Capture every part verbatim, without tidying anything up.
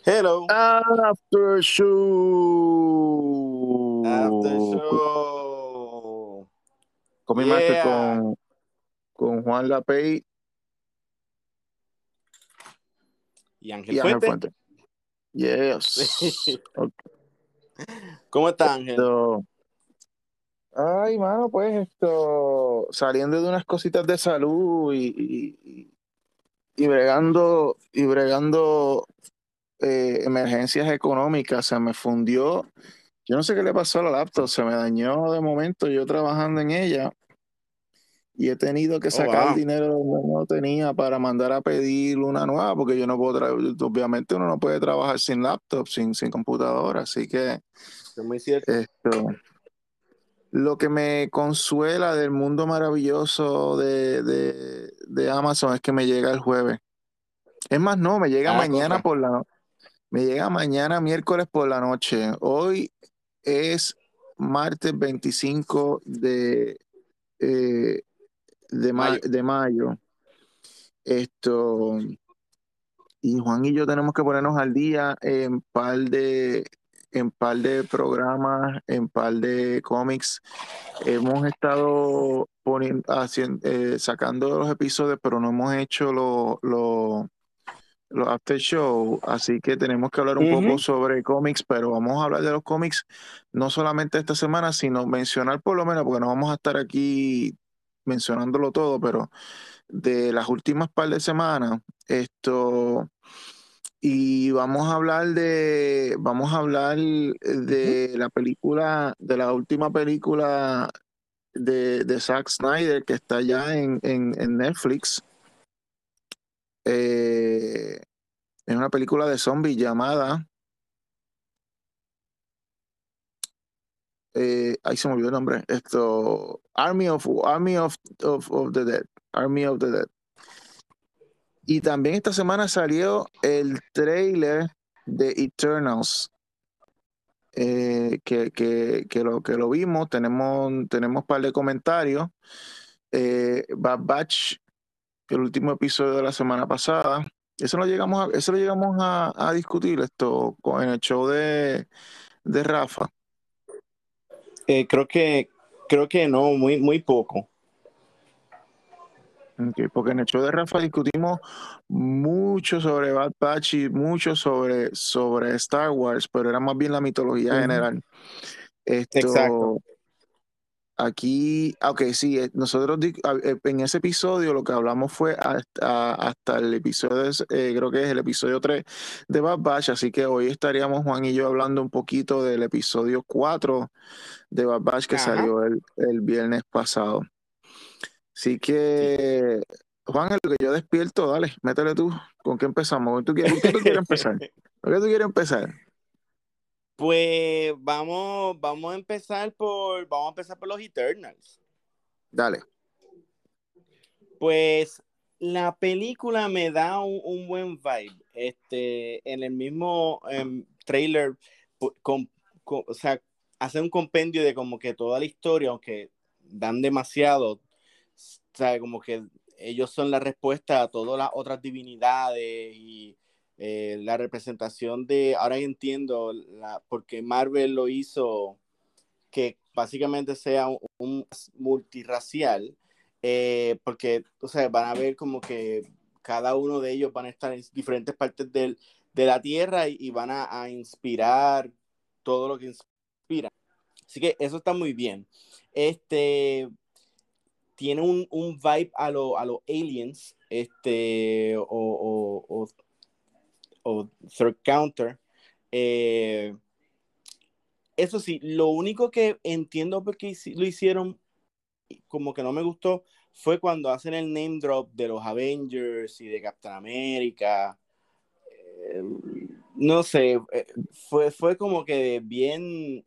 Hello. After After Show. show. Con mi master Yeah. con, con Juan Lapey Y Ángel y Ángel Fuente. Fuente. Yes. Ok. ¿Cómo está Ángel? Esto- Ay, mano, pues esto, saliendo de unas cositas de salud y, y, y bregando, y bregando eh, emergencias económicas, se me fundió. Yo no sé qué le pasó a la laptop, se me dañó de momento, yo trabajando en ella. Y he tenido que Oh, sacar wow. dinero donde no tenía para mandar a pedir una nueva, porque yo no puedo traer, obviamente uno no puede trabajar sin laptop, sin, sin computadora, así que Es muy cierto. esto, lo que me consuela del mundo maravilloso de, de, de Amazon es que me llega el jueves. Es más, no, me llega Ah, mañana contra. por la, me llega mañana miércoles por la noche. Hoy es martes veinticinco de, eh, de, ma- Mayo. de mayo. Esto, y Juan y yo tenemos que ponernos al día en par de, en par de programas, en par de cómics. Hemos estado poniendo, haciendo, eh, sacando los episodios, pero no hemos hecho los los los after show, así que tenemos que hablar un poco Ujú. sobre cómics, pero vamos a hablar de los cómics no solamente esta semana, sino mencionar por lo menos, porque no vamos a estar aquí mencionándolo todo, pero de las últimas par de semanas, esto, y vamos a hablar de, vamos a hablar Ujú. de la película, de la última película de, de Zack Snyder que está ya en, en, en Netflix. Eh, es una película de zombies llamada, eh, ahí se me olvidó el nombre, esto, Army of, Army of, of, of the Dead, Army of the Dead. Y también esta semana salió el trailer de Eternals, eh, que, que, que, lo, que lo vimos, tenemos, tenemos un par de comentarios. Eh, Bad Batch, el último episodio de la semana pasada, eso lo llegamos a, eso lo llegamos a, a discutir esto con, en el show de, de Rafa. Eh, creo que creo que no, muy, muy poco. Okay, porque en el show de Rafa discutimos mucho sobre Bad Batch y mucho sobre, sobre Star Wars, pero era más bien la mitología Ujú. general. Exacto. Esto, aquí, ok, sí, eh, nosotros di- a- eh, en ese episodio lo que hablamos fue hasta, hasta el episodio, eh, creo que es el episodio tres de Bad Batch, así que hoy estaríamos Juan y yo hablando un poquito del episodio cuatro de Bad Batch que Ajá. salió el, el viernes pasado. Así Sí. que, Juan, en lo que yo despierto, dale, métele tú. ¿Con qué empezamos? ¿Con, tú, qué- con qué tú quieres empezar? ¿Con qué tú quieres empezar? Pues vamos, vamos a empezar por, vamos a empezar por los Eternals. Dale. Pues la película me da un, un buen vibe. Este, en el mismo em, trailer, pu- con- con- o sea, hace un compendio de como que toda la historia, aunque dan demasiado, o sea, como que ellos son la respuesta a todas las otras divinidades y eh, la representación de, ahora entiendo la, porque Marvel lo hizo que básicamente sea un, un multirracial, eh, porque, o sea, van a ver como que cada uno de ellos van a estar en diferentes partes del, de la Tierra y, y van a, a, inspirar todo lo que inspira. Así que eso está muy bien. Este tiene un, un vibe a los a lo aliens, este, o, o, o, o Third Counter. Eh, eso sí, lo único que entiendo por qué lo hicieron como que no me gustó fue cuando hacen el name drop de los Avengers y de Captain America. Eh, no sé, eh, fue, fue como que bien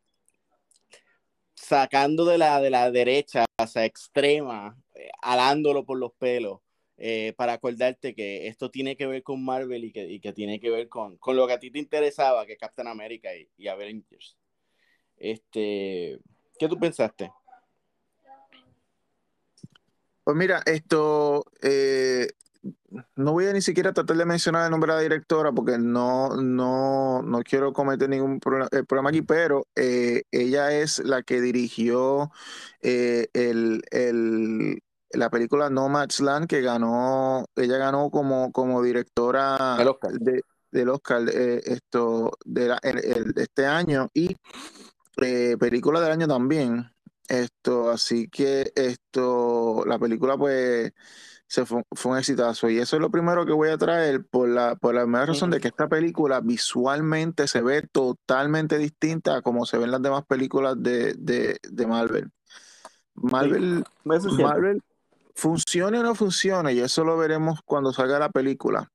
sacando de la, de la derecha, o sea, extrema, eh, alándolo por los pelos, eh, para acordarte que esto tiene que ver con Marvel y que, y que tiene que ver con, con lo que a ti te interesaba, que Captain America y, y Avengers. Este, ¿qué tú pensaste? Pues mira, esto, eh, no voy a ni siquiera tratar de mencionar el nombre de la directora porque no, no, no quiero cometer ningún problema, el problema aquí, pero eh, ella es la que dirigió eh, el, el- la película Nomadland que ganó, ella ganó como, como El directora Oscar. de, del Oscar eh, esto, de, la- el- el- de este año y eh, película del año también. Esto, así que esto, la película pues se fue, fue un exitazo. Y eso es lo primero que voy a traer por la, por la mera razón de que esta película visualmente se ve totalmente distinta a como se ven las demás películas de, de, de Marvel. Sí, Marvel, eso es cierto. Marvel funcione o no funcione, y eso lo veremos cuando salga la película.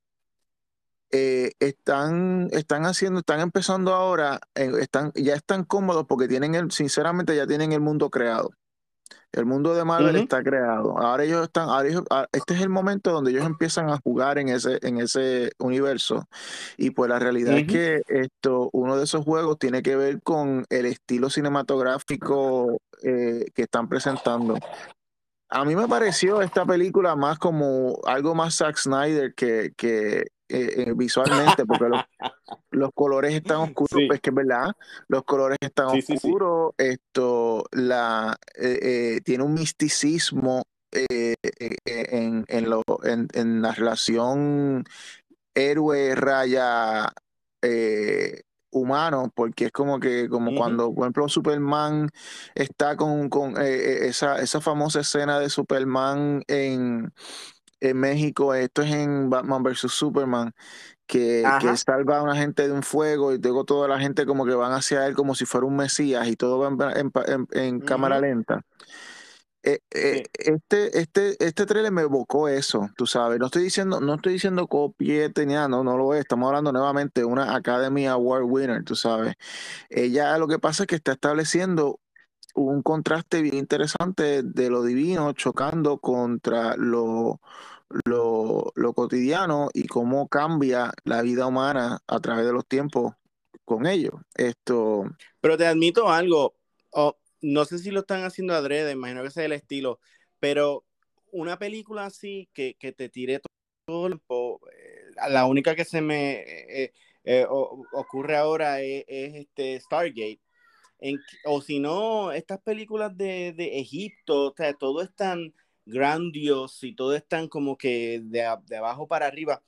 Eh, están, están haciendo, están empezando ahora, eh, están, ya están cómodos porque tienen el, sinceramente ya tienen el mundo creado. El mundo de Marvel Ujú, está creado. Ahora ellos están, ahora ellos- ah, este es el momento donde ellos empiezan a jugar en ese, en ese universo. Y pues la realidad es ujú. que esto, uno de esos juegos tiene que ver con el estilo cinematográfico eh, que están presentando. A mí me pareció esta película más como algo más Zack Snyder que, que eh, eh, visualmente, porque los, los colores están oscuros, Sí, pues que es verdad, los colores están sí, sí, sí. oscuros, esto, la, eh, eh, tiene un misticismo eh, eh, en, en, lo, en, en la relación héroe raya eh, humano, porque es como que, como Ujú, cuando, por ejemplo, Superman está con, con eh, eh, esa, esa famosa escena de Superman en, en México, esto es en Batman versus Superman, que, que él ajá. salva a una gente de un fuego y luego toda la gente como que van hacia él como si fuera un mesías y todo va en, en- en- en cámara Ujú, lenta. Eh, eh, sí. este, este, este trailer me evocó eso, tú sabes. No estoy diciendo, no estoy diciendo copiete ni nada, no, no lo es. Estamos hablando nuevamente de una Academy Award winner, tú sabes. Ella lo que pasa es que está estableciendo un contraste bien interesante de lo divino chocando contra lo, lo, lo cotidiano y cómo cambia la vida humana a través de los tiempos con ello. Esto, Pero te admito algo, oh, no sé si lo están haciendo adrede, imagino que sea el estilo, pero una película así que, que te tire todo el tiempo, eh, la única que se me eh, eh, o- ocurre ahora es, es este Stargate. En- o si no, estas películas de, de Egipto, o sea, todo es tan grandioso y todo es tan como que de, a- de abajo para arriba.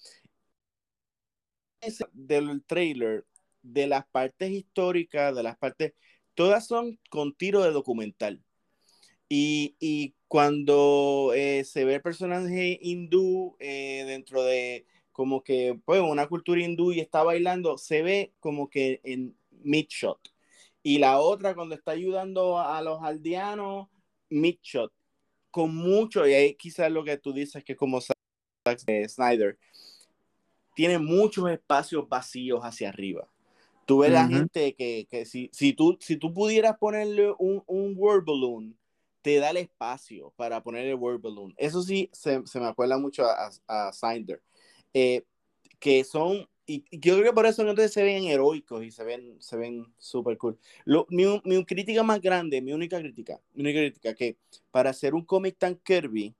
Ese del trailer, de las partes históricas, de las partes, todas son con tiro de documental. Y, y cuando eh, se ve el personaje hindú eh, dentro de como que pues una cultura hindú y está bailando, se ve como que en mid shot. Y la otra cuando está ayudando a, a los aldeanos, mid shot. Con mucho, y ahí quizás lo que tú dices que es como Zack Snyder, tiene muchos espacios vacíos hacia arriba. Tú ves la ujú. gente que, que si, si, tú, si tú pudieras ponerle un, un word balloon, te da el espacio para poner el word balloon. Eso sí, se, se me acuerda mucho a, a, a Snyder. Eh, que son, y, y yo creo que por eso entonces se ven heroicos y se ven se ven súper cool. Lo, mi, mi crítica más grande, mi única crítica, mi única crítica, que para hacer un cómic tan Kirby,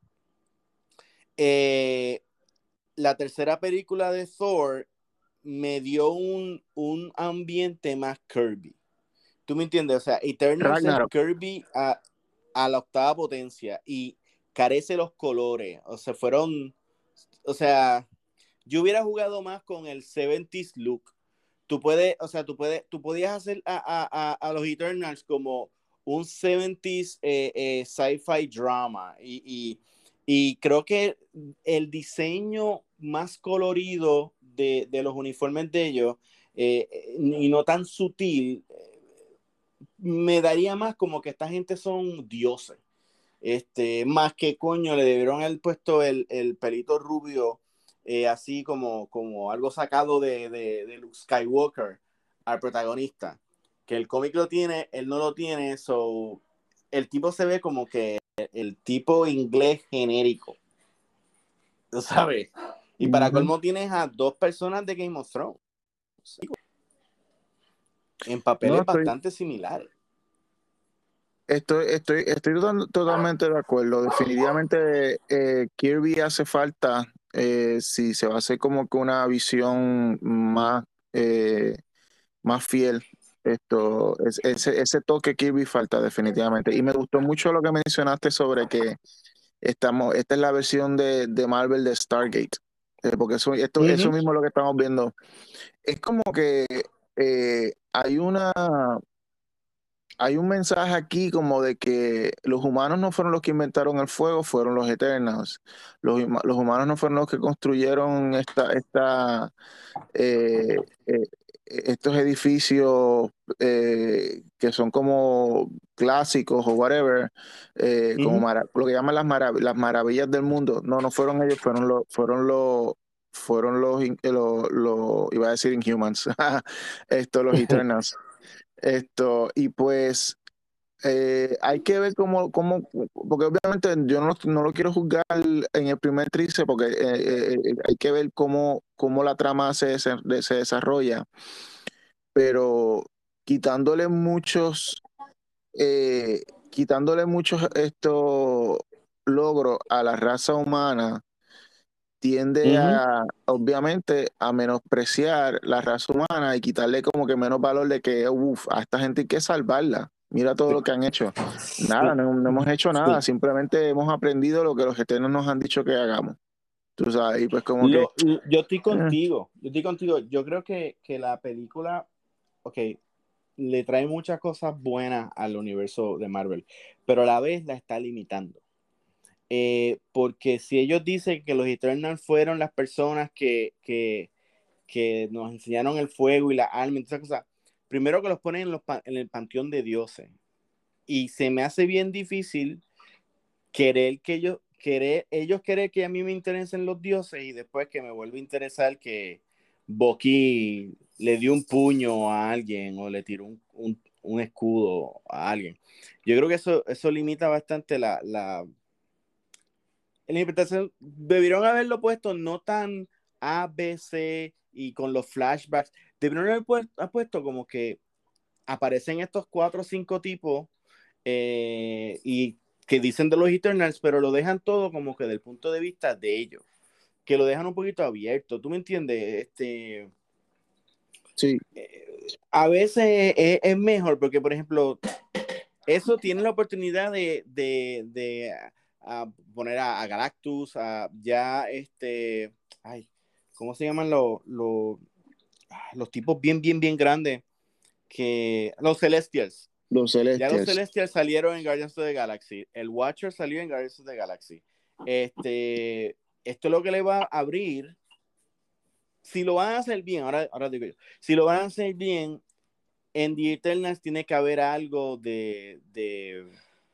eh, la tercera película de Thor me dio un, un ambiente más Kirby. ¿Tú me entiendes? O sea, Eternals es Ragnarok. Kirby a, a la octava potencia y carece los colores. O sea, fueron. O sea, yo hubiera jugado más con el seventies look. Tú puedes, o sea, tú puedes, tú podías hacer a, a, a, a los Eternals como un seventies eh, eh, sci-fi drama. Y, y, y, creo que el diseño más colorido de, de los uniformes de ellos eh, y no tan sutil, me daría más como que esta gente son dioses. Este, más que coño, le debieron haber puesto el, el pelito rubio, eh, así como, como algo sacado de, de, de Luke Skywalker al protagonista. Que el cómic lo tiene, él no lo tiene, so el tipo se ve como que el tipo inglés genérico, ¿tú sabes? Y para Ujú. colmo tienes a dos personas de Game of Thrones en No, papeles estoy, bastante similares. estoy, estoy, estoy total- totalmente de acuerdo. Definitivamente eh, Kirby hace falta eh, si se va a hacer como que una visión más, eh, más fiel. Esto, es, ese, ese toque Kirby falta definitivamente. Y me gustó mucho lo que mencionaste sobre que estamos, esta es la versión de, de Marvel de Stargate. Eh, porque eso, esto, eso Ujú, mismo es lo que estamos viendo. Es como que eh, hay una hay un mensaje aquí como de que los humanos no fueron los que inventaron el fuego, fueron los Eternals. Los, huma- los humanos no fueron los que construyeron esta, esta, eh, eh, estos edificios eh, que son como clásicos o whatever, eh, como ujú. mara- lo que llaman las, marav- las maravillas del mundo. No, no fueron ellos, fueron los, fueron los, fueron los, in- eh, los, los- iba a decir Inhumans, esto, los Eternals. Esto, y pues eh, hay que ver cómo, cómo, porque obviamente yo no, no lo quiero juzgar en el primer tríce, porque eh, eh, eh, hay que ver cómo, cómo la trama se, se, se desarrolla, pero quitándole muchos, eh, quitándole muchos estos logros a la raza humana, tiende Ujú. a, obviamente, a menospreciar la raza humana y quitarle como que menos valor de que, uff, a esta gente hay que salvarla. Mira todo lo que han hecho. Nada, Sí, no, no hemos hecho nada, sí. simplemente hemos aprendido lo que los eternos nos han dicho que hagamos. Tú sabes, y pues como que, Lo, lo- yo estoy eh, contigo, yo estoy contigo. Yo creo que, que la película, ok, le trae muchas cosas buenas al universo de Marvel, pero a la vez la está limitando. Eh, porque si ellos dicen que los Eternals fueron las personas que, que, que nos enseñaron el fuego y la alma y todas esas cosas, primero que los ponen en, los, en el panteón de dioses. Y se me hace bien difícil querer que ellos, querer, ellos querer que a mí me interesen los dioses y después que me vuelva a interesar que Bucky le dio un puño a alguien o le tiró un, un, un escudo a alguien. Yo creo que eso, eso limita bastante la, la, la interpretación. Debieron haberlo puesto no tan A, B, C y con los flashbacks. Debieron haber puesto, puesto como que aparecen estos cuatro o cinco tipos eh, y que dicen de los Eternals, pero lo dejan todo como que del punto de vista de ellos, que lo dejan un poquito abierto. ¿Tú me entiendes? Este, sí, eh, a veces es, es, mejor porque, por ejemplo, eso tiene la oportunidad de, de, de a poner a, a, Galactus, a ya este, ay, ¿cómo se llaman los, los, los tipos bien, bien, bien grandes? Que los Celestials. los Ya los Celestials. Celestials salieron en Guardians of the Galaxy. El Watcher salió en Guardians of the Galaxy. Este, esto es lo que le va a abrir. Si lo van a hacer bien, ahora, ahora digo yo, si lo van a hacer bien, en The Eternals tiene que haber algo de. de,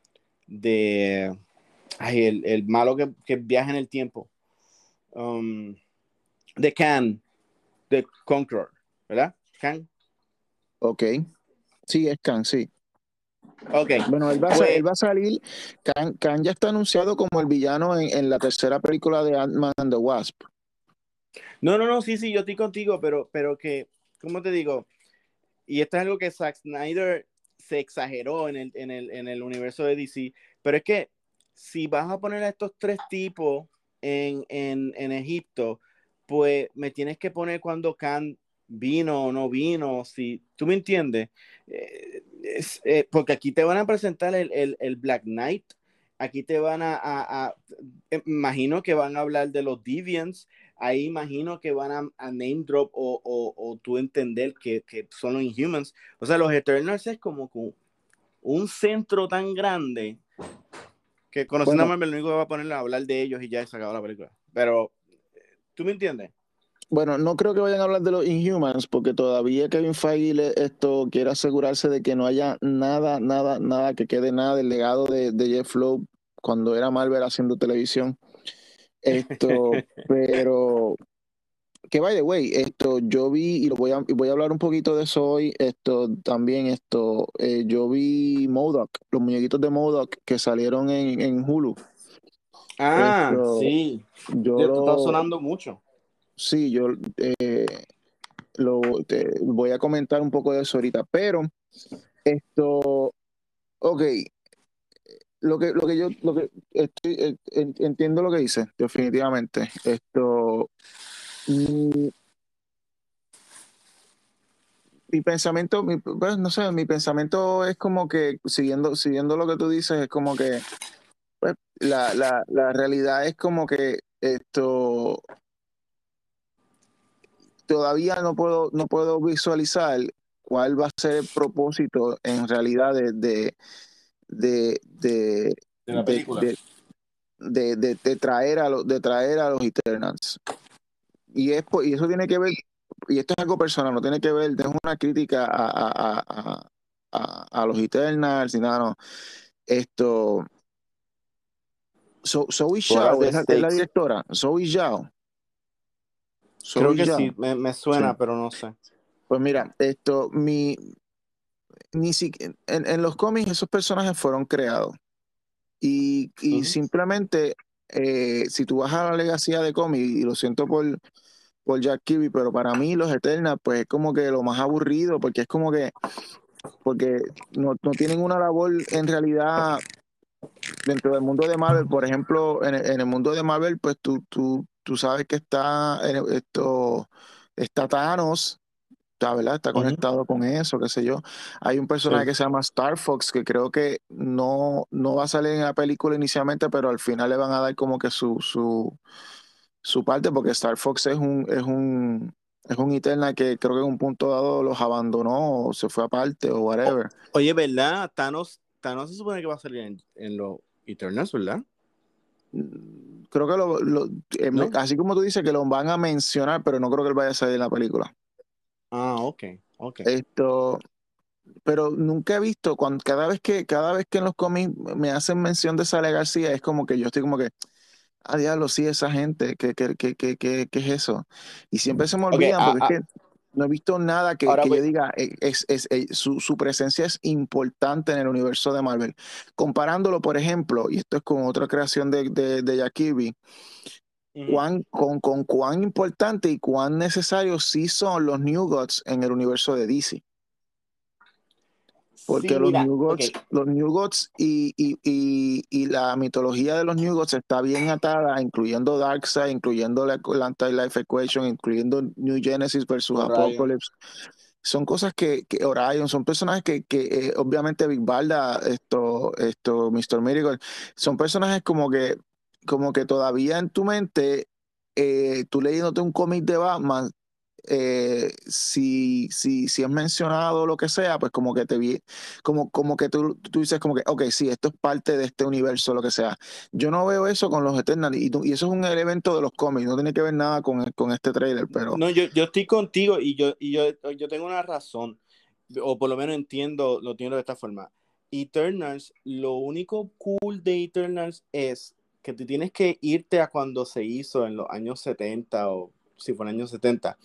de ay, el, el malo que, que, viaja en el tiempo. Um, de Khan, de Conqueror, ¿verdad? Khan. Ok, sí, es Khan, sí. Ok, Bueno, él va a, sa- pues él va a salir, Khan, Khan ya está anunciado como el villano en, en la tercera película de Ant-Man and the Wasp. no, no, no, sí, sí, yo estoy contigo, pero, pero que, ¿cómo te digo? Y esto es algo que Zack Snyder se exageró en el, en el, en el universo de D C. Pero es que si vas a poner a estos tres tipos en, en, en Egipto, pues me tienes que poner cuando Khan vino o no vino, si tú me entiendes. Eh, es, eh, porque aquí te van a presentar el, el, el Black Knight, aquí te van a, a, a, imagino que van a hablar de los Deviants, ahí imagino que van a, a name drop o, o, o tú entender que, que, son los Inhumans. O sea, los Eternals es como un centro tan grande que conociendo a Bueno, Marvel lo único que va a poner a hablar de ellos y ya se acabó la película. Pero, ¿tú me entiendes? Bueno, no creo que vayan a hablar de los Inhumans porque todavía Kevin Feige le- esto quiere asegurarse de que no haya nada, nada, nada que quede nada del legado de, de Jeff Loeb cuando era Marvel haciendo televisión. Esto, pero que by the way, esto yo vi y lo voy a y voy a hablar un poquito de eso hoy. Esto también esto eh, yo vi MODOK, los muñequitos de MODOK que salieron en, en Hulu. Ah, Esto sí. yo Esto está lo sonando mucho. sí, yo eh, lo te, voy a comentar un poco de eso ahorita, pero esto, ok, lo que, lo que yo, lo que estoy, eh, en- entiendo lo que dice, definitivamente. Esto, mi, mi pensamiento, mi- pues, no sé, mi pensamiento es como que, siguiendo, siguiendo lo que tú dices, es como que, pues, la, la, la realidad es como que esto, todavía no puedo, no puedo visualizar cuál va a ser el propósito en realidad de, de, de, de, De la de, película. de, de, de- de traer a los, de traer a los Eternals. Y, es, po- y eso tiene que ver, y esto es algo personal, no tiene que ver, no es una crítica a, a, a, a, a- a los Eternals, ni nada, no. Esto, So- Zoe What are Zhao the es la, es la stakes? directora, Zoe Zhao, Creo Zoe que Zhao, sí, me, me sí. suena, pero no sé. Pues mira, esto, mi, ni si, en, en los cómics esos personajes fueron creados y, y Ujú. simplemente, eh, si tú vas a la legacía de cómics, y lo siento por, por Jack Kirby, pero para mí los Eternals, pues es como que lo más aburrido, porque es como que porque no, no tienen una labor en realidad dentro del mundo de Marvel. Por ejemplo, en, el en el mundo de Marvel, pues tú, tú, tú sabes que está en el- esto, está Thanos, está, ¿verdad? Está Ujú. conectado con eso, qué sé yo. Hay un personaje Sí. que se llama Star Fox, que creo que no, no va a salir en la película inicialmente, pero al final le van a dar como que su, su, su parte, porque Star Fox es un, es un, es un Eterna que creo que en un punto dado los abandonó o se fue aparte o O- whatever. oye, ¿verdad? Thanos, Thanos se supone que va a salir en, en los Eternals, ¿verdad? Creo que lo, lo- eh, me- ¿No? así como tú dices que lo van a mencionar, pero no creo que él vaya a salir en la película. Ah, ok, ok. Esto, pero nunca he visto cuando cada vez que cada vez que en los cómics me hacen mención de Sale García es como que yo estoy como que ah, diablo, sí, esa gente, ¿qué, qué, qué, qué, qué, qué es eso? Y siempre se me Ok, olvidan ah, porque es ah, que no he visto nada que, ahora que yo voy. diga, eh, es, es, eh, su, su presencia es importante en el universo de Marvel. Comparándolo, por ejemplo, y esto es con otra creación de, de, de Jack Kirby, Ujú. cuán, con, con cuán importante y cuán necesarios sí son los New Gods en el universo de D C. Sí, Porque los mira, New ok. Gods, los New Gods y, y, y, y la mitología de los New Gods está bien atada, incluyendo Darkseid, incluyendo la, la Anti-Life Equation, incluyendo New Genesis versus Orion. Apocalypse. Son cosas que, que Orion, son personajes que, que eh, obviamente Big Barda, esto, esto, míster Miracle, son personajes como que, como que todavía en tu mente, eh, tú leyéndote un cómic de Batman, eh, si, si, si es mencionado o lo que sea, pues como que te vi, como, como que tú, tú dices como que, ok, sí, esto es parte de este universo, lo que sea. Yo no veo eso con los Eternals y, tú- y eso es un elemento de los cómics, no tiene que ver nada con, con este trailer, pero No, yo, yo estoy contigo y yo, y yo, yo tengo una razón, o por lo menos entiendo, lo entiendo de esta forma. Eternals, lo único cool de Eternals es que tú tienes que irte a cuando se hizo en los años setenta o si fue en los años setenta.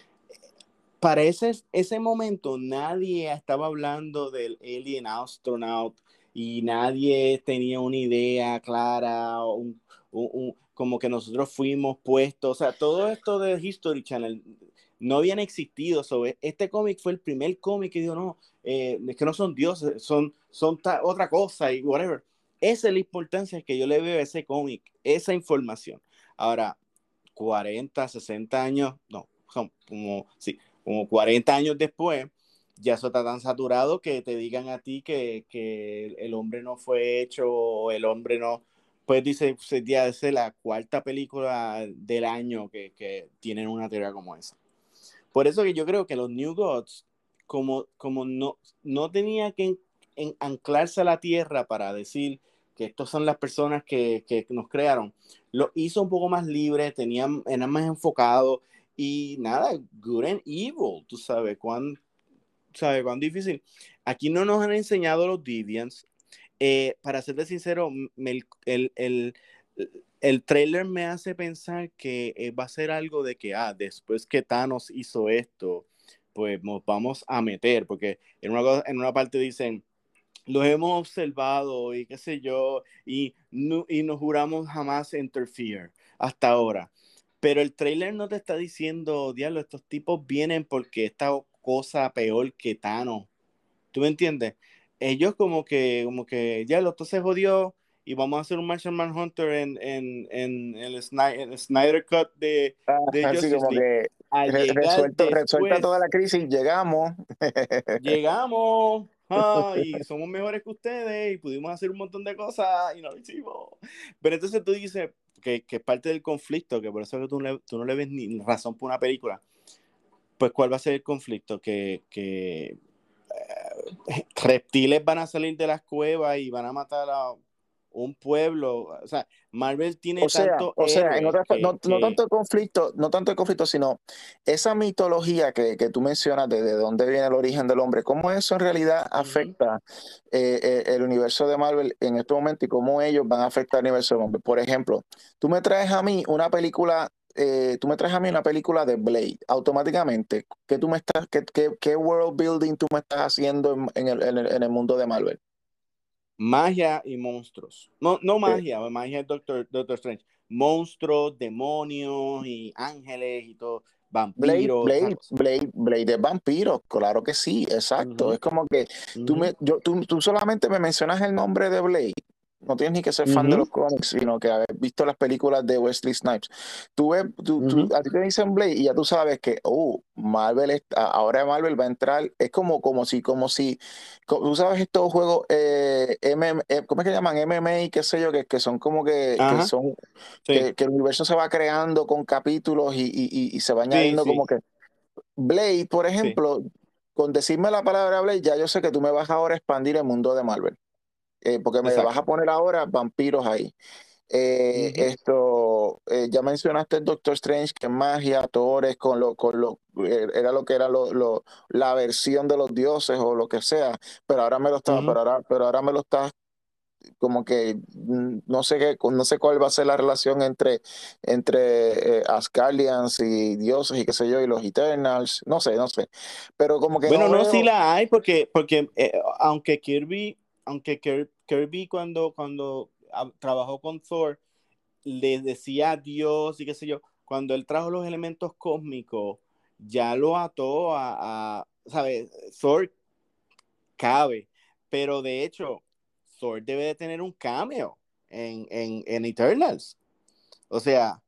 Para ese, ese momento nadie estaba hablando del Alien Astronaut y nadie tenía una idea clara, un, un, un, como que nosotros fuimos puestos, o sea, todo esto de History Channel no habían existido. So, este cómic fue el primer cómic que dijo, no, eh, es que no son dioses, son, son otra cosa y whatever. Esa es la importancia que yo le veo a ese cómic, esa información. Ahora, cuarenta, sesenta años, no, como, sí, como cuarenta años después, ya eso está tan saturado que te digan a ti que, que el hombre no fue hecho o el hombre no, pues dice, ya es la cuarta película del año que, que tienen una teoría como esa. Por eso que yo creo que los New Gods, como, como no, no tenía que en, en anclarse a la tierra para decir que estos son las personas que, que nos crearon, lo hizo un poco más libre, tenían, eran más enfocados y nada, good and evil, tú sabes cuán, sabes cuán difícil. Aquí no nos han enseñado los Deviants. Eh, para serle sincero, me, el, el, el, el trailer me hace pensar que eh, va a ser algo de que, ah, después que Thanos hizo esto, pues nos vamos a meter, porque en una, en una parte dicen, los hemos observado y qué sé yo, y, no, y nos juramos jamás interfere hasta ahora. Pero el trailer no te está diciendo, diablo, estos tipos vienen porque esta cosa peor que Thanos. ¿Tú me entiendes? ellos como que, como que ya lo otro se jodió y vamos a hacer un Martian Manhunter en, en, en el, Snyder, el Snyder Cut de, Ah, de así Justice como League. que Al re- llegar resuelto, resuelta toda después, la crisis, llegamos. llegamos ah, y somos mejores que ustedes y pudimos hacer un montón de cosas y no lo hicimos. Pero entonces tú dices que, que es parte del conflicto, que por eso que tú, le, tú no le ves ni razón por una película. Pues ¿cuál va a ser el conflicto? Que, que reptiles van a salir de las cuevas y van a matar a un pueblo. O sea, Marvel tiene O sea, tantos o sea, en héroes otras, pa- no, que, no que tanto el conflicto, no tanto el conflicto, sino esa mitología que, que tú mencionas de, de dónde viene el origen del hombre, cómo eso en realidad uh-huh, afecta eh, eh, el universo de Marvel en este momento y cómo ellos van a afectar el universo del hombre. Por ejemplo, tú me traes a mí una película, eh, tú me traes a mí una película de Blade, automáticamente, ¿qué tú me estás, qué, qué, qué world building tú me estás haciendo en, en el, en el, en el mundo de Marvel? magia y monstruos. No, no Eh, magia, magia es Doctor, Doctor Strange. Monstruos, demonios y ángeles y todo, Blade, vampiros, esa Blade, cosa. Blade, Blade de vampiros, claro que sí, exacto. Uh-huh, Es como que tú, uh-huh, me, yo, tú, tú solamente me mencionas el nombre de Blade. No tienes ni que ser fan de uh-huh, los cómics, sino que haber visto las películas de Wesley Snipes. Tú ves, tú, tú- uh-huh. a ti te dicen Blade y ya tú sabes que, oh, Marvel está, ahora Marvel va a entrar. Es como, como si, como si, co- tú sabes estos juegos, eh, M M eh, ¿cómo es que llaman? M M A y qué sé yo, que, que son como que, que Ajá, son sí, que, que el universo se va creando con capítulos y, y- y- y se va sí, añadiendo sí, como que Blade, por sí, ejemplo, con decirme la palabra Blade, ya yo sé que tú me vas ahora a expandir el mundo de Marvel, eh, porque me vas a exacto. poner ahora vampiros ahí. Eh, Uh-huh, esto, eh, ya mencionaste el Doctor Strange, que es magia, Thor con lo, con lo, eh, era lo que era lo, lo- la versión de los dioses o lo que sea, pero ahora me lo está, uh-huh. pero ahora, pero ahora me lo estás como que mm, no sé qué, no sé cuál va a ser la relación entre, entre eh, Asgardians y dioses y qué sé yo, y los Eternals, no sé, no sé. Pero como que Bueno, no no, sí veo, la hay, porque, porque eh, aunque Kirby, aunque Kir- Kirby cuando, cuando ah, trabajó con Thor, le decía a Dios y qué sé yo, cuando él trajo los elementos cósmicos, ya lo ató a, a ¿sabes? Thor cabe, pero de hecho, Thor debe de tener un cameo en, en, en Eternals. O sea,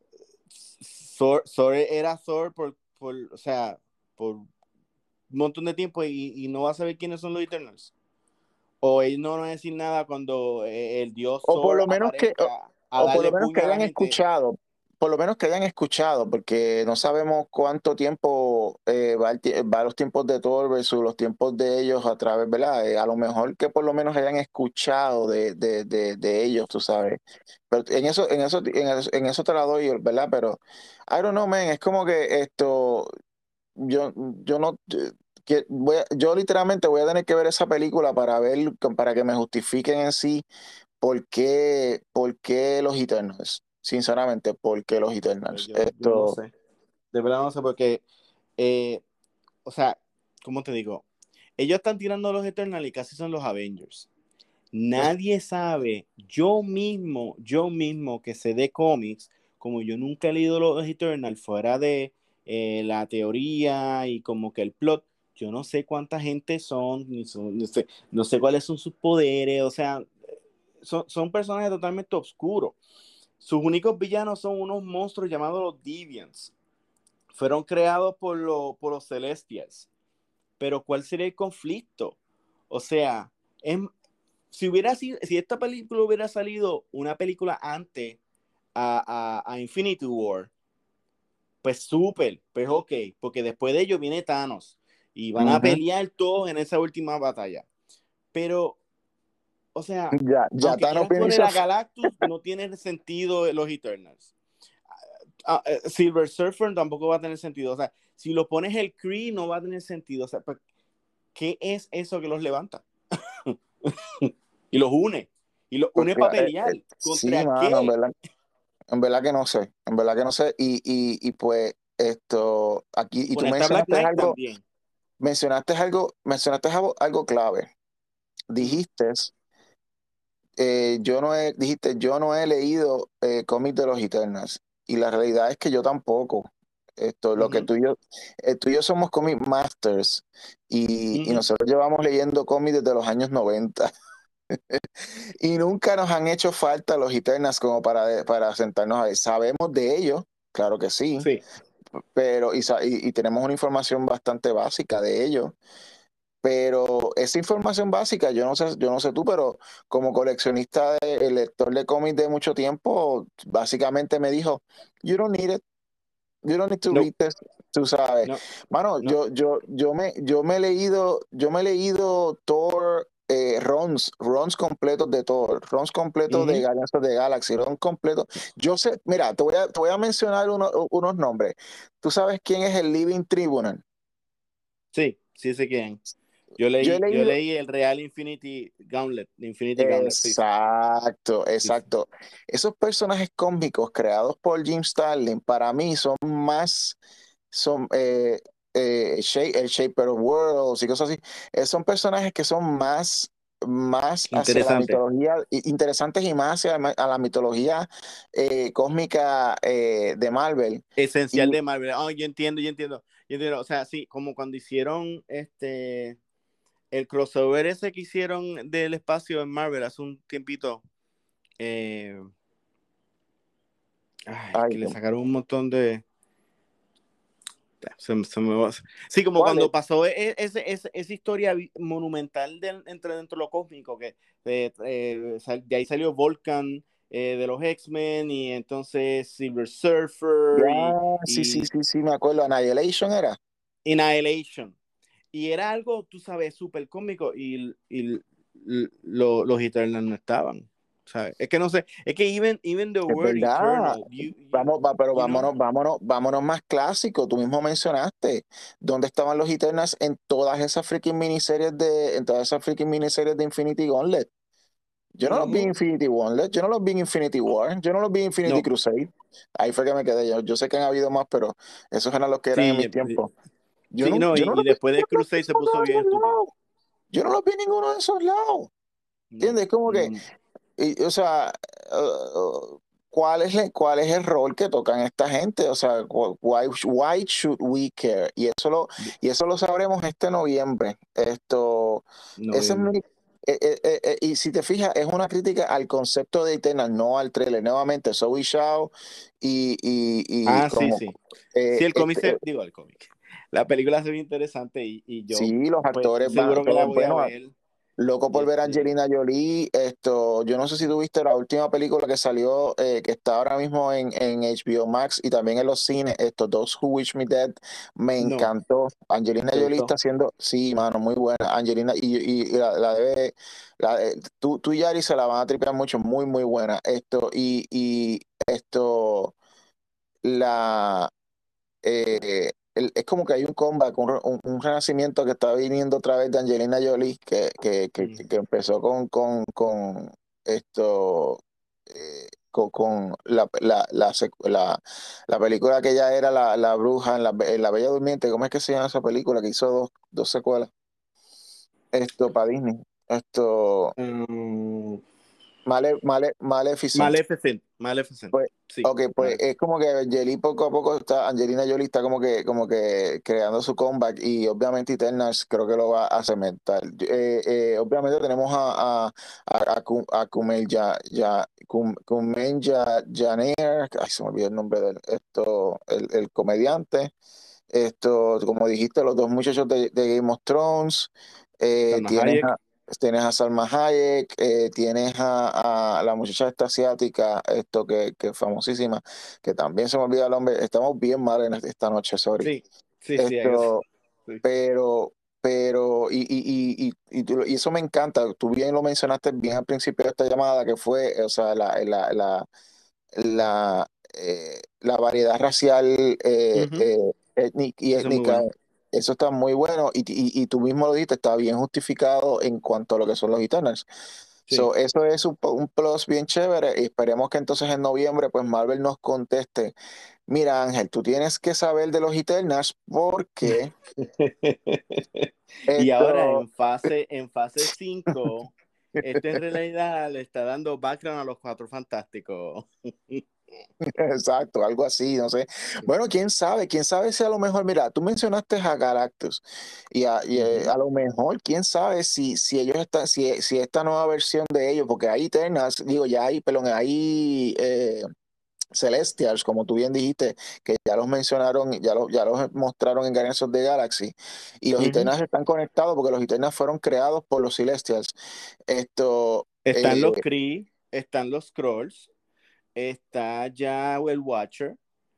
Thor, Thor era Thor por, por, o sea, por un montón de tiempo y, y no va a saber quiénes son los Eternals. O él no va a decir nada cuando eh, el dios o por Thor lo menos que, o, aparezca a o por lo darle menos que puño a la hayan gente. escuchado, por lo menos que hayan escuchado, porque no sabemos cuánto tiempo eh, va, el tie- va los tiempos de Thor versus los tiempos de ellos a través, ¿verdad? Eh, a lo mejor que por lo menos hayan escuchado de, de, de, de ellos, tú sabes. Pero en eso, en eso, en eso, en eso te la doy, ¿verdad? Pero, I don't know, man, es como que esto, yo, yo no, que voy a- yo literalmente voy a tener que ver esa película para ver, para que me justifiquen en sí por qué, por qué los Eternals. Sinceramente, ¿por qué los Pues Eternals? yo, yo no Esto, sé. De verdad no sé porque, eh, o sea, ¿cómo te digo? Ellos están tirando a los Eternals y casi son los Avengers. pues, Nadie sabe, yo mismo, yo mismo que sé de cómics, como yo nunca he leído los Eternals fuera de eh, la teoría y como que el plot, yo no sé cuánta gente son, ni son- no sé, no sé cuáles son sus poderes, o sea, son, son personajes totalmente oscuros. Sus únicos villanos son unos monstruos llamados los Deviants. Fueron creados por, lo, por los Celestials. Pero ¿cuál sería el conflicto? O sea, es, si hubiera sido, si esta película hubiera salido una película antes a, a, a Infinity War, pues súper, pues ok, porque después de ello viene Thanos y van a ujú. pelear todos en esa última batalla. Pero, o sea, Ya, ya aunque Thanos quieras viene y poner se a fue. Galactus, no tiene sentido los Eternals. Ah, eh, Silver Surfer tampoco va a tener sentido. O sea, si lo pones el Kree, no va a tener sentido. O sea, pues, ¿qué es eso que los levanta? Y los une. Y los Pues, une para cla- eh, eh, pelear. sí, ¿Contra mano, en qué? verdad, en verdad que no sé, en verdad que no sé. Y, y, y pues, esto, aquí, y tú Ponerte a Black mencionaste Knight algo, también. mencionaste algo, mencionaste algo, algo clave. Ujú. Dijiste, eh, yo no he, dijiste, yo no he leído eh, cómics de los Eternals. Y la realidad es que yo tampoco. Esto, lo que Ujú, tú y yo, eh, tú y yo somos comic masters y, y ujú. nosotros llevamos leyendo cómics desde los años noventa y nunca nos han hecho falta los Eternals como para, para sentarnos a ver. Sabemos de ellos, claro que sí, Sí, pero y, sa- y- y tenemos una información bastante básica de ellos. Pero esa información básica, yo no sé, yo no sé tú, pero como coleccionista, de, el lector de cómics de mucho tiempo, básicamente me dijo, you don't need it, you don't need to no, read this, tú sabes. no, Mano, no. yo, yo, yo me, yo me he leído, yo me he leído Thor, eh, runs, runs completos de Thor, runs completos de Ujú. Guardians of the Galaxy, runs completos. Yo sé, mira, te voy a, te voy a mencionar uno- unos nombres. ¿Tú sabes quién es el Living Tribunal? Sí, sí sé quién. Yo Yo he leí, yo leído. leí el Real Infinity Gauntlet, Infinity Gauntlet, sí, sí, Exacto, sí, sí. exacto. Esos personajes cómicos creados por Jim Starlin para mí son más, son eh, eh, Sha- el Shaper of Worlds y cosas así. Eh, son personajes que son más, más hacia la Interesante. mitología, i- interesantes y más hacia la, a la mitología eh, cósmica eh, de Marvel. Esencial Y de Marvel. Oh, yo entiendo, yo entiendo, yo entiendo. O sea, sí, como cuando hicieron este el crossover ese que hicieron del espacio en Marvel hace un tiempito. eh, ay, ay, que le sacaron un montón de. Se, se me va- Sí, como ¿cuál es? cuando pasó e- e- ese, ese- esa historia vi- monumental de, entre dentro de lo cósmico, que eh, eh, sal- de ahí salió Volcan eh, de los X-Men y entonces Silver Ya, Surfer y, sí, sí, y sí, sí, me acuerdo. Annihilation era. Annihilation. Y era algo, tú sabes, súper cómico y, y lo- los Eternals no estaban. ¿Sabes? Es que no sé, es que even, even the Es word verdad. Eternal, you, you, Vamos, va, pero you know, vámonos, vámonos, vámonos más clásico. Tú mismo mencionaste dónde estaban los Eternals en todas esas freaking miniseries de, en todas esas freaking miniseries de Infinity Gauntlet. Yo no los vi en ujú. Infinity Gauntlet, yo no los vi en Infinity War, yo no los vi en Infinity No, Crusade. Ahí fue que me quedé yo. Yo sé que han habido más, pero esos eran los que eran en sí, mis eh, tiempos. Yo sí, no, no, y, yo no y los vi, después yo de no los vi Crusade en se puso ninguno de bien esos estúpido. lados. Yo no los vi en ninguno de esos lados. No, ¿Entiendes? Como que no, y, o sea, uh, ¿cuál es, el- cuál es el rol que tocan esta gente? O sea, wh- why, why should we care? Y eso lo, y eso lo sabremos este noviembre. Esto, ese es mi, noviembre. eh, eh, eh, eh, y si te fijas, es una crítica al concepto de Eternal, no al trailer. Nuevamente, Zoe Shao y, y, y Ah, sí, como sí. Sí, eh, el cómic este, se, digo, el cómic. La película se ve interesante y, y yo, sí, los pues, estoy actores van, seguro que la todos voy a buenos. ver. Loco por ver a Este, Angelina Jolie. Esto, yo no sé si tuviste la última película que salió, eh, que está ahora mismo en, en H B O Max y también en los cines, estos Those Who Wish Me Dead. Me no, encantó. Angelina ¿te Jolie está gustó? haciendo, sí, mano, muy buena. Angelina, y, y- y la, la debe, la, eh, tú, tú y Yari se la van a tripear mucho, muy, muy buena. Esto, y, y esto, la eh, el- es como que hay un comeback, un, re- un- un renacimiento que está viniendo otra vez de Angelina Jolie, que, que, que, Mm, que empezó con, con, con esto, eh, con, con la, la, la, secu- la- la película que ella era la, la bruja en la, en la Bella Durmiente. ¿Cómo es que se llama esa película? Que hizo dos, dos secuelas. Esto para Disney. Esto, mm, Male, Male, Maleficent. Maleficent, Maleficent, Pues, sí, ok, pues Maleficent. es como que Angelina poco a poco está, Angelina Jolie está como que, como que creando su comeback y obviamente Eternals creo que lo va a cementar. Eh, eh, obviamente tenemos a, a, a, a, Ku- a Kumail Ya, Ya, Kum- Kumail Ya, Janeer, ay, se me olvidó el nombre del, esto, el, el comediante. Esto, como dijiste, los dos muchachos de, de Game of Thrones. Eh, Salma tienes Hayek, a, tienes a Salma Hayek, eh, tienes a, a la muchacha esta asiática, esto que, que es famosísima, que también se me olvida el nombre. Estamos bien mal en esta noche, sorry. sí, sí, sí, hay que- Esto, sí. pero, pero, y, y, y, y, y tú- y eso me encanta. Tú bien lo mencionaste bien al principio de esta llamada, que fue, o sea, la, la, la, la, eh, la variedad racial eh, Ujú. eh, étnic- y Eso es muy étnica, bueno. eso está muy bueno y, y, y tú mismo lo dijiste, está bien justificado en cuanto a lo que son los Eternals. Sí. So, eso es un, un plus bien chévere y esperemos que entonces en noviembre pues Marvel nos conteste, mira Ángel, tú tienes que saber de los Eternals porque Y ahora esto, en fase, en fase cinco, este en realidad le está dando background a los Cuatro Fantásticos. Exacto, algo así, no sé. Bueno, quién sabe, quién sabe si a lo mejor, mira, tú mencionaste a Galactus y a, y, eh, Ujú, a lo mejor, quién sabe si, si ellos están, si, si esta nueva versión de ellos, porque hay Eternals, digo, ya hay, perdón, hay eh, Celestials, como tú bien dijiste, que ya los mencionaron, ya los, ya los mostraron en Guardians of the Galaxy, y los ujú. Eternals están conectados porque los Eternals fueron creados por los Celestials. Esto, Están eh, los Kree, están los Skrulls, está ya el Watcher,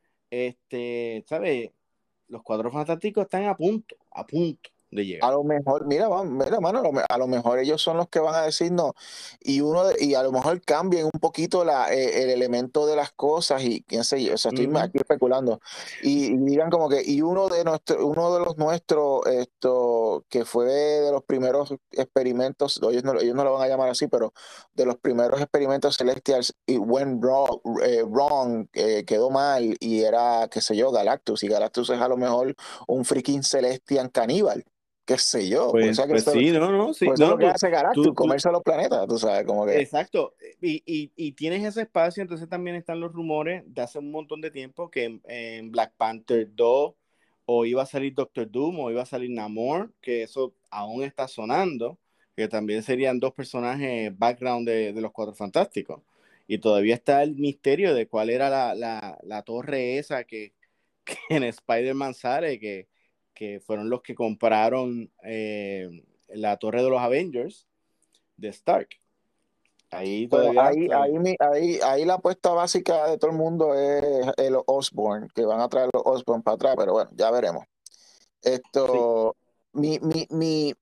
este, ¿sabes? Los Cuatro Fantásticos están a punto, a punto de A llegar. lo mejor, mira, va- mira, mano, a lo, me- a lo mejor ellos son los que van a decir no, y uno de- y a lo mejor cambien un poquito la, eh, el elemento de las cosas y quién sé yo, o sea, estoy Ujú. aquí especulando y, y digan como que y uno de nuestro, uno de los nuestros, esto que fue de los primeros experimentos, ellos no, ellos no lo van a llamar así, pero de los primeros experimentos celestials y went wrong, eh, wrong eh, quedó mal y era, qué sé yo, Galactus y Galactus es a lo mejor un freaking celestial caníbal, qué sé yo, pues, Pues, ¿sabes que pues eso, sí, no, no, sí, pues eso es lo no, que tú, hace Galactus, tú, tú, comerse a los planetas, tú sabes, como que exacto, y, y, y tienes ese espacio, entonces también están los rumores de hace un montón de tiempo que en, en Black Panther dos o iba a salir Doctor Doom o iba a salir Namor, que eso aún está sonando, que también serían dos personajes background de, de los Cuatro Fantásticos. Y todavía está el misterio de cuál era la, la, la torre esa que, que en Spider-Man sale, que, que fueron los que compraron eh, la torre de los Avengers de Stark. Ahí bueno, todavía, ahí, ¿sabes? ahí, mi- ahí, ahí la apuesta básica de todo el mundo es el Osborn, que van a traer los Osborn para atrás, pero bueno, ya veremos. Sí, Esto, mi, mi, mi,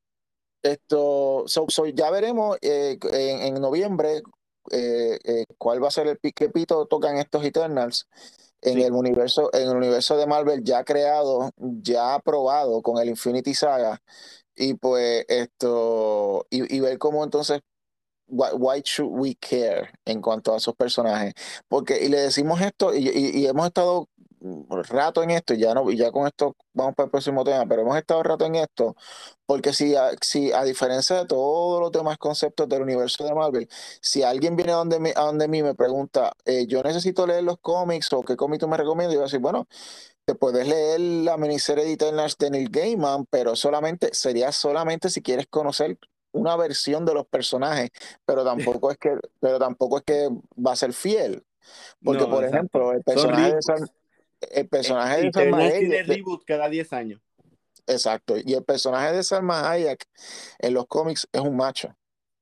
esto, so, so ya veremos eh, en, en noviembre eh, eh, cuál va a ser el pi- qué pito tocan estos Eternals en sí. el universo, en el universo de Marvel ya creado, ya aprobado con el Infinity Saga. Y pues esto, y, y ver cómo entonces why, why should we care en cuanto a esos personajes, porque y le decimos esto y, y- y hemos estado rato en esto y ya no y ya con esto vamos para el próximo tema, pero hemos estado rato en esto porque si a, si a diferencia de todos los demás conceptos del universo de Marvel, si alguien viene a donde, mí- a donde mí me pregunta, eh, yo necesito leer los cómics o qué cómic tú me recomiendas, yo voy a decir, bueno, te puedes leer la miniserie de Eternals de Neil Gaiman, pero solamente sería solamente si quieres conocer una versión de los personajes, pero tampoco es que, pero tampoco es que va a ser fiel, porque No, por exacto. ejemplo, el Son personaje de San, reboots. el E- personaje de Salma Eternals Hayek, tiene de- reboot cada diez años. exacto, y el personaje de Salma Hayek en los cómics es un macho.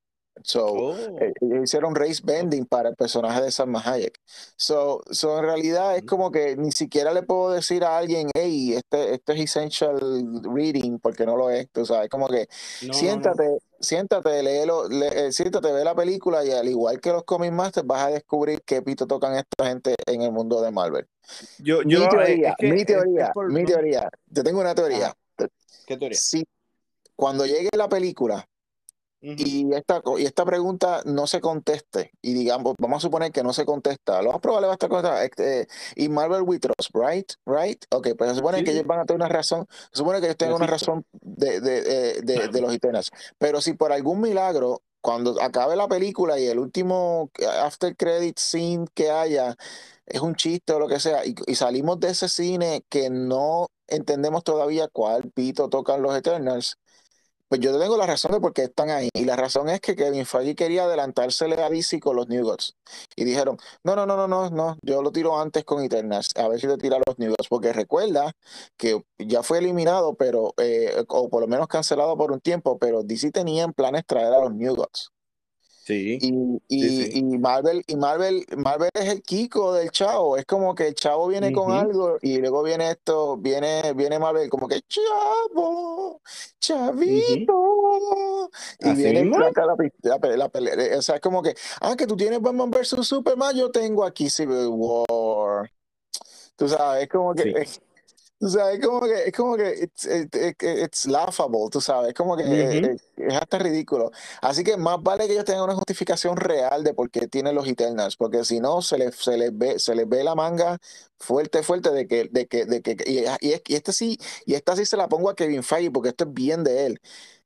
So, eh, Oh. ellos hicieron race Oh. bending para el personaje de Salma Hayek. So, so, en realidad es como que ni siquiera le puedo decir a alguien, hey, este, este es essential reading, porque no lo es. Tú sabes, como que No, no, no. siéntate, siéntate, léelo, le- eh, siéntate, ve la película y al igual que los Comic Masters vas a descubrir qué pito tocan esta gente en el mundo de Marvel. Yo, Mi yo, eh, teoría, es que mi es, es teoría, por, mi no. teoría, te tengo una teoría. Ajá. ¿Qué teoría? Si cuando llegue la película Ujú. y esta, co- y esta pregunta no se conteste, y digamos, vamos a suponer que no se contesta, lo más probable va a estar contestada, este, y Marvel We Trust, right? Right? Ok, pues se supone Sí, que ellos sí. van a tener una razón, se supone que ellos No tengan una existe. razón de, de, de, de- de los Eternals. Pero si por algún milagro, cuando acabe la película y el último after credit scene que haya es un chiste o lo que sea, y, y salimos de ese cine que no entendemos todavía cuál pito tocan los Eternals, pues yo tengo la razón de por qué están ahí. Y la razón es que Kevin Feige quería adelantársele a D C con los New Gods. Y dijeron, no, no, no, no, no, no, yo lo tiro antes con Eternals, a ver si te tira los New Gods. Porque recuerda que ya fue eliminado, pero, eh, o por lo menos cancelado por un tiempo, pero D C tenía en planes traer a los New Gods. Sí, Y, sí, y, sí. y Marvel, y Marvel, Marvel es el Kiko del chavo. Es como que el chavo viene con Ujú. algo y luego viene esto, viene, viene Marvel como que chavo, Ujú. chavito. Y Así viene y mismo es. saca la, pi- la, pe- la pelea. O sea, es como que, ah, que tú tienes Batman versus Superman, yo tengo aquí Civil War. Tú sabes, es como que, Sí. o sea, es como que, es como que it's, it- it- it's laughable, tú sabes, es como que eh, Ujú. eh, es hasta ridículo. Así que más vale que ellos tengan una justificación real de por qué tienen los Eternals, porque si no se les, se les ve, se les ve la manga fuerte, fuerte de que, de que, de que, y, y, es- y este sí, y esta sí se la pongo a Kevin Feige, porque esto es bien de él.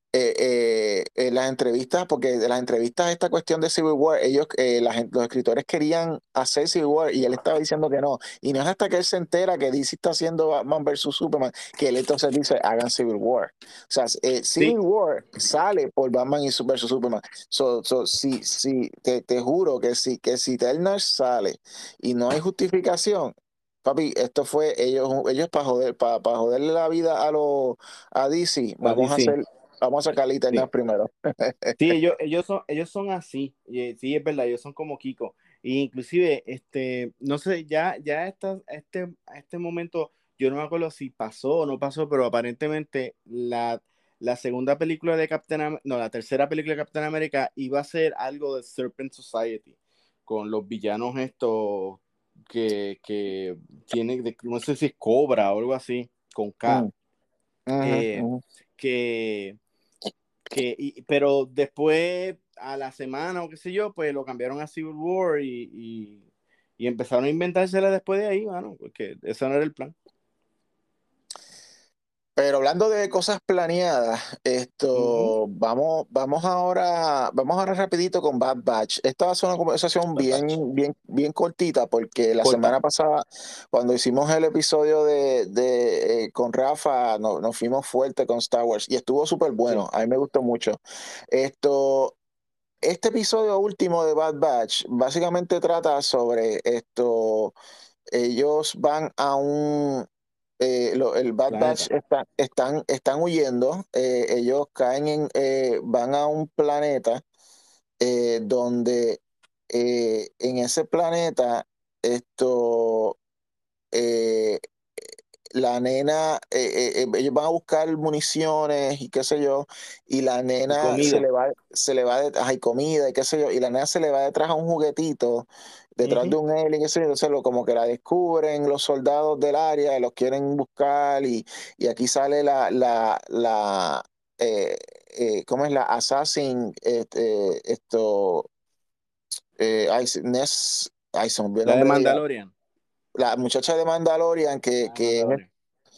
eh, eh, eh, las entrevistas, porque de las entrevistas, esta cuestión de Civil War, ellos, eh, la gente- los escritores querían hacer Civil War y él estaba diciendo que no. Y no es hasta que él se entera que D C está haciendo Batman versus Superman que él entonces dice, hagan Civil War. O sea, eh, Sí, Civil War sale por Batman y su- versus Superman. So, so, sí, sí, te, te juro que sí, que si Eternals sale y no hay justificación, papi, esto fue ellos, ellos para joder, para, para joderle la vida a los a D C, a vamos a D C, hacer, vamos a sacar Eternals sí. primero. Sí, ellos, ellos son, ellos son así, y, eh, sí, es verdad, ellos son como Kiko. Y inclusive, este, no sé, ya, ya esta, este, a este momento, yo no me acuerdo si pasó o no pasó, pero aparentemente la, la segunda película de Captain Am- no, la tercera película de Captain America iba a ser algo de Serpent Society, con los villanos estos que, que tienen, de- no sé si es Cobra o algo así, con K, Mm, ujú, eh, ujú. que que, y- pero después, a la semana o qué sé yo, pues lo cambiaron a Civil War y, y, y empezaron a inventársela después de ahí, mano, porque ese no era el plan. Pero hablando de cosas planeadas, Ujú. esto, vamos, vamos ahora, vamos ahora rapidito con Bad Batch. Esta va a ser una conversación Bad Batch. bien, bien, bien cortita, porque la Corta. semana pasada, cuando hicimos el episodio de, de eh, con Rafa, no- nos fuimos fuerte con Star Wars y estuvo súper Sí. bueno. A mí me gustó mucho. Esto, este episodio último de Bad Batch básicamente trata sobre esto. Ellos van a un, eh, lo- el Bad Batch Planeta. está- están, están huyendo, eh, ellos caen en, eh, van a un planeta eh, donde eh, en ese planeta esto, eh, la nena, eh, eh, eh, ellos van a buscar municiones y qué sé yo, y la Y nena se comida. le va, se le va, de, ajá, y comida y qué sé yo, y la nena se le va detrás a un juguetito, detrás de Ujú. un alien, qué sé yo, entonces lo, como que la descubren los soldados del área, los quieren buscar, y, y aquí sale la, la, la, eh, eh, ¿cómo es la Assassin? Este, esto, eh, ay, Ness, ay, se me olvidó el La de nombre de ella, Mandalorian. la muchacha de Mandalorian que, La de que es Mandalorian.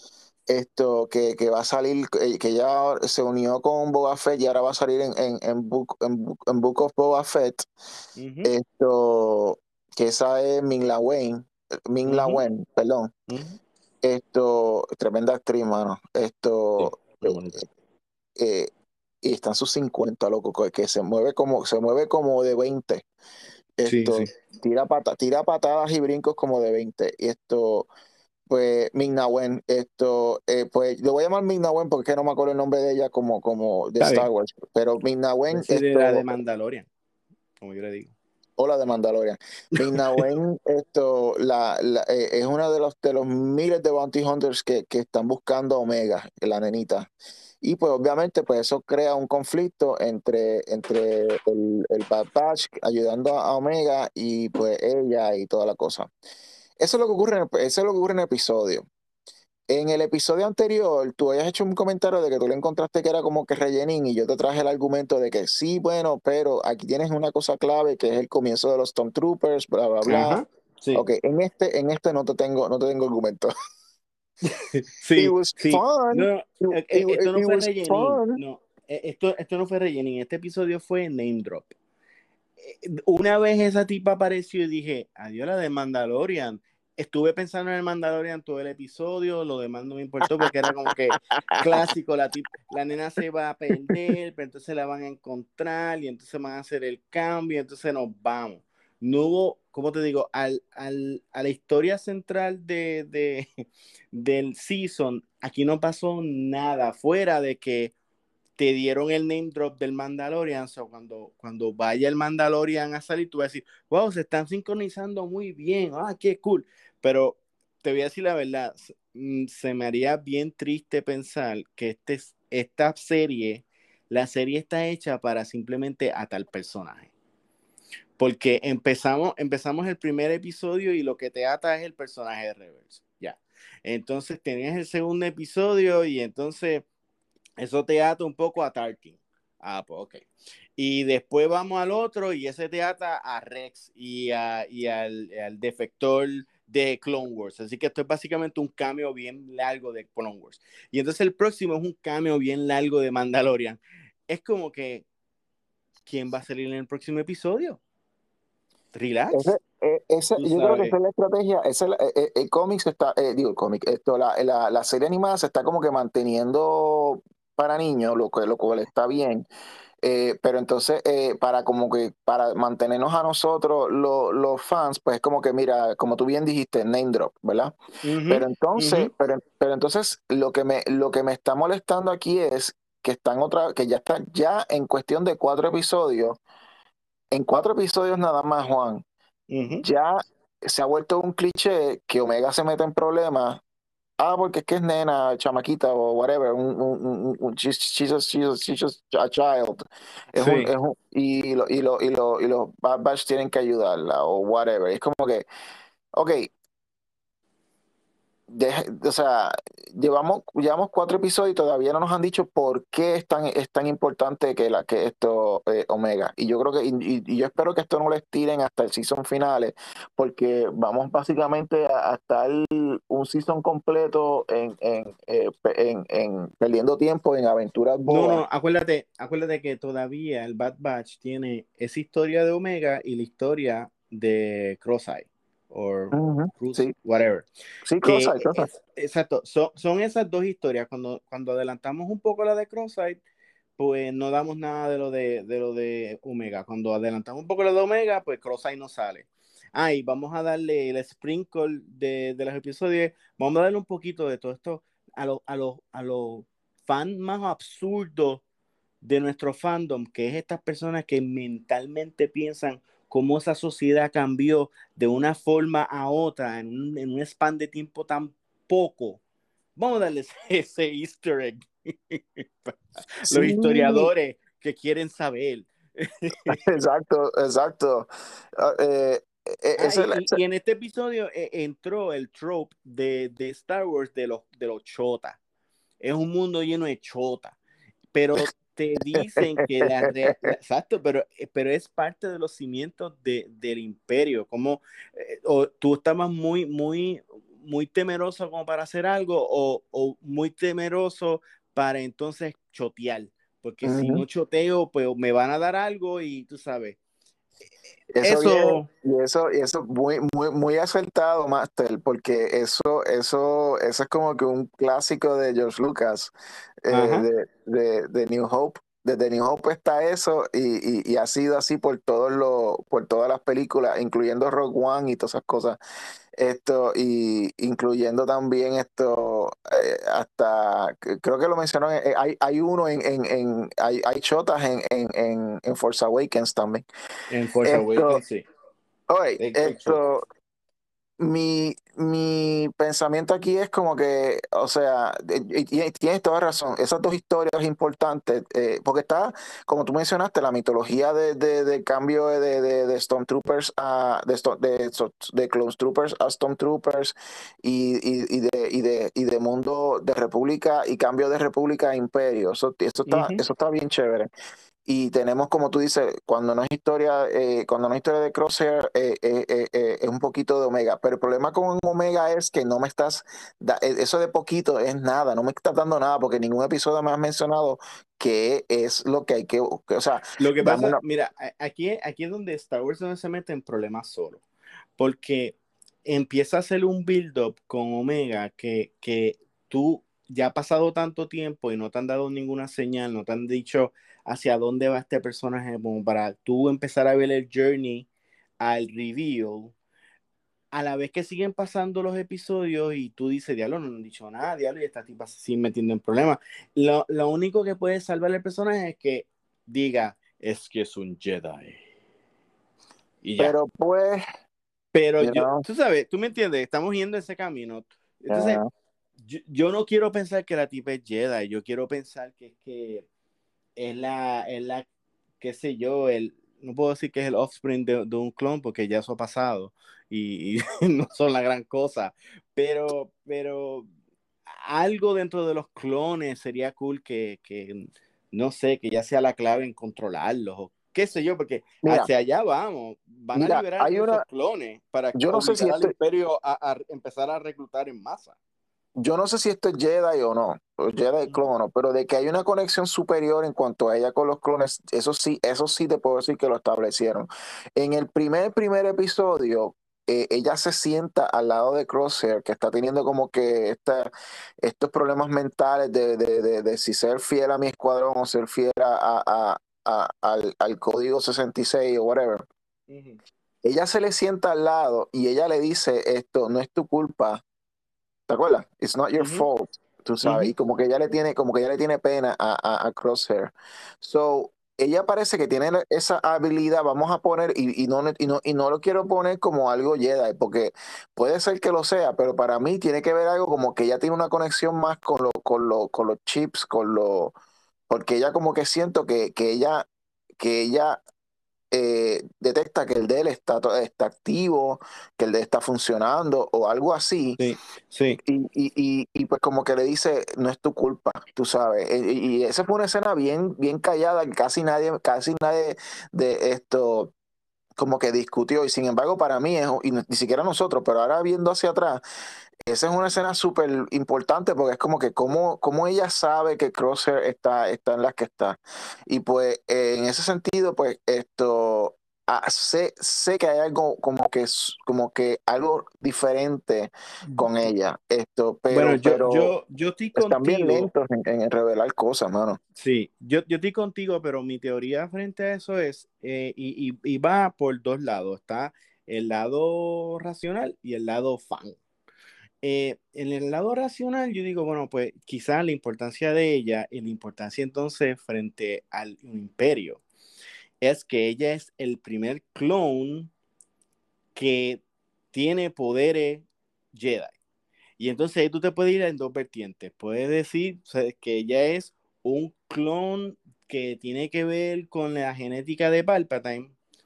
esto que, que va a salir, eh, que ya se unió con Boba Fett y ahora va a salir en, en, en, Book, en, Book, en Book of Boba Fett, Ujú, esto, que esa es Min La Wen, Min La ujú, Wen, perdón, ujú. esto, tremenda actriz, mano, esto, Sí, muy bonito. eh, y está en sus cincuenta loco, que que se mueve como, se mueve como de veinte, Sí, esto, sí. tira, pata, tira patadas y brincos como de veinte y esto. Pues Ming-Na esto, eh, pues lo voy a llamar Ming-Na porque es que no me acuerdo el nombre de ella como, como de Está Star bien. Wars, pero Ming-Na Puede ser de la de esto, Mandalorian, como yo le digo. hola de Mandalorian. Ming-Na esto, la, la- eh, es uno de los, de los miles de bounty hunters que, que están buscando a Omega, la nenita. Y pues obviamente pues eso crea un conflicto entre, entre el, el Bad Batch ayudando a Omega y pues ella y toda la cosa. Eso es lo que ocurre en el, eso es lo que ocurre en el episodio. En el episodio anterior, tú habías hecho un comentario de que tú le encontraste que era como que rellenín y yo te traje el argumento de que sí, bueno, pero aquí tienes una cosa clave que es el comienzo de los Stormtroopers, bla, bla, bla. Ajá. Sí. Ok, en este, en este no te tengo, no te tengo argumento. It Sí, was sí. fun. No, It, eh, eh, it- esto no it fue was rellenín. fun. No, eh, esto, esto no fue rellenín. Este episodio fue name drop. Eh, Una vez esa tipa apareció y dije, adiós la de Mandalorian. Estuve pensando en el Mandalorian todo el episodio, lo demás no me importó porque era como que clásico, la, tip, la nena se va a perder, pero entonces la van a encontrar y entonces van a hacer el cambio y entonces nos vamos. No hubo, ¿cómo te digo? Al, al, a la historia central de, de, del season, aquí no pasó nada fuera de que te dieron el name drop del Mandalorian, so cuando, cuando vaya el Mandalorian a salir, tú vas a decir, wow, se están sincronizando muy bien, ah, qué cool, pero te voy a decir la verdad, mm, se me haría bien triste pensar que este, esta serie, la serie está hecha para simplemente a tal personaje. Porque empezamos, empezamos el primer episodio y lo que te ata es el personaje de Reverso. Ya. Entonces tenías el segundo episodio y entonces eso te ata un poco a Tarkin. Ah, pues ok. Y después vamos al otro y ese te ata a Rex y, a, y al, al defector de Clone Wars. Así que esto es básicamente un cameo bien largo de Clone Wars. Y entonces el próximo es un cameo bien largo de Mandalorian. es como que, ¿quién va a salir en el próximo episodio? Ese, Relax, eh, ese- tú yo creo que esa sabes. es la estrategia. Ese, el, el- el cómic se está, eh, digo, el cómic, esto, la, la, la serie animada se está como que manteniendo para niños, lo, que, lo cual está bien. Eh, pero entonces, eh, para como que, para mantenernos a nosotros, lo- los fans, pues es como que, mira, como tú bien dijiste, name drop, ¿verdad? Ujú, Pero entonces, ujú, pero, pero entonces, lo que me, lo que me está molestando aquí es que están otra, que ya está, ya en cuestión de cuatro episodios, en cuatro episodios nada más, Juan, ujú. ya se ha vuelto un cliché que Omega se mete en problemas. Ah, porque es que es nena, chamaquita o whatever. Un, un, un- un- she's, she's a, she's a- she's just a child. Es un, Sí. es un, y, lo, y, lo, y, lo, y los Bad Batch tienen que ayudarla o whatever. Es como que, ok, deje- o sea, llevamos, llevamos cuatro episodios y todavía no nos han dicho por qué es tan, es tan importante que, la, que esto eh, Omega. Y yo creo que, y, y- y yo espero que esto no les tiren hasta el season finales, porque vamos básicamente a, a estar un season completo en, en, eh, pe- en, en perdiendo tiempo en aventuras No, bobas. no, acuérdate, acuérdate que todavía el Bad Batch tiene esa historia de Omega y la historia de Cross-Eye o Ujú. Cruz, Sí, whatever. sí, Que Cross-Eye, Cross-Eye. es, exacto, son, son esas dos historias. Cuando, cuando adelantamos un poco la de Cross-Eye, pues no damos nada de lo de, de lo de Omega. Cuando adelantamos un poco lo de Omega, pues Cross-Eye no sale. Ah, y vamos a darle el sprinkle de, de los episodios. Vamos a darle un poquito de todo esto a los a los a los fans más absurdos de nuestro fandom, que es estas personas que mentalmente piensan cómo esa sociedad cambió de una forma a otra en un, en un span de tiempo tan poco. Vamos a darles ese easter egg. Sí, Los historiadores que quieren saber. exacto, exacto. Ah, eh, eh, Ah, ese, y, y, en este episodio eh, entró el trope de, de Star Wars de los, de los chotas. Es un mundo lleno de chotas. Pero te dicen que la, re, la exacto, pero, pero es parte de los cimientos de, del imperio, como eh, o tú estabas muy, muy, muy temeroso como para hacer algo o, o muy temeroso para entonces chotear, porque si Ujú. no choteo, pues me van a dar algo y tú sabes, Eso viene, eso, y eso, y eso muy, muy, muy acertado, Master, porque eso, eso, eso es como que un clásico de George Lucas, eh, ajá, de, de, de New Hope. Desde New Hope está eso, y, y, y ha sido así por todos los, por todas las películas, incluyendo Rogue One y todas esas cosas. Esto, y incluyendo también esto, eh, hasta, creo que lo mencionó, eh, hay, hay uno en, en, en hay, hay chotas en, en, en, en Force Awakens también. en Force Esto, Awakens, sí, oye, hay, hay chota. esto, mi, mi pensamiento aquí es como que, o sea, y, y tienes toda razón, esas dos historias importantes, eh, porque está, como tú mencionaste, la mitología de, de, de cambio de, de, de Stormtroopers a, de, Sto- de, de Clone Troopers a Stormtroopers y, y, y, de, y, de, y de mundo de república y cambio de república a imperio, eso, eso, Uh está, -huh. eso está bien chévere. Y tenemos, como tú dices, cuando no es historia, eh, cuando no es historia de Crosshair, eh, eh, eh, eh, es un poquito de Omega. Pero el problema con Omega es que no me estás, da- eh, eso de poquito es nada, no me estás dando nada, porque ningún episodio me has mencionado qué es lo que hay que, que- o sea, Lo que dame pasa, una- mira, aquí, aquí es donde Star Wars no se mete en problemas solo. Porque empieza a hacer un build-up con Omega que, que tú ya ha pasado tanto tiempo y no te han dado ninguna señal, no te han dicho hacia dónde va este personaje, como para tú empezar a ver el journey al reveal, a la vez que siguen pasando los episodios y tú dices, diablo, no han dicho nada, diablo, y esta tipa se sigue metiendo en problemas. Lo, lo único que puede salvar el personaje es que diga, es que es un Jedi. Y ya. pero pues, Pero you yo, know, tú sabes, tú me entiendes, estamos yendo ese camino. Entonces, yeah. yo, yo no quiero pensar que la tipa es Jedi, yo quiero pensar que es que es la, es la, qué sé yo, el, no puedo decir que es el offspring de, de un clon porque ya eso ha pasado y, y no son la gran cosa, pero, pero algo dentro de los clones sería cool que, que, no sé, que ya sea la clave en controlarlos o qué sé yo, porque Mira, hacia allá vamos, van a mira, liberar hay muchos una, clones para yo no sé si obligar al esto, imperio a, a empezar a reclutar en masa. yo no sé si esto es Jedi o no. Jedi clone, no, pero de que hay una conexión superior en cuanto a ella con los clones, eso sí, eso sí te puedo decir que lo establecieron. En el primer, primer episodio, eh, ella se sienta al lado de Crosshair, que está teniendo como que esta, estos problemas mentales de, de, de, de si ser fiel a mi escuadrón o ser fiel a, a- a- al, al código sesenta y seis o whatever. Ujú, Ella se le sienta al lado y ella le dice esto, no es tu culpa. ¿Te acuerdas? It's not your ujú, fault, tú sabes. ujú, Y como que ella le tiene, como que ella le tiene pena a, a, a Crosshair. So, ella parece que tiene esa habilidad, vamos a poner, y, y no, y, no, y no lo quiero poner como algo Jedi, porque puede ser que lo sea, pero para mí tiene que ver algo como que ella tiene una conexión más con, lo, con, lo, con los chips, con lo, porque ella como que siento que, que ella, que ella eh, detecta que el de él está, to- está activo, que el de él está funcionando o algo así sí, sí. y, y, y, y, pues como que le dice, no es tu culpa, tú sabes. E- Y, y esa fue una escena bien, bien callada, que casi nadie, casi nadie de esto como que discutió. Y sin embargo, para mí, es, y ni siquiera nosotros, pero ahora viendo hacia atrás, esa es una escena súper importante porque es como que cómo, cómo ella sabe que Crosshair está, está en las que está. Y pues eh, en ese sentido, pues esto, ah, sé, sé que hay algo como que, es- como que algo diferente con ella, esto, Bueno, pero, yo, pero yo, yo estoy están bien contigo, lentos en, en revelar cosas, mano. sí, yo, yo estoy contigo, pero mi teoría frente a eso es, eh, y, y, y va por dos lados, está el lado racional y el lado fan. Eh, en el lado racional, yo digo, bueno, pues quizás la importancia de ella y la importancia entonces frente al imperio es que ella es el primer clone que tiene poderes Jedi. Y entonces ahí tú te puedes ir en dos vertientes. Puedes decir, o sea, que ella es un clon que tiene que ver con la genética de Palpatine,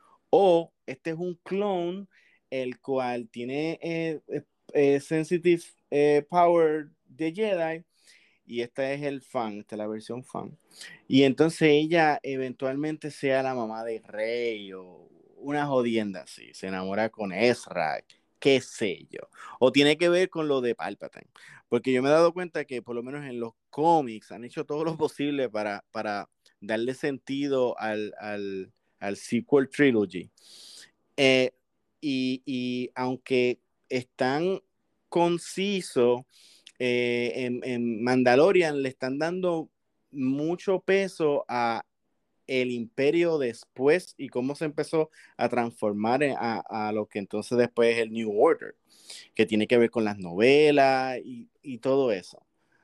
o este es un clon el cual tiene eh, eh, eh, sensitive eh, power de Jedi, y esta es el fan, esta es la versión fan. Y entonces ella eventualmente sea la mamá de Rey o una jodienda así, se enamora con Ezra, qué sé yo. O tiene que ver con lo de Palpatine. Porque yo me he dado cuenta que por lo menos en los cómics han hecho todo lo posible para, para darle sentido al, al, al sequel trilogy. Eh, y, y aunque están concisos, eh, en, en Mandalorian le están dando mucho peso a el imperio después y cómo se empezó a transformar en- a, a lo que entonces después es el New Order, que tiene que ver con las novelas y, y todo eso.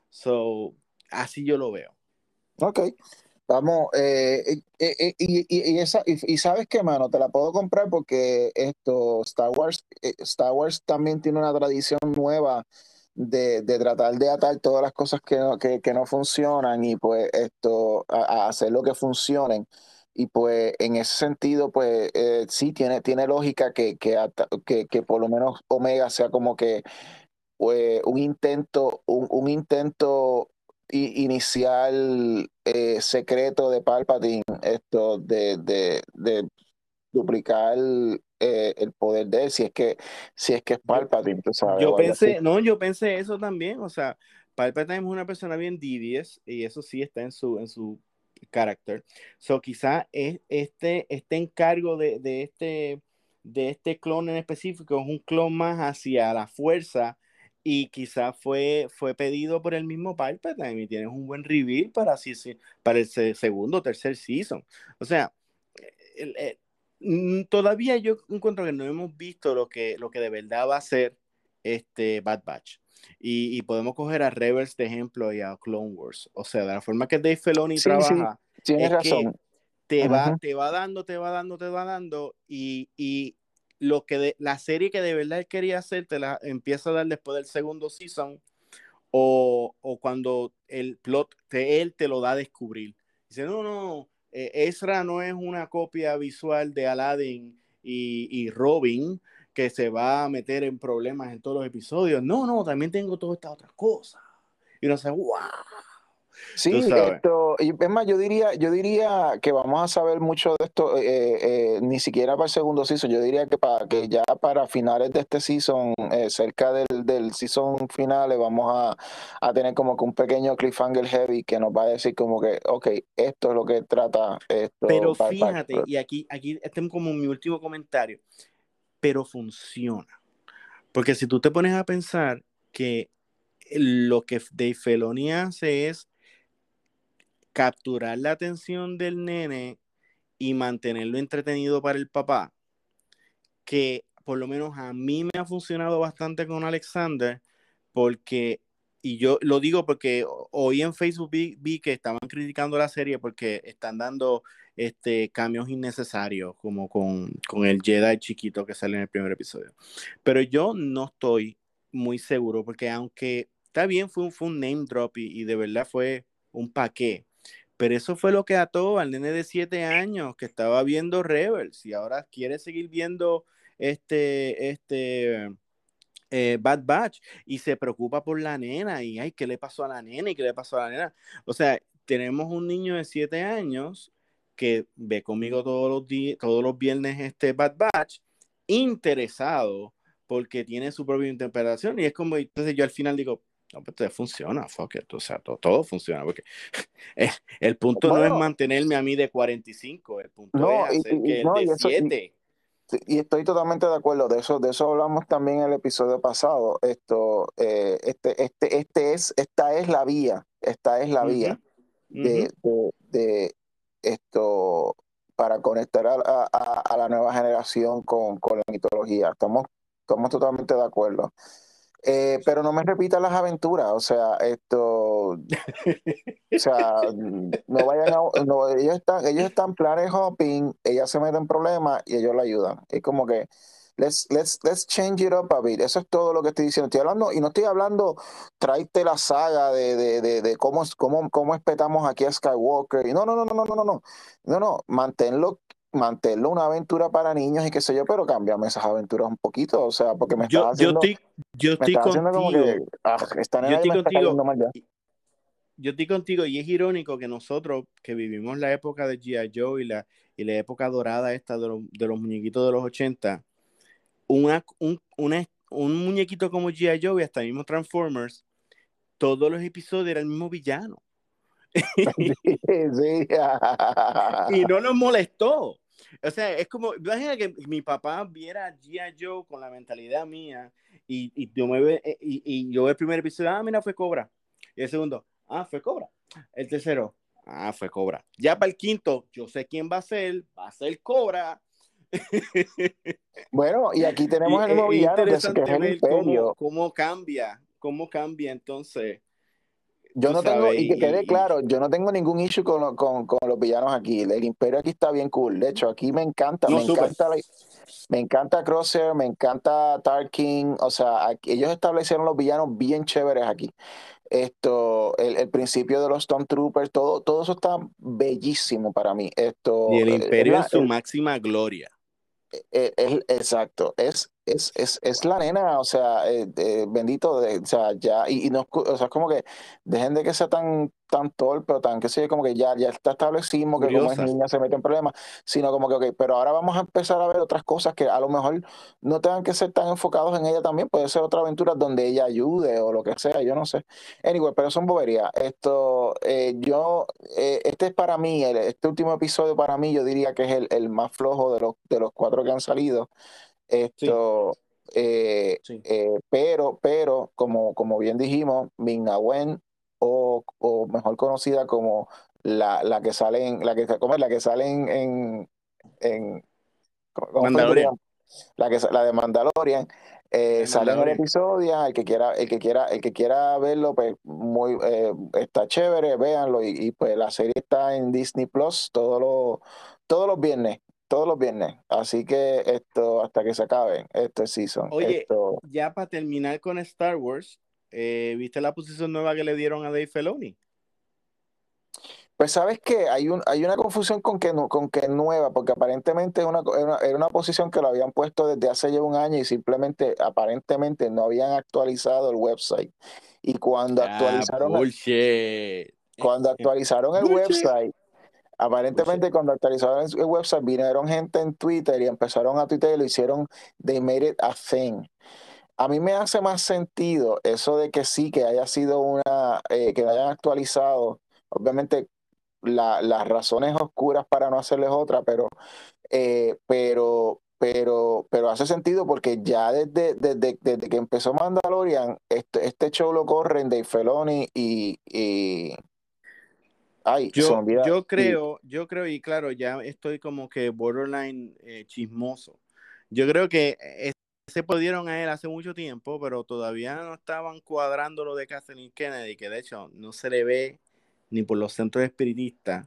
So, así yo lo veo. Ok. Vamos, eh, eh, eh, y, y, y esa, y, y sabes qué, mano, te la puedo comprar porque esto, Star Wars, eh, Star Wars también tiene una tradición nueva de, de tratar de atar todas las cosas que no, que, que no funcionan y pues esto, a, a hacer lo que funcionen. Y pues en ese sentido, pues eh, sí, tiene, tiene lógica que, que, ata- que, que por lo menos Omega sea como que eh, un intento, un, un intento i- inicial eh, secreto de Palpatine, esto de, de, de duplicar eh, el poder de él, si es que, si es que es Yo, Palpatine, tú sabes, yo o algo así. pensé, no, yo pensé eso también, o sea, Palpatine es una persona bien devious y eso sí está en su, en su carácter. So quizá es este, este encargo de, de este, de este clon en específico es un clon más hacia la fuerza y quizá fue, fue pedido por el mismo Palpatine y tienes un buen reveal para, así, sí, para el se- segundo o tercer season. O sea, el, el, Mm, todavía yo encuentro que no hemos visto lo que, lo que de verdad va a ser este Bad Batch. Y, y podemos coger a Rebels de ejemplo y a Clone Wars. O sea, de la forma que Dave Filoni Sí, sí, trabaja, tienes es que razón. te va, Ujú. te va dando, te va dando, te va dando, y, y lo que de, la serie que de verdad él quería hacer, te la empieza a dar después del segundo season, o, o cuando el plot de él te lo da a descubrir. Dice, no, no, eh, Ezra no es una copia visual de Aladdin y, y Robin que se va a meter en problemas en todos los episodios. No, no, también tengo todas estas otras cosas. Y uno dice, wow, tú Sí, sabes. esto, y es más, yo diría, yo diría que vamos a saber mucho de esto, eh, eh, ni siquiera para el segundo season, yo diría que para que ya para finales de este season, eh, cerca del, del season final, vamos a, a tener como que un pequeño cliffhanger heavy que nos va a decir como que, ok, esto es lo que trata esto. Pero Bad Batch. fíjate, y aquí, aquí este es como mi último comentario, pero funciona. Porque si tú te pones a pensar que lo que Dave Filoni hace es capturar la atención del nene y mantenerlo entretenido para el papá, que por lo menos a mí me ha funcionado bastante con Alexander, porque, y yo lo digo porque hoy en Facebook vi, vi que estaban criticando la serie porque están dando este, cambios innecesarios, como con, con el Jedi chiquito que sale en el primer episodio. Pero yo no estoy muy seguro, porque aunque está bien, fue un, fue un name drop y, y de verdad fue un paquete. Pero eso fue lo que ató al nene de siete años que estaba viendo Rebels y ahora quiere seguir viendo este, este eh, Bad Batch y se preocupa por la nena y ay, ¿qué le pasó a la nena? ¿Y qué le pasó a la nena? O sea, tenemos un niño de siete años que ve conmigo todos los días, todos los viernes este Bad Batch, interesado porque tiene su propia interpretación y es como, entonces yo al final digo, no, pues todo funciona, fuck it, o sea, todo, todo funciona, porque el, el punto no es Bueno, mantenerme a mí de cuarenta y cinco, el punto es no, y, hacer y- y- que el no, de y eso, y, siete. y estoy totalmente de acuerdo. De eso, de eso hablamos también en el episodio pasado. Esto, eh, este, este, este es, esta es la vía, esta es la Uh-huh, vía uh-huh. de, de, de esto para conectar a, a- a- a la nueva generación con, con la mitología. Estamos, estamos totalmente de acuerdo. Eh, pero no me repita las aventuras, o sea, esto, o sea, no vayan a, no, ellos están, ellos están planes hopping, ella se mete en problemas y ellos la ayudan. Es como que let's, let's, let's change it up a bit. Eso es todo lo que estoy diciendo. Estoy hablando, y no estoy hablando, tráete la saga de, de, de, de cómo, cómo, cómo espetamos aquí a Skywalker. Y no, no, no, no, no, no, no, no, no, no, manténlo, manténlo una aventura para niños y qué sé yo, pero cámbiame esas aventuras un poquito, o sea, porque me estás Yo, yo haciendo, estoy, yo me estoy estás haciendo como que, contigo, ah, esta yo nena ya estoy me está cayendo contigo, mal ya. yo estoy contigo y es irónico que nosotros que vivimos la época de G I. Joe y la, y la época dorada esta de, los, de los muñequitos de los ochenta, una, un, una, un muñequito como G I. Joe y hasta mismo Transformers, todos los episodios era el mismo villano. Sí, sí. Y no nos molestó. O sea, es como, imagina que mi papá viera a G I. Joe con la mentalidad mía y, y, yo me ve, y, y yo el primer episodio, ah, mira, fue Cobra. Y el segundo, ah, fue Cobra. El tercero, ah, fue Cobra. Ya para el quinto, yo sé quién va a ser, va a ser Cobra. Bueno, y aquí Y tenemos el es, nuevo es villano, que es, que es interesante el ver cómo, Imperio. cómo cambia, cómo cambia entonces, Yo tú no tengo, sabes, y que quede y, y, claro, yo no tengo ningún issue con, lo- con, con los villanos aquí. El Imperio aquí está bien cool. De hecho, aquí me encanta, no me supe. encanta, la- me encanta Crosshair, me encanta Tarkin. O sea, aquí- ellos establecieron los villanos bien chéveres aquí. Esto, el, el principio de los Stormtroopers, todo, todo eso está bellísimo para mí. Y Esto, el eh, es imperio en la, su máxima gloria. Eh, es- exacto, es, es, es, es la Wow. nena, o sea, eh, eh, bendito, de, o sea, ya, y, y no, es cu- o sea, es como que dejen de que sea tan, tan torpe o tan, que sé yo, como que ya, ya está establecido que como es Curiosa. niña se mete en problemas, sino como que, ok, pero ahora vamos a empezar a ver otras cosas que a lo mejor no tengan que ser tan enfocados en ella también, puede ser otra aventura donde ella ayude o lo que sea, yo no sé. Anyway, pero son boberías. Esto, eh, yo, eh, este es para mí, el- este último episodio para mí, yo diría que es el, el más flojo de los, de los cuatro que han salido. Sí, Esto, eh, sí. eh, pero, pero, como, como bien dijimos, Ming-Na Wen, o, o mejor conocida como la, la que sale en, la que, ¿cómo es? La que sale en, en, en- ¿cómo fue que te Mandalorian. llamas? La que la de Mandalorian, eh, El sale en el Mandalorian. episodio. El que quiera, el que quiera, el que quiera verlo, pues muy eh, está chévere, véanlo. Y, y, pues la serie está en Disney Plus todos los, todos los viernes, todos los viernes. Así que esto hasta que se acabe este season. Oye, Esto, ya para terminar con Star Wars, eh, ¿viste la posición nueva que le dieron a Dave Filoni? pues sabes que hay un, hay una confusión con que nu- con que es nueva, porque aparentemente es una, era una, era una posición que lo habían puesto desde hace ya un año y simplemente aparentemente no habían actualizado el website. Y cuando Ah, actualizaron bullshit. Cuando actualizaron el Bullshit. website, Bullshit. aparentemente cuando actualizaron el el website, vinieron gente en Twitter y empezaron a Twitter y lo hicieron, they made it a thing. a mí me hace más sentido eso de que sí, que haya sido una, eh, que hayan actualizado. Obviamente la- las razones oscuras para no hacerles otra, pero, eh, pero, pero, pero hace sentido porque ya desde, desde, desde que empezó Mandalorian, este, este show lo corren Dave Filoni y, y ay, se me Yo, olvida. yo Y creo, yo creo, y claro, ya estoy como que borderline eh, chismoso. Yo creo que eh, se pudieron a él hace mucho tiempo, pero todavía no estaban cuadrando lo de Kathleen Kennedy, que de hecho no se le ve ni por los centros espiritistas.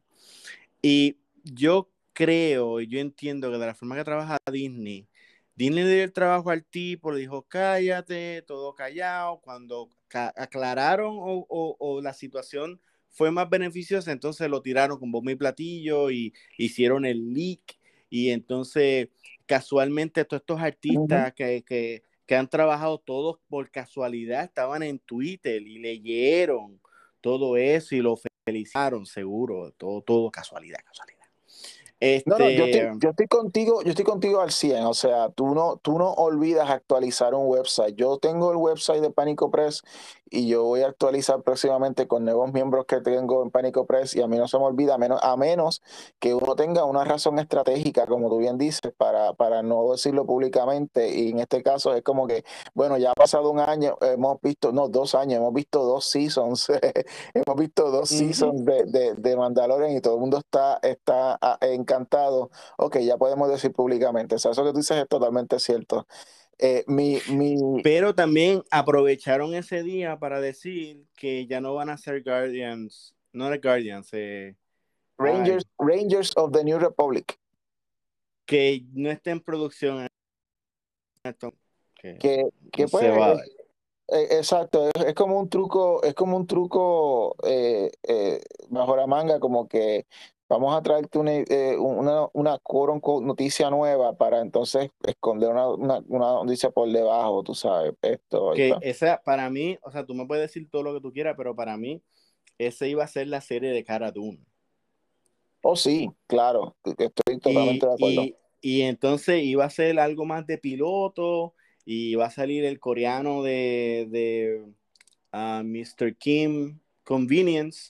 Y yo creo, y yo entiendo que de la forma que trabaja Disney, Disney le dio el trabajo al tipo, le dijo cállate, todo callado. Cuando ca- aclararon o, o, o la situación fue más beneficiosa, entonces lo tiraron con bombo y platillo y hicieron el leak. Y entonces, casualmente, todos estos ujú. artistas que, que, que han trabajado todos por casualidad estaban en Twitter y leyeron todo eso y lo felicitaron, seguro, todo, todo casualidad, casualidad. No, no, yo estoy, Este, yo estoy contigo, yo estoy contigo al cien. O sea, tú no, tú no olvidas actualizar un website. Yo tengo el website de Pánico Press y yo voy a actualizar próximamente con nuevos miembros que tengo en Pánico Press y a mí no se me olvida, a menos, a menos que uno tenga una razón estratégica, como tú bien dices, para, para no decirlo públicamente. Y en este caso es como que, bueno, ya ha pasado un año, hemos visto, no, dos años, hemos visto dos seasons. Hemos visto dos uh-huh. seasons de, de, de Mandalorian y todo el mundo está, está ah, encantado. Ok, ya podemos decir públicamente. O sea, eso que tú dices es totalmente cierto. Eh, mi, mi Pero también aprovecharon ese día para decir que ya no van a ser Guardians, no de Guardians, eh, Rangers, ay, Rangers of the New Republic, que no esté en producción esto, que que, que se pues, va a dar. eh, exacto, es, es como un truco, es como un truco eh, eh, bajo la manga, como que vamos a traerte una, eh, una, una quote unquote noticia nueva para entonces esconder una, una, una noticia por debajo, tú sabes, esto y Que pues. esa, para mí, o sea, tú me puedes decir todo lo que tú quieras, pero para mí, ese iba a ser la serie de Cara Dune. Oh, sí, claro, estoy totalmente Y, de acuerdo. y, y entonces iba a ser algo más de piloto, y iba a salir el coreano de, de uh, mister Kim Convenience,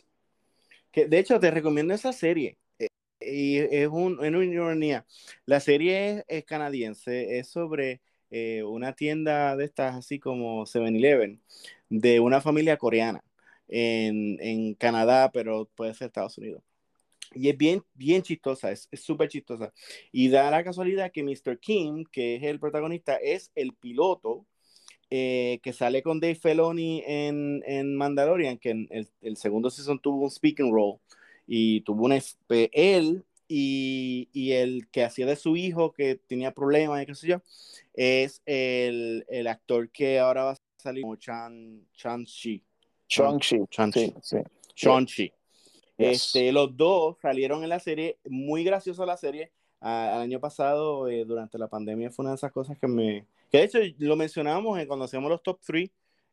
que de hecho te recomiendo esa serie. Eh, Y es, un, es una ironía. La serie es, es canadiense, es sobre eh, una tienda de estas así como seven eleven de una familia coreana en, en Canadá, pero puede ser Estados Unidos. Y es bien, bien chistosa, es súper chistosa. Y da la casualidad que mister Kim, que es el protagonista, es el piloto eh, que sale con Dave Filoni en, en Mandalorian, que en el, el, segundo season tuvo un speaking role y tuvo un eh, él y, y, el que hacía de su hijo que tenía problemas y qué sé yo, es el, el actor que ahora va a salir como Chan, Chan-Chi. Chan, Shang-Chi, sí, Chan-Chi. sí, yeah, Shang-Chi. yes. Este, los dos salieron en la serie, muy graciosa la serie. Ah, el año pasado, eh, durante la pandemia, fue una de esas cosas que me. Que de hecho lo mencionamos eh, cuando hacíamos los top tres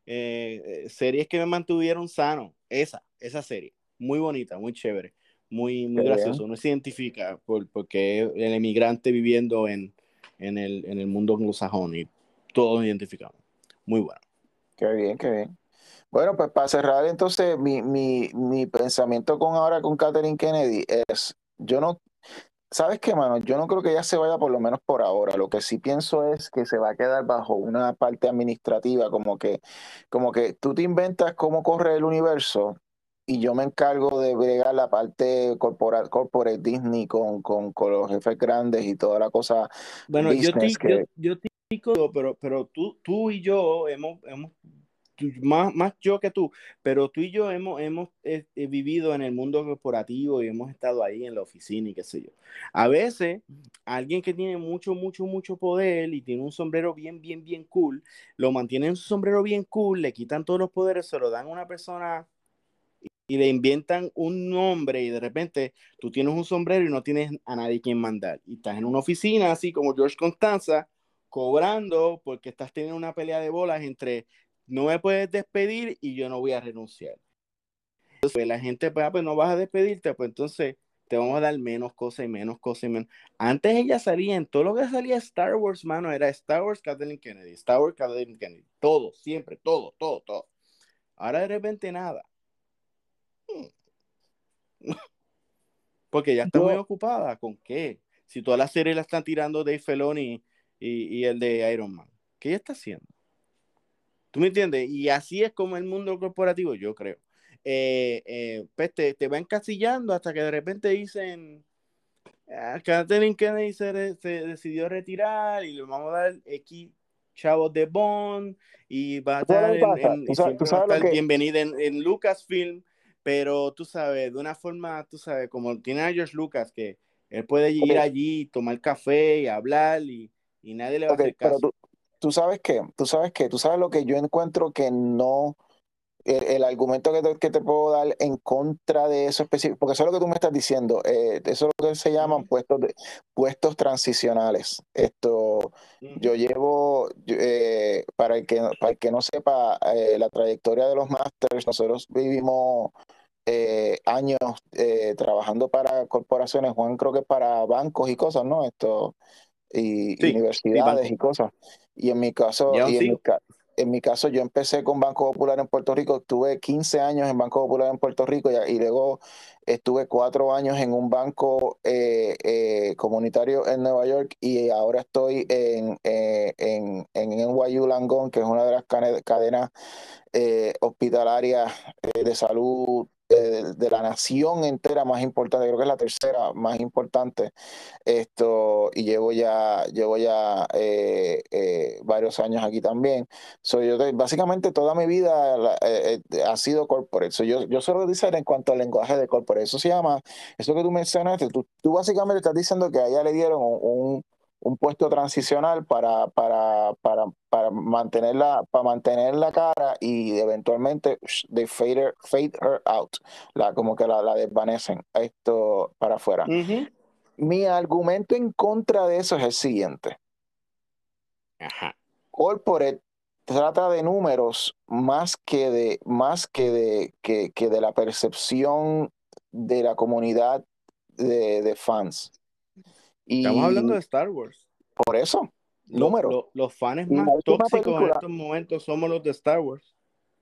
eh, eh, series que me mantuvieron sano. Esa, esa serie. Muy bonita, muy chévere, muy, Qué muy bien, gracioso. Uno se identifica por, porque es el emigrante viviendo en, en, el, en el mundo anglosajón y todos identificamos. Muy bueno. qué bien, qué bien. Bueno, pues para cerrar entonces mi, mi, mi pensamiento con ahora con Catherine Kennedy es, yo no, ¿sabes qué, mano? Yo no creo que ella se vaya por lo menos por ahora. Lo que sí pienso es que se va a quedar bajo una parte administrativa, como que, como que tú te inventas cómo corre el universo y yo me encargo de bregar la parte corporate, corporate Disney con, con, con los jefes grandes y toda la cosa Bueno, yo business estoy, yo, que, yo estoy, pero, pero tú, tú y yo hemos, hemos tú- más, más yo que tú, pero tú y yo hemos, hemos eh, eh, vivido en el mundo corporativo y hemos estado ahí en la oficina y qué sé yo. A veces, alguien que tiene mucho, mucho, mucho poder y tiene un sombrero bien, bien, bien cool, lo mantienen su sombrero bien cool, le quitan todos los poderes, se lo dan a una persona y le inventan un nombre y de repente tú tienes un sombrero y no tienes a nadie quien mandar. Y estás en una oficina así como George Constanza, cobrando porque estás teniendo una pelea de bolas entre no me puedes despedir y yo no voy a renunciar. Entonces la gente, pues, ah, pues no vas a despedirte, pues entonces te vamos a dar menos cosas y menos cosas y menos. Antes ella salía en todo lo que salía Star Wars, mano, era Star Wars, Kathleen Kennedy, Star Wars, Kathleen Kennedy, todo, siempre, todo, todo, todo. Ahora de repente nada. Porque ya está muy Yo, ocupada. ¿Con qué? Si toda la serie la están tirando Dave Filoni y, y el de Iron Man. ¿Qué ella está haciendo? ¿Tú me entiendes? Y así es como el mundo corporativo, yo creo. Eh, eh, pues te, te va encasillando hasta que de repente dicen, ah, Kathleen Kennedy se, re- se decidió retirar y le vamos a dar X chavos de Bond y va a ¿tú sabes estar lo que en, pasa? en- ¿Tú y sabes, tú siempre va a sabes lo estar que, bienvenida en, en Lucasfilm, pero tú sabes, de una forma, tú sabes, como tiene a George Lucas, que él puede ir ok, allí, tomar café y hablar y, y nadie le va a ok, hacer pero caso. tú, tú sabes qué, tú sabes qué, tú sabes lo que yo encuentro que no, el, el argumento que te, que te puedo dar en contra de eso específico, porque eso es lo que tú me estás diciendo, eh, eso es lo que se llaman Ujú, puestos, de, puestos transicionales. Esto, ujú. yo llevo, yo, eh, para el que, para el que no sepa, eh, la trayectoria de los Masters, nosotros vivimos eh, años eh, trabajando para corporaciones, Juan, creo que para bancos y cosas, ¿no? Esto, y, y Sí, sí, universidades banco. y cosas. Y en mi caso, Y aún y en mi, sigo. ca- en mi caso, yo empecé con Banco Popular en Puerto Rico, estuve quince años en Banco Popular en Puerto Rico y, y luego estuve cuatro años en un banco eh, eh, comunitario en Nueva York y ahora estoy en, eh, en, en N Y U Langone, que es una de las cane- cadenas eh, hospitalaria eh, de salud eh, de, de la nación entera más importante, creo que es la tercera más importante. Esto, y llevo ya, llevo ya eh, eh, varios años aquí también. So, yo te- básicamente toda mi vida la- eh, eh, ha sido corporate. So, yo, yo soy designer en cuanto al lenguaje de corporate. Eso se llama, eso que tú mencionaste, tú, tú básicamente estás diciendo que a ella le dieron un, un- un puesto transicional para, para, para, para mantenerla, para mantener la cara y eventualmente sh, they fade her, fade her out, la, como que la, la desvanecen esto para afuera. Ujú. Mi argumento en contra de eso es el siguiente. Ajá. Corporate trata de números más que de, más que de, que, que de la percepción de la comunidad de, de fans. Estamos hablando Y de Star Wars. por eso, Lo- números. lo- los fans Y la más última tóxicos en película, estos momentos somos los de Star Wars.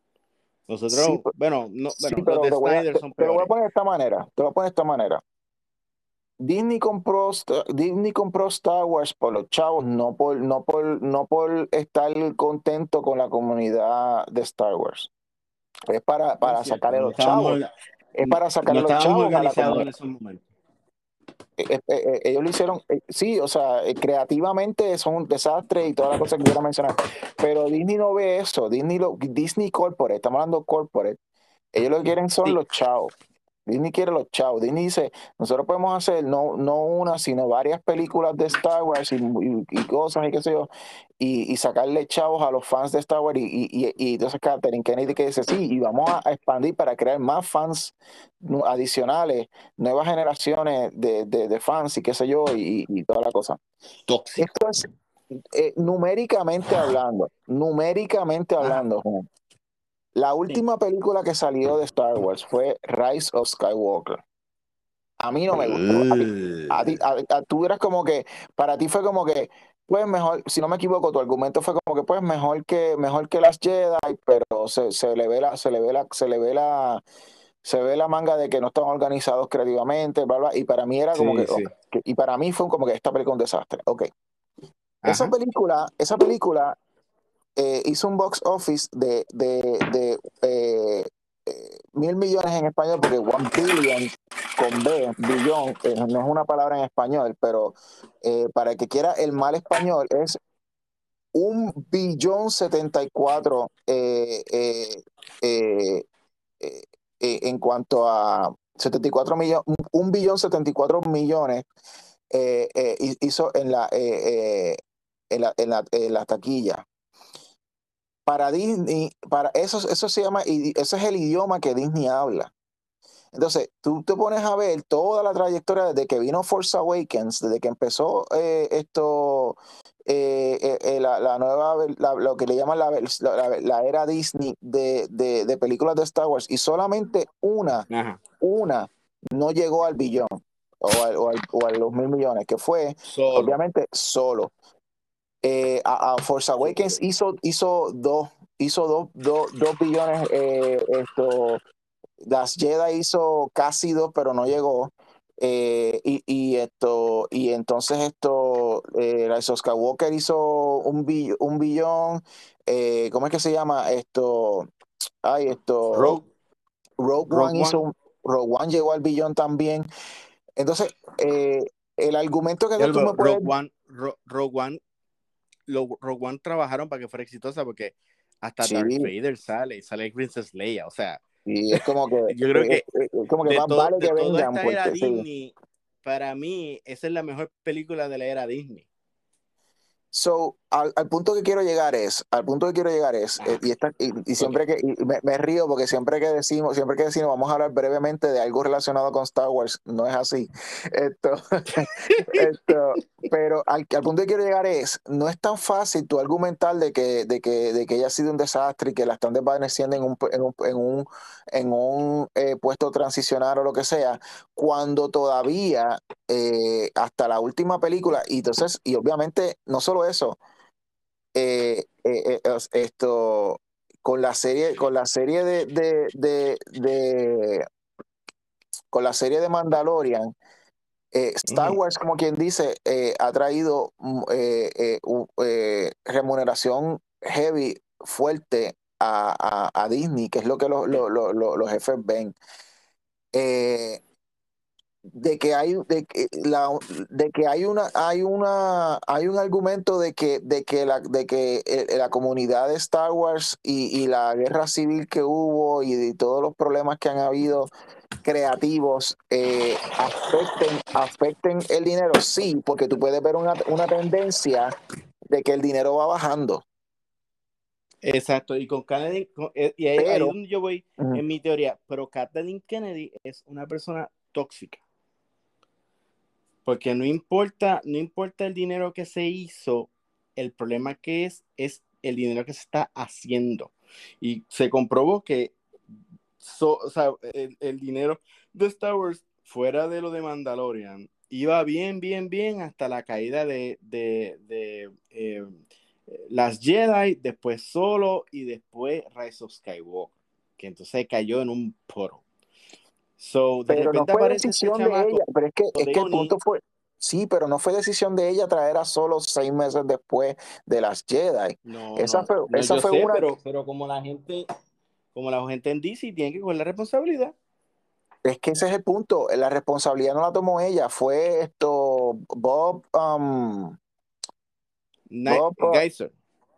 sí, Nosotros, pe- bueno, no, sí, bueno, los pero de te voy a, Snyder te, son te lo voy a peores. poner de esta manera. Te lo voy a poner de esta manera. Disney compró, Sta- Disney compró Star Wars por los chavos, no por, no por, no por estar contento con la comunidad de Star Wars. Es para, No es para cierto, sacarle no los estábamos, chavos. Es para no sacarle los estábamos chavos a la organizados comunidad. en esos momentos. Eh, eh, eh, ellos lo hicieron, eh, sí, o sea, eh, creativamente son un desastre y todas las cosas que quiero mencionar. Pero Disney no ve eso. Disney, lo, Disney Corporate, estamos hablando corporate. Ellos lo que quieren son Sí. los chavos. Disney quiere los chavos. Disney dice, nosotros podemos hacer no, no una, sino varias películas de Star Wars y, y- y cosas y qué sé yo, y, y sacarle chavos a los fans de Star Wars. Y, y, y, y entonces Catherine Kennedy que dice, sí, y vamos a, a expandir para crear más fans nu- adicionales, nuevas generaciones de, de, de fans y qué sé yo, y, y toda la cosa. Tóxico. Esto es eh, numéricamente hablando, numéricamente Ajá. hablando, Juan. La Sí. última película que salió de Star Wars fue Rise of Skywalker. A mí no me gustó. A ti, a ti- Uh. a- a- tú eras como que, para ti fue como que, pues mejor, si no me equivoco, tu argumento fue como que, pues mejor que, mejor que las Jedi, pero se, se le ve la, se le ve la, se le ve la, se ve la manga de que no están organizados creativamente, bla, bla. Y para mí era como que, Sí, ok, sí. que- y para mí fue como que esta película es un desastre. Ok. Esa Ajá. película, esa película eh, hizo un box office de, de, de eh, eh, mil millones en español, porque one billion con B, billón, eh, no es una palabra en español, pero eh, para el que quiera el mal español es un billón setenta y cuatro eh, eh, eh, eh, eh, en cuanto a setenta y cuatro millones, un billón setenta y cuatro millones eh, eh, hizo en la, eh, eh, en la, en la, en la taquilla. Para Disney, para eso, eso se llama, y ese es el idioma que Disney habla. Entonces, tú te pones a ver toda la trayectoria desde que vino Force Awakens, desde que empezó eh, esto, eh, eh, eh, la, la nueva, la- lo que le llaman la, la- la era Disney de, de- de películas de Star Wars, y solamente una, Ajá. una no llegó al billón. o, a, o, a, o a los mil millones, que fue, Solo. obviamente, Solo. Eh, a, a Force Awakens hizo, hizo dos, hizo dos, dos, dos billones, eh, esto, Las Jedi hizo casi dos, pero no llegó. Eh, y, y esto, y entonces esto, eh, Rise of Skywalker hizo un, bill- un billón. Eh, ¿cómo es que se llama? Esto, ay, esto, Rogue, Rogue Rogue One hizo One. un, Rogue One llegó al billón también. Entonces, eh, el argumento que Ya tú me lo- puedes, Rogue One, Ro- Rogue One, lo- Rogue One trabajaron para que fuera exitosa porque hasta Darth sí, Vader sale, sale Princess Leia. O sea, y es como que, yo creo es, que es- es como que de, más todo, vale de que toda vengan, esta era porque sí. Disney, para mí, esa es la mejor película de la era Disney. So, al, al punto que quiero llegar es, al punto que quiero llegar es, eh, Ajá. y, esta, y, y Ok. siempre que, y me, me río porque siempre que decimos, siempre que decimos, vamos a hablar brevemente de algo relacionado con Star Wars, no es así. Esto, esto, pero al, al punto que quiero llegar es, no es tan fácil tu argumentar de que, de que, de que ella ha sido un desastre y que la están desvaneciendo en un, en un, en un, en un eh, puesto transicional o lo que sea, cuando todavía eh, hasta la última película, y entonces, y obviamente, no solo eso, eh, eh, eh, esto, con la serie, con la serie de, de, de, de- con la serie de Mandalorian, eh, Star Ujú. Wars, como quien dice, eh, ha traído mm, eh, eh, u- eh, remuneración heavy, fuerte a, a- a Disney, que es lo que los, los, los, los- los jefes ven. Eh, de que hay de que la de que hay una hay una hay un argumento de que de que la de que eh, la comunidad de Star Wars y, y la guerra civil que hubo y, de todos los problemas que han habido creativos eh, afecten afecten el dinero, sí, porque tú puedes ver una, una tendencia de que el dinero va bajando, Exacto, y con Kennedy, con- eh, y ahí, ahí es pero donde yo voy mm, en mi teoría, pero Kathleen Kennedy es una persona tóxica, porque no importa, no importa el dinero que se hizo, el problema que es, es el dinero que se está haciendo. Y se comprobó que so, o sea, el, el dinero de Star Wars, fuera de lo de Mandalorian, iba bien, bien, bien hasta la caída de, de, de eh, las Jedi, después Solo y después Rise of Skywalker, que entonces cayó en un poro. So, de pero no repente fue aparece este decisión de ella, chamaco pero es que es de que el Oni. punto fue, sí, pero no fue decisión de ella traer a Solo seis meses después de las Jedi. No, Esa no, fue, no, esa yo fue sé, una, pero, pero como la gente, como la gente en D C tiene que coger la responsabilidad. es que ese es el punto. La responsabilidad no la tomó ella, fue esto Bob, um, Night, Bob, uh, Geyser.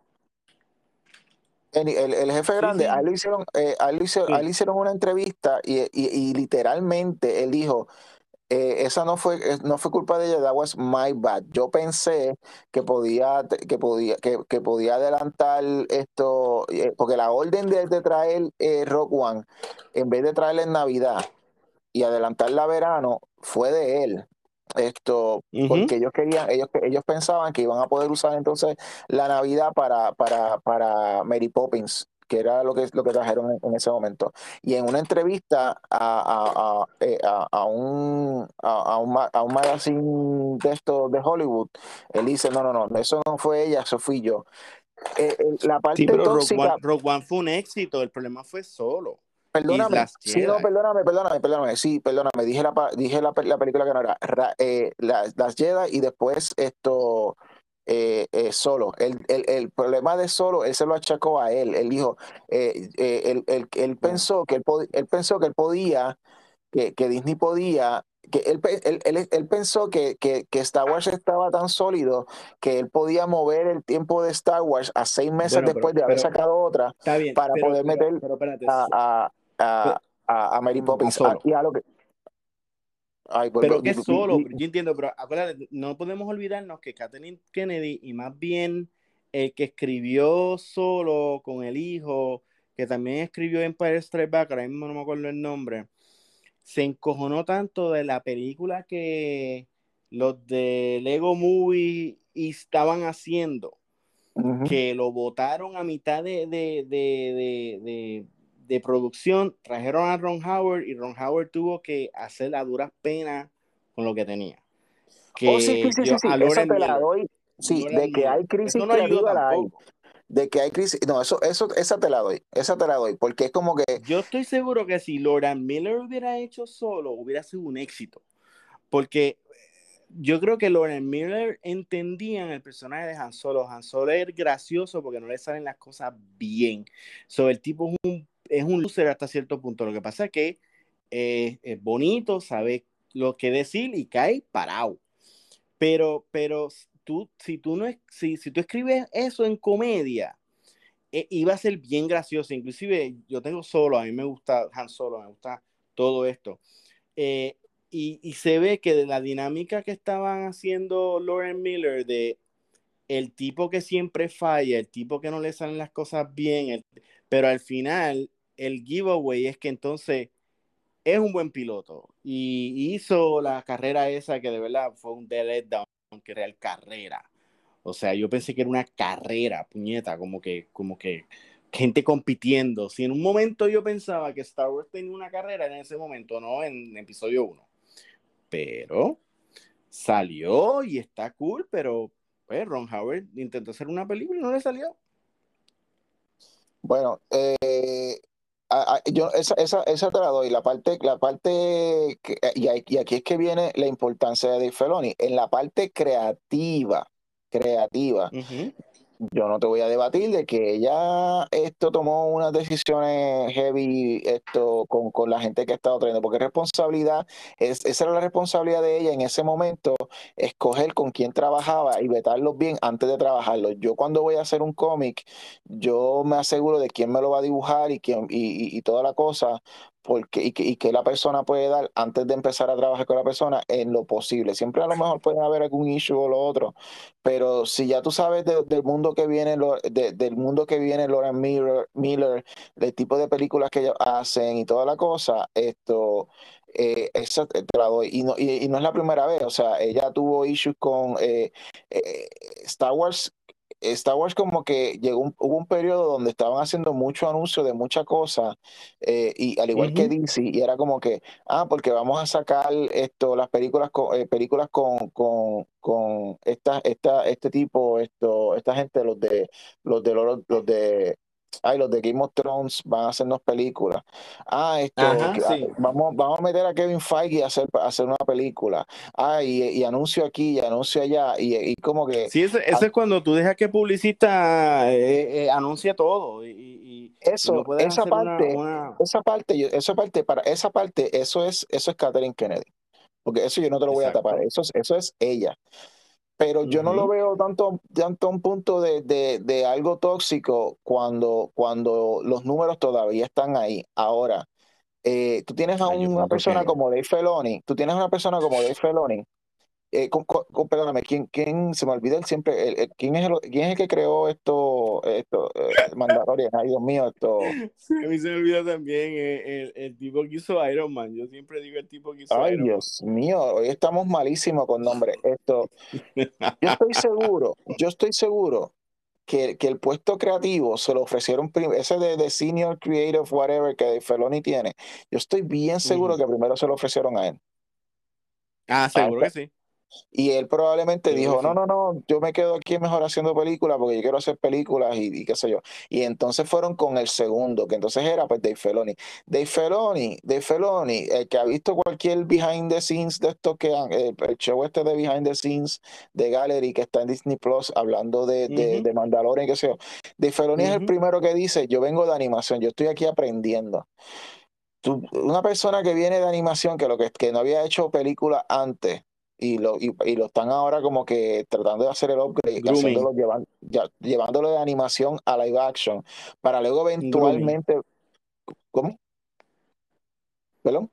el, el- el jefe Sí, grande. A él sí, le hicieron, eh, a él le hicieron, a él sí. le hicieron una entrevista y, y- y literalmente él dijo, eh, esa no fue, eh, no fue culpa de ella, that was my bad. Yo pensé que podía, que podía, que, que podía adelantar esto, eh, porque la orden de, de traer eh, Rock One, en vez de traerla en Navidad y adelantarla a verano, fue de él. Esto, Ujú. porque ellos querían, ellos, ellos pensaban que iban a poder usar entonces la Navidad para, para, para Mary Poppins, que era lo que, lo que trajeron en, en ese momento. Y en una entrevista a, a, a, eh, a- a un, a, a un, ma- a un magazine de esto de Hollywood, él dice, no, no, no, eso no fue ella, eso fui yo. Eh, eh, la Sí, parte pero Rogue One, tóxica. Rogue One fue un éxito, el problema fue Solo y Perdóname, las sí, no, Jedi. perdóname, perdóname, perdóname, sí, perdóname, dije la, pa- dije la, pe- la película que no era, Ra- eh, la- las Jedi y después esto, eh, eh, Solo. El, el, el problema de Solo, él se lo achacó a él, él dijo, eh, eh, él, él- él No. pensó que él, pod- él pensó que él podía, que, que Disney podía, que él, pe- él, él- él pensó que, que, que Star Wars estaba tan sólido que él podía mover el tiempo de Star Wars a seis meses Bueno, después pero, de haber pero sacado otra está bien, para pero, poder pero, meter pero espérate, a, so- a, a, pe- a, a Mary a Poppins. Ah, Solo. y a lo que, ay, vuelvo, Pero di- que di- Solo, di- yo entiendo, pero acuérdate, no podemos olvidarnos que Kathleen Kennedy y más bien el que escribió Solo con el hijo, que también escribió Empire Strikes Back, ahora mismo no me acuerdo el nombre, se encojonó tanto de la película que los de Lego Movie estaban haciendo, ujú. que lo votaron a mitad de, de, de, de, de, de producción, trajeron a Ron Howard y Ron Howard tuvo que hacer a duras penas con lo que tenía. Oh, sí, sí, Que sí, sí, yo, sí, a esa Lauren te la Miller. doy. Sí, de Lauren que Miller. hay crisis Eso no ayudó creativa la hay. tampoco. De que hay crisis, no, eso, eso, esa te la doy, esa te la doy, porque es como que, Yo estoy seguro que si Lauren Miller hubiera hecho solo, hubiera sido un éxito. Porque yo creo que Lauren Miller entendía el personaje de Han Solo. Han Solo es gracioso porque no le salen las cosas bien. So, el tipo es un, es un loser hasta cierto punto. Lo que pasa es que eh, es bonito, sabe lo que decir y cae parado. Pero, pero tú, si, tú no, si, si tú escribes eso en comedia, eh, iba a ser bien gracioso. Inclusive yo tengo Solo, a mí me gusta Han Solo, me gusta todo esto. Eh, y, y, se ve que de la dinámica que estaban haciendo Lauren Miller de el tipo que siempre falla, el tipo que no le salen las cosas bien, el, pero al final el giveaway es que entonces es un buen piloto y hizo la carrera esa que de verdad fue un letdown, que era el carrera. O sea, yo pensé que era una carrera, puñeta, como que, como que gente compitiendo. Si en un momento yo pensaba que Star Wars tenía una carrera, en ese momento, no en episodio uno. Pero salió y está cool, pero pues, Ron Howard intentó hacer una película y no le salió. bueno, eh, a- a- yo esa, esa, esa te la doy, la parte, la parte, que- y, ahí- y aquí es que viene la importancia de Dave Filoni, en la parte creativa, creativa. Uh -huh. Yo no te voy a debatir de que ella esto tomó unas decisiones heavy esto con, con la gente que ha estado trayendo, porque responsabilidad, es, esa era la responsabilidad de ella en ese momento, escoger con quién trabajaba y vetarlos bien antes de trabajarlos. Yo cuando voy a hacer un cómic, yo me aseguro de quién me lo va a dibujar y, quién, y, y, y toda la cosa, porque, y, que, y que la persona puede dar antes de empezar a trabajar con la persona en lo posible. Siempre a lo mejor puede haber algún issue o lo otro, pero si ya tú sabes de, del mundo que viene, de, del mundo que viene Lauren Miller, Miller, el tipo de películas que ellos hacen y toda la cosa, esto, eh, esa te la doy. Y no, y, y no es la primera vez, o sea, ella tuvo issues con eh, eh, Star Wars. Star Wars como que llegó un, hubo un periodo donde estaban haciendo mucho anuncio de muchas cosas, eh, y al Uh igual que -huh. D C, y era como que, ah, porque vamos a sacar esto, las películas con, eh, películas con, con, con esta, esta, este tipo, esto, esta gente, los de, los de, los, los de, ay, los de Game of Thrones van a hacernos películas. Ah, esto, Ajá, que, ah, sí. vamos, vamos a meter a Kevin Feige a hacer, a hacer una película. Ah, y, y anuncio aquí, y anuncio allá, y, y como que Sí, eso, eso es cuando tú dejas que el publicista eh, eh, anuncie todo y, y, y no eso, puedes esa hacer una, parte, una... esa parte, yo- esa parte, para esa parte, eso es, eso es Kathleen Kennedy. Porque eso yo no te lo voy a tapar, Exacto. eso es, eso es ella. Pero Uh yo no lo -huh. veo tanto, tanto a un punto de, de, de algo tóxico cuando, cuando los números todavía están ahí. Ahora, eh, tú tienes a Ay, yo una pienso que persona no. como Dave Filoni, tú tienes a una persona como Dave Filoni, eh, con- con- con- perdóname, ¿quién, quién se me olvida el siempre, el- el- quién es el, quién es el que creó esto, esto, eh, Mandalorian? Ay, Dios mío, esto. Sí, a mí se me olvida también eh, el, el, tipo que hizo Iron Man. Yo siempre digo el tipo que hizo Ay, Iron Man. Dios mío, hoy estamos malísimos con nombres. Esto, yo estoy seguro, yo estoy seguro que, que el puesto creativo se lo ofrecieron, prim- ese de, de Senior Creative, whatever, que Feloni tiene. Yo estoy bien Uh seguro -huh. que primero se lo ofrecieron a él. Ah, seguro que sí. Y él probablemente Seguro que dijo, no, sí. no, no, yo me quedo aquí mejor haciendo películas porque yo quiero hacer películas y, y qué sé yo. Y entonces fueron con el segundo, que entonces era pues Dave Filoni. Dave Filoni, Dave Filoni, el que ha visto cualquier behind the scenes de esto que han, el, el show este de behind the scenes de Gallery que está en Disney Plus hablando de, Uh de, -huh. de Mandalorian y qué sé yo. Dave Filoni Uh es el -huh. primero que dice, yo vengo de animación, yo estoy aquí aprendiendo. Tú- una persona que viene de animación, que lo que, que no había hecho película antes, y lo, y, y lo están ahora como que tratando de hacer el upgrade, Grooming. haciéndolo, llevan- ya- llevándolo de animación a live action, para luego Grooming. eventualmente, ¿cómo? ¿Perdón?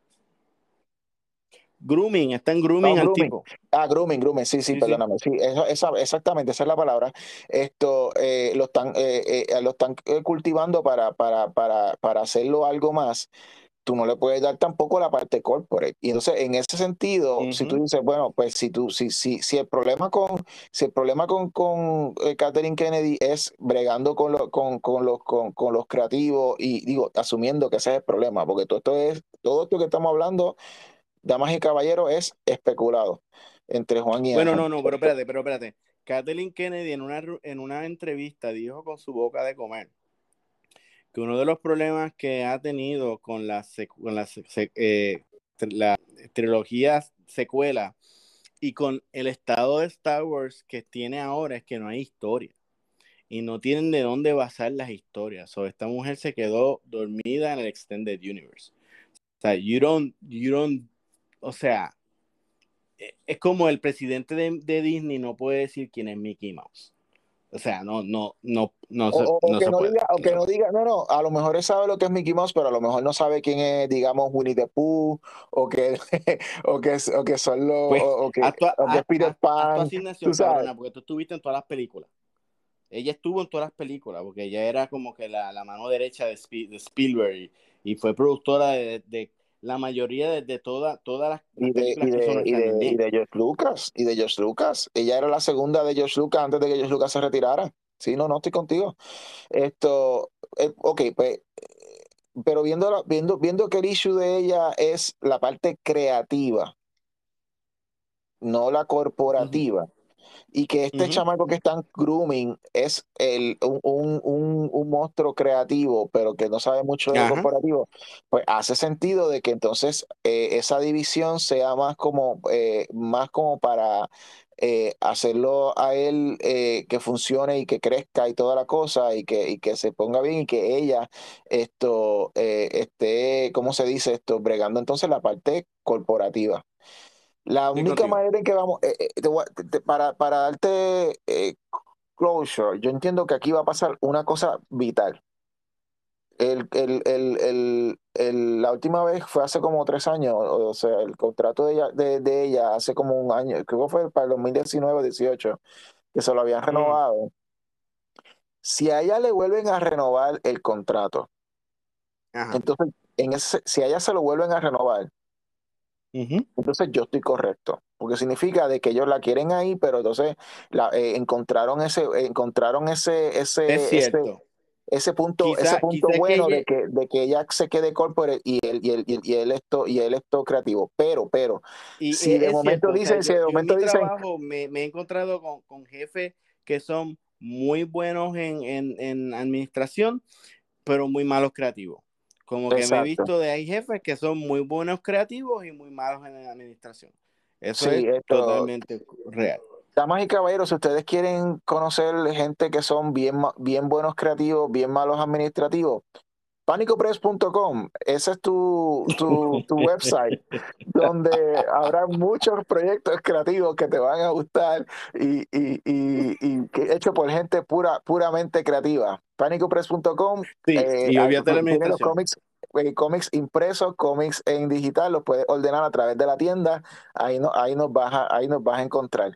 Grooming. Está en No, grooming al grooming. tipo. Ah, grooming, grooming, sí, sí, Sí, sí. perdóname. Sí, eso- esa, exactamente, esa es la palabra. Esto eh, lo están, eh, eh, lo están eh, cultivando para, para, para, para hacerlo algo más. Tú no le puedes dar tampoco la parte corporate. Y entonces, en ese sentido, Uh si tú -huh. dices, bueno, pues si tú, si, si, si el problema con, si el problema con, con eh, Catherine Kennedy es bregando con, lo- con, con los, con, con los creativos, y digo, asumiendo que ese es el problema, porque todo esto es, todo esto que estamos hablando Damas y caballeros es especulado entre Juan y Bueno, Ángel. no, no, pero espérate, pero espérate. Kathleen Kennedy en una, ru- en una entrevista dijo con su boca de comer que uno de los problemas que ha tenido con las secu- con las se- eh, tr- la trilogía secuela y con el estado de Star Wars que tiene ahora es que no hay historia y no tienen de dónde basar las historias. O esta mujer se quedó dormida en el Extended Universe. O sea, you don't, you don't, o sea, e- es como el presidente de, de Disney no puede decir quién es Mickey Mouse. O sea, no, no, no, no O, se, o- o no que se no puede, diga, o no que se no puede. diga, no, no, a lo mejor él sabe lo que es Mickey Mouse, pero a lo mejor no sabe quién es, digamos, Winnie the Pooh, o que, o que, o que son los, Pues, o, o que, haz tu, o que es haz- Peter haz- haz tu Pan, tú asignación, sabes. cabrona, porque tú estuviste en todas las películas. Ella estuvo en todas las películas, porque ella era como que la, la mano derecha de, Spi- de Spielberg y, y fue productora de, de la mayoría de, de toda, todas las, las Y de, y películas que hizo de, y nuestra de, y niñez. de George Lucas, y de George Lucas. Ella era la segunda de George Lucas antes de que George Lucas se retirara. Sí, no, no estoy contigo. Esto, eh, ok, pues, eh, pero viendo, la- viendo, viendo que el issue de ella es la parte creativa, no la Ujú, corporativa, y que este ujú. chamaco que están grooming es el, un, un, un, un monstruo creativo, pero que no sabe mucho de lo Ajá, corporativo, pues hace sentido de que entonces eh, esa división sea más como, eh, más como para eh, hacerlo a él eh, que funcione y que crezca y toda la cosa y que, y que se ponga bien y que ella esto eh, esté, ¿cómo se dice esto? Bregando entonces la parte corporativa. La estoy única contigo. manera en que vamos, eh, eh, te voy a- te- te- para, para darte eh, closure, yo entiendo que aquí va a pasar una cosa vital. El, el, el, el, el- la última vez fue hace como tres años, o, o sea, el contrato de ella, de, de ella hace como un año, creo que fue para el dos mil diecinueve o dieciocho, que se lo habían Mm, renovado. Si a ella le vuelven a renovar el contrato, ajá. entonces, en ese, si a ella se lo vuelven a renovar, Ujú. entonces yo estoy correcto, porque significa de que ellos la quieren ahí, pero entonces la, eh, encontraron ese, encontraron ese, Es ese, ese, cierto. ese punto, ese Quizá, punto quizá es que bueno ella, de que, de que ella se quede corporate y él, y él, y él, y él esto, y él esto creativo. Pero, pero, y si de es, es momento cierto, o sea, dicen, si yo, de yo en momento mi dicen, trabajo me, me he encontrado con, con jefes que son muy buenos en, en, en administración, pero muy malos creativos. Como que me he exacto, visto de hay jefes que son muy buenos creativos y muy malos en la administración. Eso sí, es esto, totalmente real. damas y caballeros, si ustedes quieren conocer gente que son bien, ma- bien buenos creativos, bien malos administrativos, pánico press punto com, ese es tu, tu, tu website, donde habrá muchos proyectos creativos que te van a gustar y, y, y, y que hecho por gente pura, puramente creativa. pánico press punto com Sí, eh, y hay- olvídate de la tiene los administración. cómics, eh, cómics impresos, cómics en digital, los puedes ordenar a través de la tienda, ahí, no, ahí, nos, vas a, ahí nos vas a encontrar.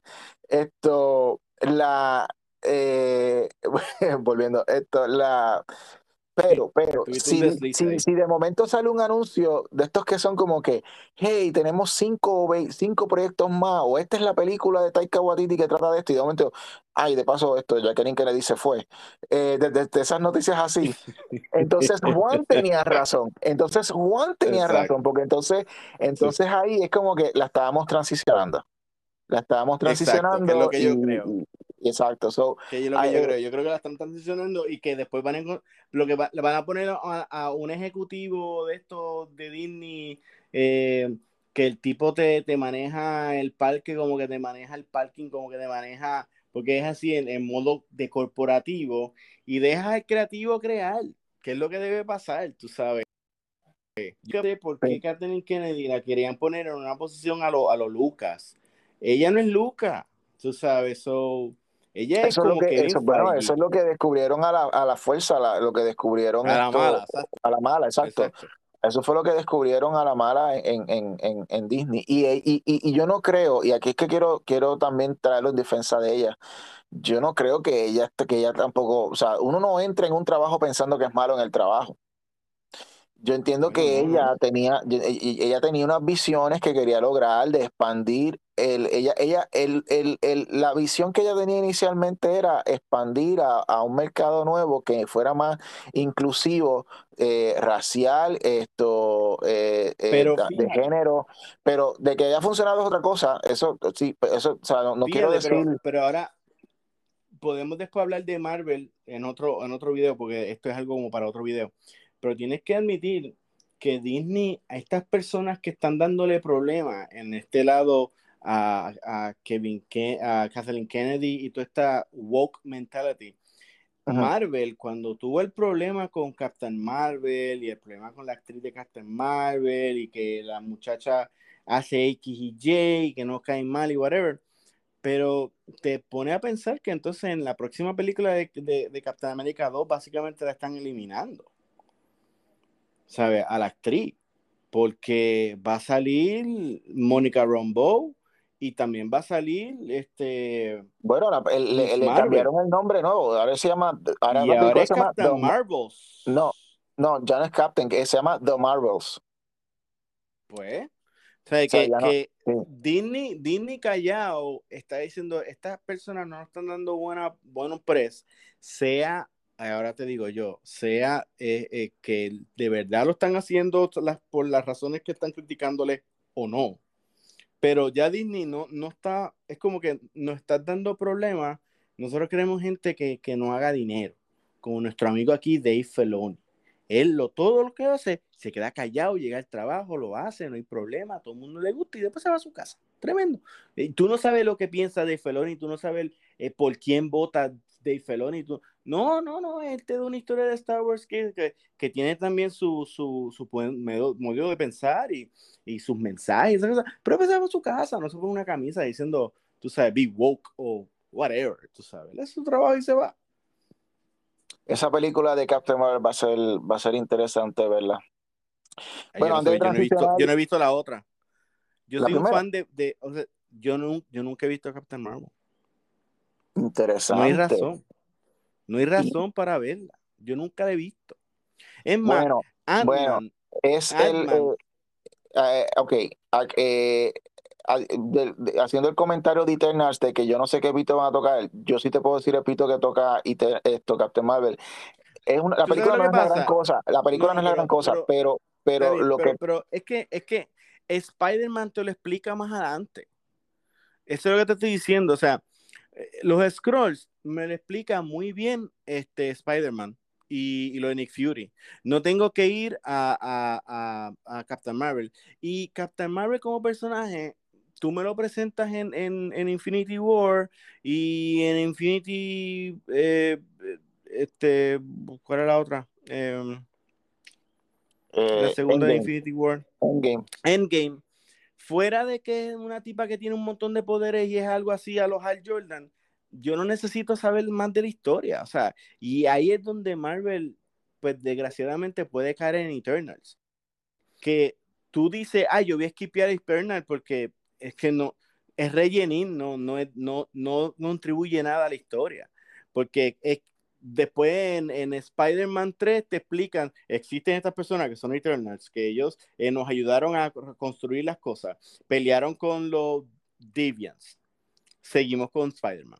Esto, la... eh, volviendo, esto, la pero, pero, Tuviste un si, desliz si, ahí. si de momento sale un anuncio de estos que son como que, hey, tenemos cinco, o vei- cinco proyectos más, o esta es la película de Taika Waititi que trata de esto, y de momento, ay, de paso esto, Jacqueline Kennedy se fue. Eh, de, de- de esas noticias así. Entonces Juan tenía razón. Entonces Juan tenía razón, Exacto, porque entonces, sí, entonces ahí es como que la estábamos transicionando. La estábamos exacto, que es lo transicionando que y, yo creo. y- exacto. So, Que es lo hay, que yo eh, creo. Yo creo que la están transicionando y que después van a, lo que va, le van a poner a, a, un ejecutivo de estos de Disney, eh, que el tipo te, te, maneja el parque como que te maneja el parking, como que te maneja, porque es así en, en modo de corporativo y deja al creativo crear, que es lo que debe pasar, tú sabes. Yo sé por qué Kathleen Kennedy la querían poner en una posición a lo, a lo Lucas. Ella no es Lucas, tú sabes, so, ella es Eso es lo como que, Kevin eso, bueno, eso Feige, es lo que descubrieron a la, a la fuerza, la- lo que descubrieron a la esto, mala, exacto, a la mala, exacto. exacto. Eso fue lo que descubrieron a la mala en, en, en, en Disney. Y, y, y, y yo no creo, y aquí es que quiero, quiero también traerlo en defensa de ella, yo no creo que ella, que ella tampoco, o sea, uno no entra en un trabajo pensando que es malo en el trabajo. Yo entiendo Bueno, que no, no. ella tenía, e- e- ella tenía unas visiones que quería lograr de expandir el, ella, ella, el, el, el- la visión que ella tenía inicialmente era expandir a, a un mercado nuevo que fuera más inclusivo, eh, racial, esto, eh, eh, Pero de fíjate, género, pero de que haya funcionado es otra cosa, eso sí, eso, o sea, no, no quiero fíjate, decir, pero, pero ahora podemos después hablar de Marvel en otro, en otro video, porque esto es algo como para otro video. Pero tienes que admitir que Disney, a estas personas que están dándole problemas en este lado a, a Kevin, Ke a Kathleen Kennedy y toda esta woke mentality, uh-huh. Marvel, cuando tuvo el problema con Captain Marvel y el problema con la actriz de Captain Marvel y que la muchacha hace X y Y y que no cae mal y whatever, pero te pone a pensar que entonces en la próxima película de, de, de Captain America dos básicamente la están eliminando, ¿sabes? A la actriz, porque va a salir Mónica Rambeau y también va a salir este Bueno, la- el- le, Miss le Marvel cambiaron el nombre nuevo, ahora se llama, ahora y la ahora película es se llama The, Captain no, Marvels. no, ya no es Captain, que se llama The Marvels, o Pues, o sea, sea, que, ya no, que sí. Disney, Disney callado está diciendo, estas personas no nos están dando buena, buenos press, sea, ahora te digo yo, sea eh, eh, que de verdad lo están haciendo las, por las razones que están criticándole o no. Pero ya Disney no, no está, es como que nos está dando problemas. Nosotros queremos gente que, que no haga dinero, como nuestro amigo aquí, Dave Filoni. Él lo, todo lo que hace, se queda callado, llega al trabajo, lo hace, no hay problema, a todo el mundo le gusta y después se va a su casa. Tremendo. Y tú no sabes lo que piensa Dave Filoni, tú no sabes eh, por quién vota Dave Filoni. Tú... No, no, no, él te da una historia de Star Wars que, que, que tiene también su, su, su modo de pensar y, y sus mensajes, esas cosas. Pero pues se va a su casa, no se pone una camisa diciendo, tú sabes, be woke o whatever, tú sabes. Es su trabajo y se va. Esa película de Captain Marvel va a ser, va a ser interesante verla. Ay, yo Bueno, no antes de sé, yo no he visto, transicionar, yo no he visto la otra. Yo la soy un primera, fan de, de o sea, yo, no, yo nunca he visto a Captain Marvel. No hay interesante. razón, no hay Y razón para verla. Yo nunca la he visto. Es más, bueno, bueno, Ant-Man, es el, Ant-Man, eh, eh, ok, a- eh, a- de- de- haciendo el comentario de Eternals de que yo no sé qué pito van a tocar, yo sí te puedo decir el pito que toca Eter- esto, Captain Marvel. Es una- la ¿tú sabes película lo no que es la gran pasa? cosa, la película no No, es la gran pero, cosa, pero, pero, está pero bien, lo que, pero, pero es que, es que Spider-Man te lo explica más adelante. Eso es lo que te estoy diciendo. O sea, eh, los Scrolls me lo explica muy bien este Spider-Man y, y lo de Nick Fury. No tengo que ir a, a, a, a Captain Marvel. Y Captain Marvel como personaje, tú me lo presentas en, en, en Infinity War y en Infinity... Eh, este, ¿cuál era la otra? Eh, la eh, segunda de Endgame, Infinity War. Endgame. Endgame. Fuera de que es una tipa que tiene un montón de poderes y es algo así a los Hal Jordan, yo no necesito saber más de la historia. O sea, y ahí es donde Marvel, pues desgraciadamente puede caer en Eternals. Que tú dices, ah, yo voy a skipear Eternals porque es que no, es rellenín, no, no, es, no, no, no contribuye nada a la historia. Porque es, después en, en Spider-Man tres te explican, existen estas personas que son Eternals, que ellos eh, nos ayudaron a construir las cosas, pelearon con los Deviants, seguimos con Spider-Man.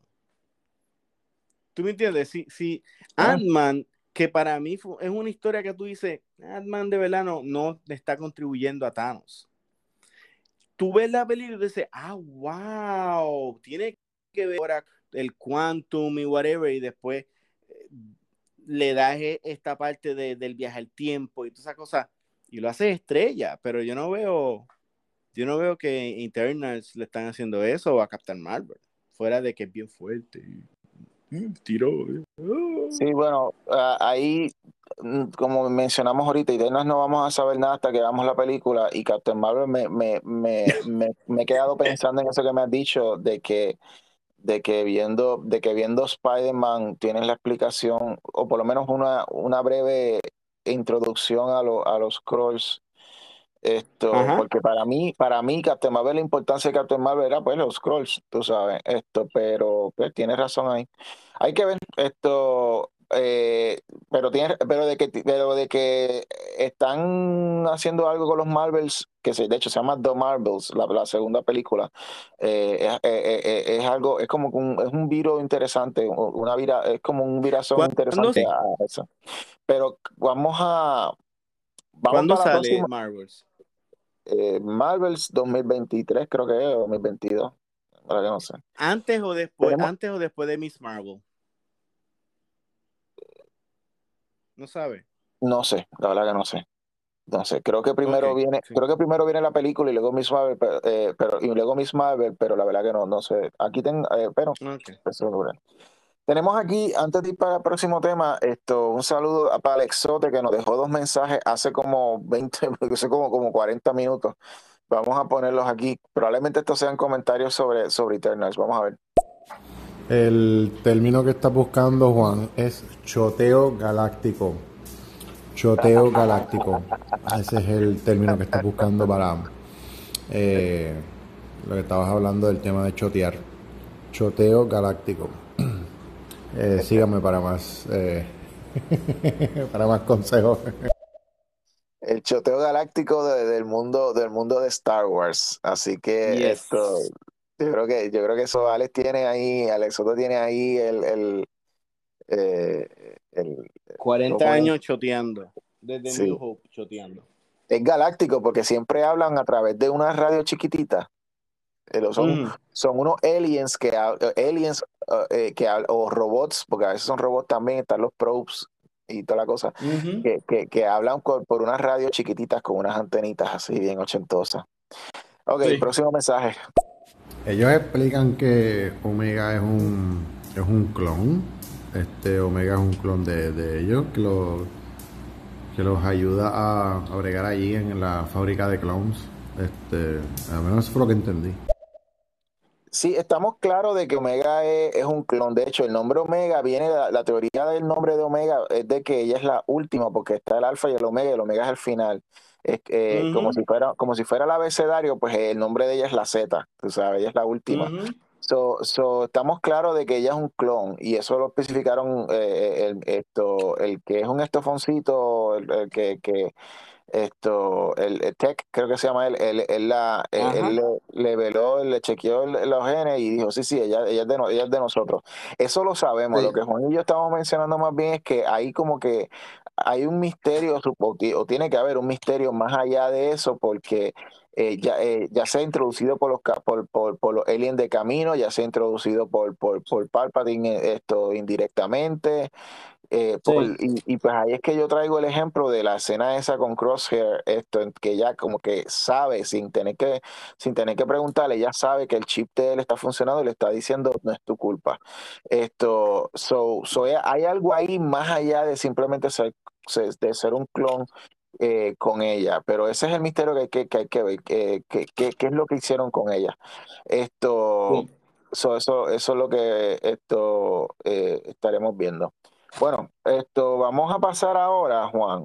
¿Tú me entiendes? Si, si Ah, Ant-Man, que para mí fue, es una historia que tú dices, Ant-Man de verdad no, no está contribuyendo a Thanos. Tú ves la película y dices, ah, wow, tiene que ver ahora el quantum y whatever, y después eh, le das e, esta parte de, del viaje al tiempo y todas esas cosas, y lo hace estrella, pero yo no veo, yo no veo que Eternals le están haciendo eso o a Captain Marvel, fuera de que es bien fuerte. Y, tiró. sí, bueno, ah, ahí, mm, como mencionamos ahorita, y de nos no vamos a saber nada hasta que veamos la película, y Captain Marvel me, me, me, me, me he quedado pensando en eso que me has dicho, de que de que viendo, de que viendo Spider-Man tienes la explicación, o por lo menos una, una breve introducción a, lo- a los Skrulls. Esto, Ajá. porque para mí, para mí, Captain Marvel, la importancia de Captain Marvel era pues los Skrulls, tú sabes, esto, pero pues tienes razón ahí. Hay que ver esto, eh, pero tiene, pero de que pero de que están haciendo algo con los Marvels, que se, de hecho se llama The Marvels, la, la segunda película, eh, es, eh, eh, es algo, es como un, es un viro interesante, una vira, es como un virazón ¿Cuándo, interesante sí? a eso. Pero vamos a, vamos ¿Cuándo para la sale próxima. Marvels? eh, Marvels dos mil veintitrés, creo que es, o dos mil veintidós. Ahora que no sé. Antes o después, Tenemos, antes o después de Miss Marvel. ¿No sabe? no sé, la verdad que no sé. No sé, creo que Ok, primero viene, sí. creo que primero viene la película y luego Miss Marvel, pero, eh, pero- y luego Miss Marvel, pero la verdad que no, no sé. Aquí tengo, eh, pero Ok. eso es bueno. Tenemos aquí, antes de ir para el próximo tema, esto, un saludo a- para Alexote que nos dejó dos mensajes hace como veinte, hace como, como cuarenta minutos. Vamos a ponerlos aquí. Probablemente estos sean comentarios sobre, sobre Eternals. Vamos a ver. El término que estás buscando, Juan, es choteo galáctico. Choteo galáctico. Ese es el término que estás buscando para eh, lo que estabas hablando del tema de chotear. Choteo galáctico. Eh, síganme para más eh, para más consejos. El choteo galáctico de- del mundo, del mundo de Star Wars. Así que esto, Yes. yo creo que, yo creo que eso Alex tiene ahí, Alexote tiene ahí el, el, eh, el cuarenta ¿cómo es? años choteando. Desde New Sí. Hope choteando. Es galáctico porque siempre hablan a través de una radio chiquitita. Eh, lo Son, Ujú, son unos aliens que hab- eh, aliens eh, que hab- o robots, porque a veces son robots también, están los probes y toda la cosa, ujú. que, que, que hablan con- por unas radios chiquititas con unas antenitas así bien ochentosas. Ok, Sí. próximo mensaje. Ellos explican que Omega es un es un clon. Este Omega es un clon de, de ellos que lo que los ayuda a, a bregar allí en la fábrica de clones. Este, al menos eso fue lo que entendí. Sí, estamos claros de que Omega es, es un clon. De hecho, el nombre Omega viene, la, la teoría del nombre de Omega es de que ella es la última, porque está el alfa y el omega, y el omega es el final. Es, eh, como Ujú, si fuera, como si fuera el abecedario, pues el nombre de ella es la Z, tú sabes, ella es la última. ujú. So, so, estamos claros de que ella es un clon, y eso lo especificaron eh, el, esto, el que es un estofoncito, el, el que, que esto, el, el Tech, creo que se llama él, él, él la, él, él Ajá. le, le veló, le chequeó el- los genes y dijo, sí, sí, ella, ella, es de, no- ella es de nosotros. Eso lo sabemos. Lo Sí. que Juan y yo estamos mencionando más bien es que hay como que hay un misterio, supo- o ti- o tiene que haber un misterio más allá de eso, porque eh, ya, eh, ya se ha introducido por los, ca- por, por, por los aliens de camino, ya se ha introducido por, por, por Palpatine eh, esto indirectamente. Eh, por- Sí. y, y pues ahí es que yo traigo el ejemplo de la escena esa con Crosshair, esto, en que ella como que sabe, sin tener que, sin tener que preguntarle, ella sabe que el chip de él está funcionando y le está diciendo no es tu culpa. Esto, so, so, eh, hay algo ahí más allá de simplemente ser, ser- de ser un clon eh, con ella, pero ese es el misterio que hay que, que, hay que ver, que, que- que- qué es lo que hicieron con ella. Esto, Sí. so, eso, eso es lo que esto eh, estaremos viendo. Bueno, esto vamos a pasar ahora, Juan,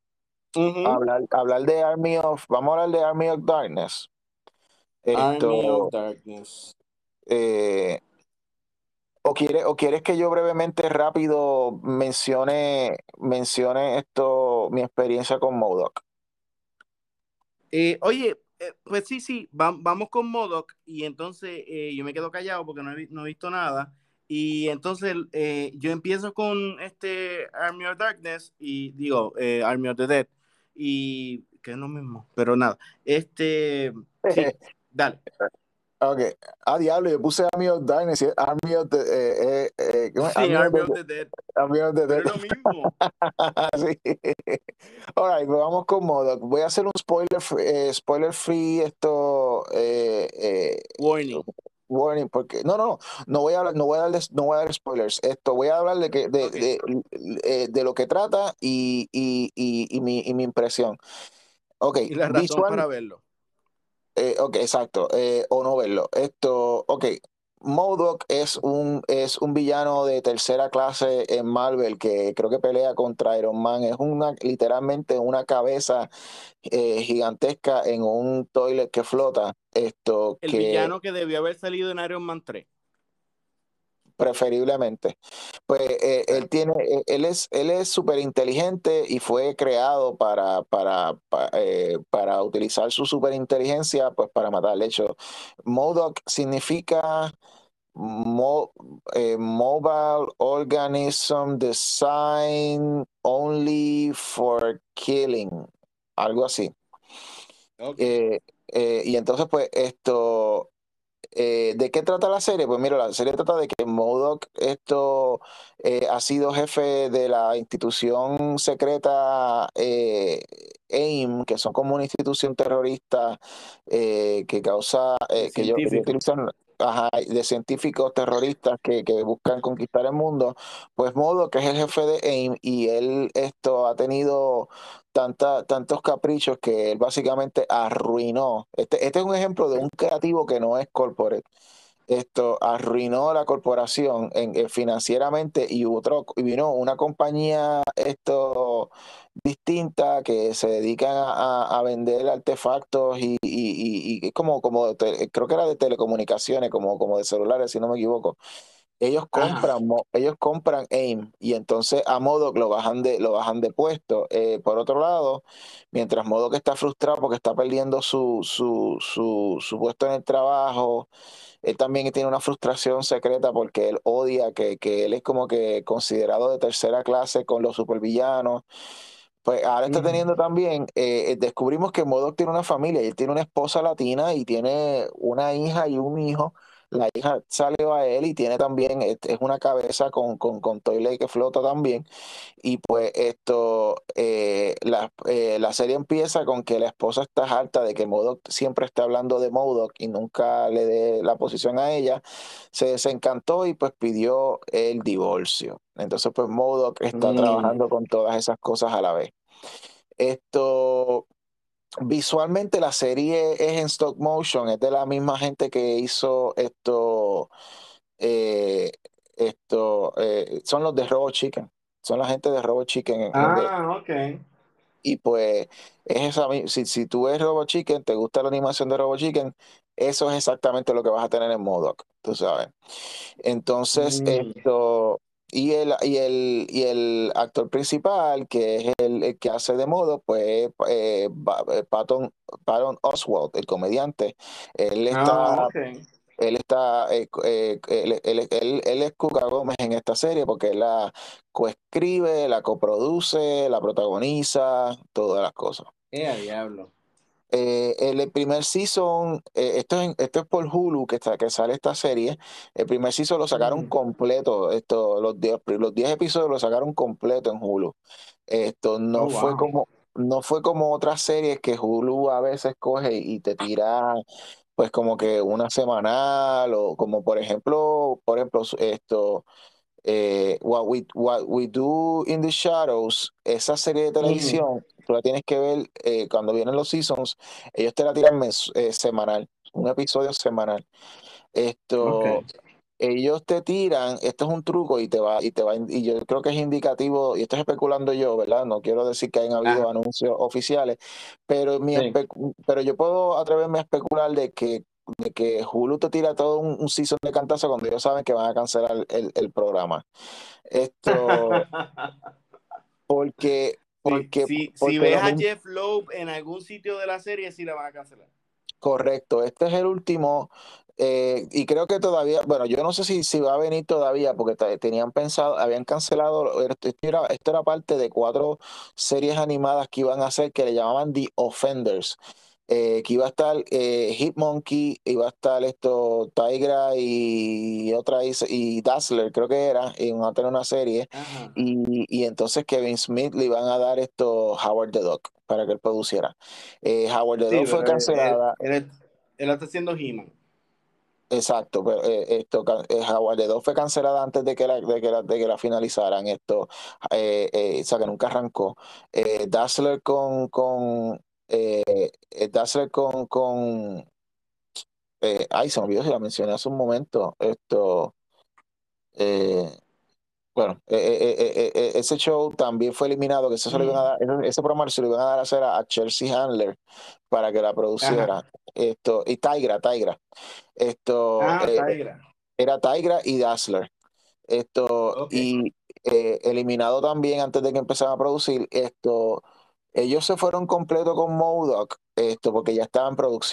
a Ujú. hablar, a hablar de Army of, vamos a hablar de Army of Darkness. Army of Esto, Darkness. eh, o quiere, o quieres que yo brevemente rápido mencione, mencione esto, mi experiencia con MODOK. Eh, oye, eh, pues sí, sí, va- vamos con MODOK y entonces eh, yo me quedo callado porque no he, vi- no he visto nada. Y entonces eh, yo empiezo con este Army of Darkness y digo, eh, Army of the Dead, y que es lo mismo, pero nada. Este, sí, dale. Ok, ah, diablo, yo puse Army of Darkness, y es Army of the, eh, eh, eh, ¿cómo es? Sí, Army of Army the, of the Dead, Army of the pero Dead. es lo mismo. Sí. Alright, pues vamos con MODOK. Voy a hacer un spoiler, free- eh, spoiler free esto eh, eh, Warning. warning porque no, no, no, no voy a hablar, no voy a dar, no voy a dar spoilers. Esto voy a hablar de que de, Ok. de, eh, de lo que trata y, y, y, y mi, y mi impresión. Ok, Y la razón visual, para verlo. eh, ok, exacto, eh, o no verlo. Esto, ok. MODOK es un, es un villano de tercera clase en Marvel que creo que pelea contra Iron Man. Es una, literalmente una cabeza eh, gigantesca en un toilet que flota. Esto El que villano que debió haber salido en Iron Man tres. preferiblemente. Pues eh, Sí. él tiene, eh, él es, él es súper inteligente y fue creado para, para, pa- eh, para utilizar su superinteligencia pues para matar. De hecho, MODOK significa Mo- eh, Mobile Organism Designed Only for Killing, algo así. Ok. Eh, eh, y entonces, pues, esto, eh, ¿de qué trata la serie? Pues mira, la serie trata de que MODOK esto eh, ha sido jefe de la institución secreta eh, AIM, que son como una institución terrorista eh, que causa, De eh, que ellos, ellos científico. utilizan ajá, de científicos terroristas que, que buscan conquistar el mundo. Pues MODOK es el jefe de AIM y él esto ha tenido tanta, tantos caprichos que él básicamente arruinó. Este, este es un ejemplo de un creativo que no es corporate. Esto arruinó la corporación en, eh, financieramente y otro, y vino una compañía esto distinta que se dedican a, a- a vender artefactos y, y, y- y como, como te- creo que era de telecomunicaciones, como, como de celulares, si no me equivoco. Ellos Ajá. compran, mo- ellos compran AIM y entonces a Modoc lo bajan de, lo bajan de puesto. Eh, por otro lado, mientras Modoc está frustrado porque está perdiendo su, su, su, su puesto en el trabajo, él también tiene una frustración secreta porque él odia que, que él es como que considerado de tercera clase con los supervillanos. Pues ahora está Ujú. teniendo también, eh, eh, descubrimos que Modoc tiene una familia y él tiene una esposa latina y tiene una hija y un hijo. La hija salió a él y tiene también, es, es una cabeza con, con, con toile que flota también. Y pues esto, eh, la, eh, la serie empieza con que la esposa está harta de que MODOK siempre está hablando de MODOK y nunca le dé la posición a ella. Se desencantó y pues pidió el divorcio. Entonces pues MODOK está Mm. trabajando con todas esas cosas a la vez. Esto, visualmente la serie es en stop motion, es de la misma gente que hizo esto, eh, esto, eh, son los de Robot Chicken, son la gente de Robot Chicken, eh, de, Ah, ok. y pues es esa, mi- si, si tú ves Robot Chicken, te gusta la animación de Robot Chicken, eso es exactamente lo que vas a tener en MODOK, tú sabes. Entonces, Mm. esto, y el, y el, y el actor principal, que es el, el que hace de modo, pues eh, Ba- eh, Patton, Patton Oswalt, el comediante, él Ah, está, ok. él está, eh, eh, él, él- él- él es Cuca Gómez en esta serie porque él la coescribe, la coproduce, la protagoniza, todas las cosas. Eh, a diablo. Eh, el, el primer season, eh, esto, es, esto es por Hulu que, está, que sale esta serie. El primer season lo sacaron Ujú. completo. Esto, los diez los diez episodios lo sacaron completo en Hulu. Esto Oh, no fue wow. como, no fue como otras series que Hulu a veces coge y te tira pues como que una semanal o como por ejemplo, por ejemplo, esto eh, What We, What We Do in the Shadows, esa serie de Ujú. televisión, tú la tienes que ver eh, cuando vienen los seasons, ellos te la tiran mes- eh, semanal, un episodio semanal. Ok. Esto, ellos te tiran, esto es un truco y te va, y te va, y yo creo que es indicativo, y esto es especulando yo, ¿verdad? No quiero decir que hayan habido Ajá. anuncios oficiales, pero, mi Sí. espe- pero yo puedo atreverme a especular de que, de que Hulu te tira todo un, un season de cantazo cuando ellos saben que van a cancelar el, el programa. Esto, porque, Si, porque, si, si porque ves lo a mismo, Jeff Loeb en algún sitio de la serie, sí la van a cancelar. correcto, este es el último, eh, y creo que todavía, bueno, yo no sé si, si va a venir todavía, porque te- tenían pensado, habían cancelado, esto era, esto era parte de cuatro series animadas que iban a hacer que le llamaban The Offenders. Eh, que iba a estar eh, Hitmonkey, iba a estar esto Tigra y otra y, y Dazzler, creo que era, y iban a tener una serie. Ajá. Y, y entonces Kevin Smith le iban a dar esto Howard the Duck para que él produciera. Eh, Howard the Sí, Duck fue pero él, él, cancelada, él, él está haciendo He-Man. exacto, pero eh, esto ca- eh, Howard the Duck fue cancelada antes de que la, de que la, de que la finalizaran. Esto, eh, eh, o sea que nunca arrancó. Eh, Dazzler con, con eh, eh, Dazzler con, con eh, ay, se me olvidó si la mencioné hace un momento. Esto, eh, bueno, eh, eh, eh, eh, eh, ese show también fue eliminado, que eso se lo iban a Ujú. dar, ese, ese programa se lo iban a dar a hacer a, a Chelsea Handler para que la Ajá. produciera. Esto, y Tigra, Tigra. Esto, Ah, eh, Tigra. era Tigra y Dazzler. Esto, Ok. y eh, eliminado también antes de que empezaran a producir. Esto, ellos se fueron completo con MODOK, esto, porque ya estaba en producción.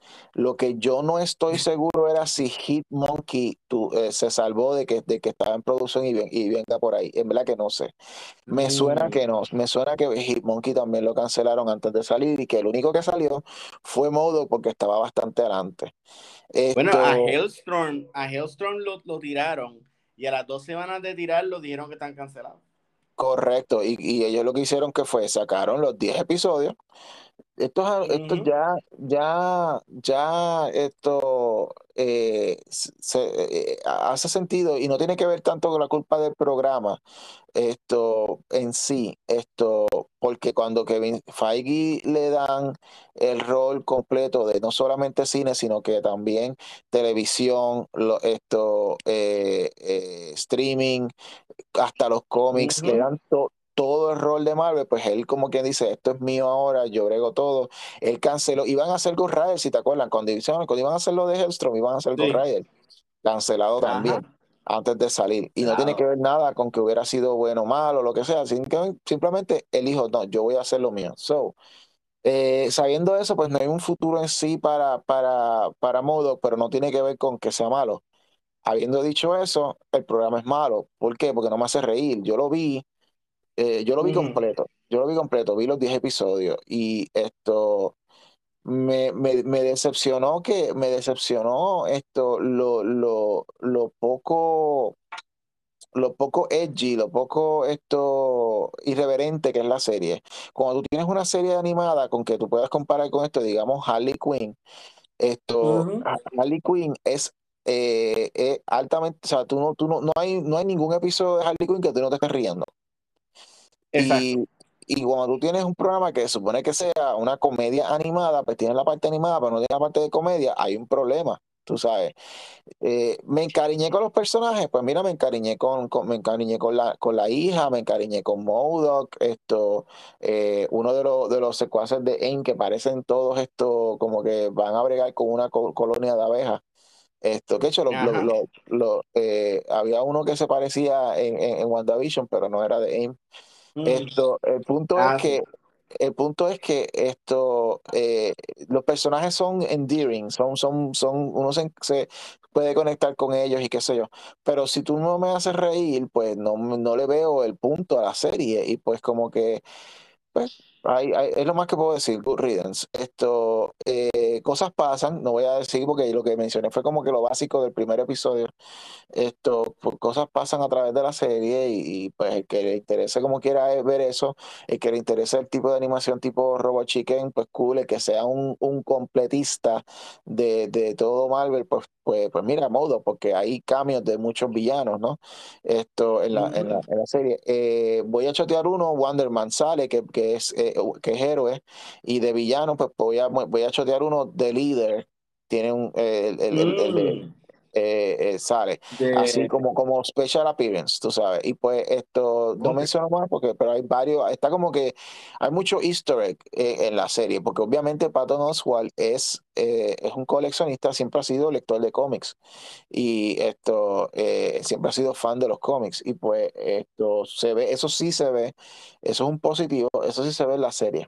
Lo que yo no estoy seguro era si Hitmonkey tu- eh, se salvó de que, de que estaba en producción y, ven- y venga por ahí. En verdad que no sé. Me suena Mm. que no. Me suena que Hitmonkey también lo cancelaron antes de salir y que el único que salió fue Modo porque estaba bastante adelante. Bueno, a Esto, Hailstorm, a Hailstorm lo, lo tiraron y a las dos semanas de tirarlo dijeron que están cancelados. correcto. Y, y ellos lo que hicieron que fue sacaron los diez episodios. Esto, es- esto Ujú. ya, ya, ya, esto eh, se, se- eh, hace sentido y no tiene que ver tanto con la culpa del programa, esto en sí, esto, porque cuando Kevin Feige le dan el rol completo de no solamente cine, sino que también televisión, lo- esto, eh, eh, streaming, hasta los cómics, le Ujú. dan to- todo el rol de Marvel, pues él como quien dice, esto es mío ahora, yo brego todo. Él canceló, iban a hacer Ghost Rider, si te acuerdan, cuando, hicieron- cuando iban a hacer lo de Hellstrom, iban a hacer Ghost Sí. Rider, cancelado Ajá. también, antes de salir. Y no tiene que Claro. ver nada con que hubiera sido bueno o malo, lo que sea, sin que- simplemente él dijo, no, yo voy a hacer lo mío. So, eh, sabiendo eso, pues no hay un futuro en sí para, para, para Modoc, pero no tiene que ver con que sea malo. Habiendo dicho eso, el programa es malo. ¿Por qué? Porque no me hace reír. Yo lo vi, eh, yo lo vi Ujú. completo. Yo lo vi completo, vi los diez episodios y esto me, me, me decepcionó que me decepcionó esto lo, lo, lo poco lo poco edgy, lo poco esto irreverente que es la serie. Cuando tú tienes una serie animada con que tú puedas comparar con esto, digamos Harley Quinn, esto, Ujú. Ha- Harley Quinn es, eh, es altamente, o sea, tú no, tú no, no hay, no hay ningún episodio de Harley Quinn que tú no te estés riendo. Y, Exacto. y cuando tú tienes un programa que se supone que sea una comedia animada, pues tiene la parte animada, pero no tiene la parte de comedia, hay un problema, tú sabes. Eh, me encariñé con los personajes, pues mira, me encariñé con, con- me encariñé con la, con la hija, me encariñé con MODOK, esto, eh, uno de los, de los secuaces de AIM que parecen todos esto como que van a bregar con una co- colonia de abejas. Esto, que de hecho, lo, lo- Ajá. lo- lo, eh, había uno que se parecía en, en, en WandaVision, pero no era de AIM. Ujú. Esto, el punto es Ah, sí. que, el punto es que esto, eh, los personajes son endearing, son, son, son, uno se, se puede conectar con ellos y qué sé yo. Pero si tú no me haces reír, pues no, no le veo el punto a la serie. Y pues como que, pues, hay- hay- es lo más que puedo decir, good riddance. Esto, eh, cosas pasan, no voy a decir porque lo que mencioné fue como que lo básico del primer episodio. Esto, pues, cosas pasan a través de la serie y, y, pues el que le interese como quiera eh, ver eso, el que le interese el tipo de animación tipo Robot Chicken, pues cool, el que sea un, un completista de, de todo Marvel, pues, pues, pues mira, modo, porque hay cambios de muchos villanos, ¿no? Esto en la, en la, Ujú. en la serie. Eh, voy a chotear uno, Wonder Man sale, que, que es, eh, que es héroe, y de villano, pues voy a, voy a chotear uno de líder. Tiene un, eh, el, el, el, el de Mm. eh, eh, sale, así De... como, como special appearance, tú sabes. Y pues esto no Ok. menciono más porque, pero hay varios, está como que hay mucho easter egg eh, en la serie, porque obviamente Patton Oswalt es, eh, es un coleccionista, siempre ha sido lector de cómics y esto eh, siempre ha sido fan de los cómics y pues esto se ve, eso sí se ve, eso es un positivo, eso sí se ve en la serie.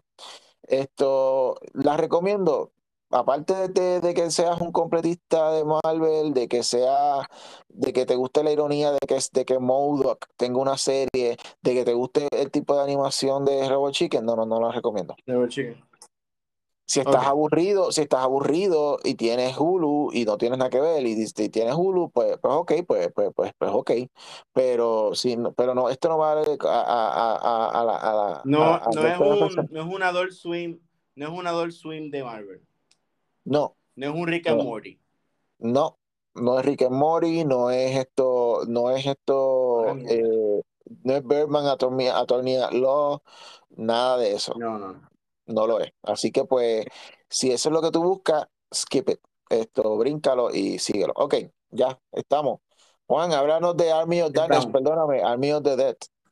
Esto, la recomiendo. Aparte de, de- de que seas un completista de Marvel, de que sea, de que te guste la ironía de que, de que MODOK tenga una serie, de que te guste el tipo de animación de Robot Chicken, no, no, no la recomiendo. De chicken. Si estás Ok. aburrido, si estás aburrido y tienes Hulu y no tienes nada que ver y dis- y tienes Hulu, pues, pues ok, pues, pues, pues, pues ok. Pero si no, pero no, esto no va a, a, a, a, a la, a la- a- No, a no es hacerte reflexionar. un, no es un Adult Swim, no es un Adult Swim de Marvel. No, No es un Rick and no. Morty. No, no es Rick and Morty, no es esto, no es Ah, esto, mierda. eh, no es Birdman Attorney, Attorney at Law, nada de eso, No, no. no lo es. Así que pues, si eso es lo que tú buscas, skip it, esto, bríncalo y síguelo. Ok, ya, estamos. Juan, háblanos de Army of Darkness, Estamos. perdóname, Army of the Dead.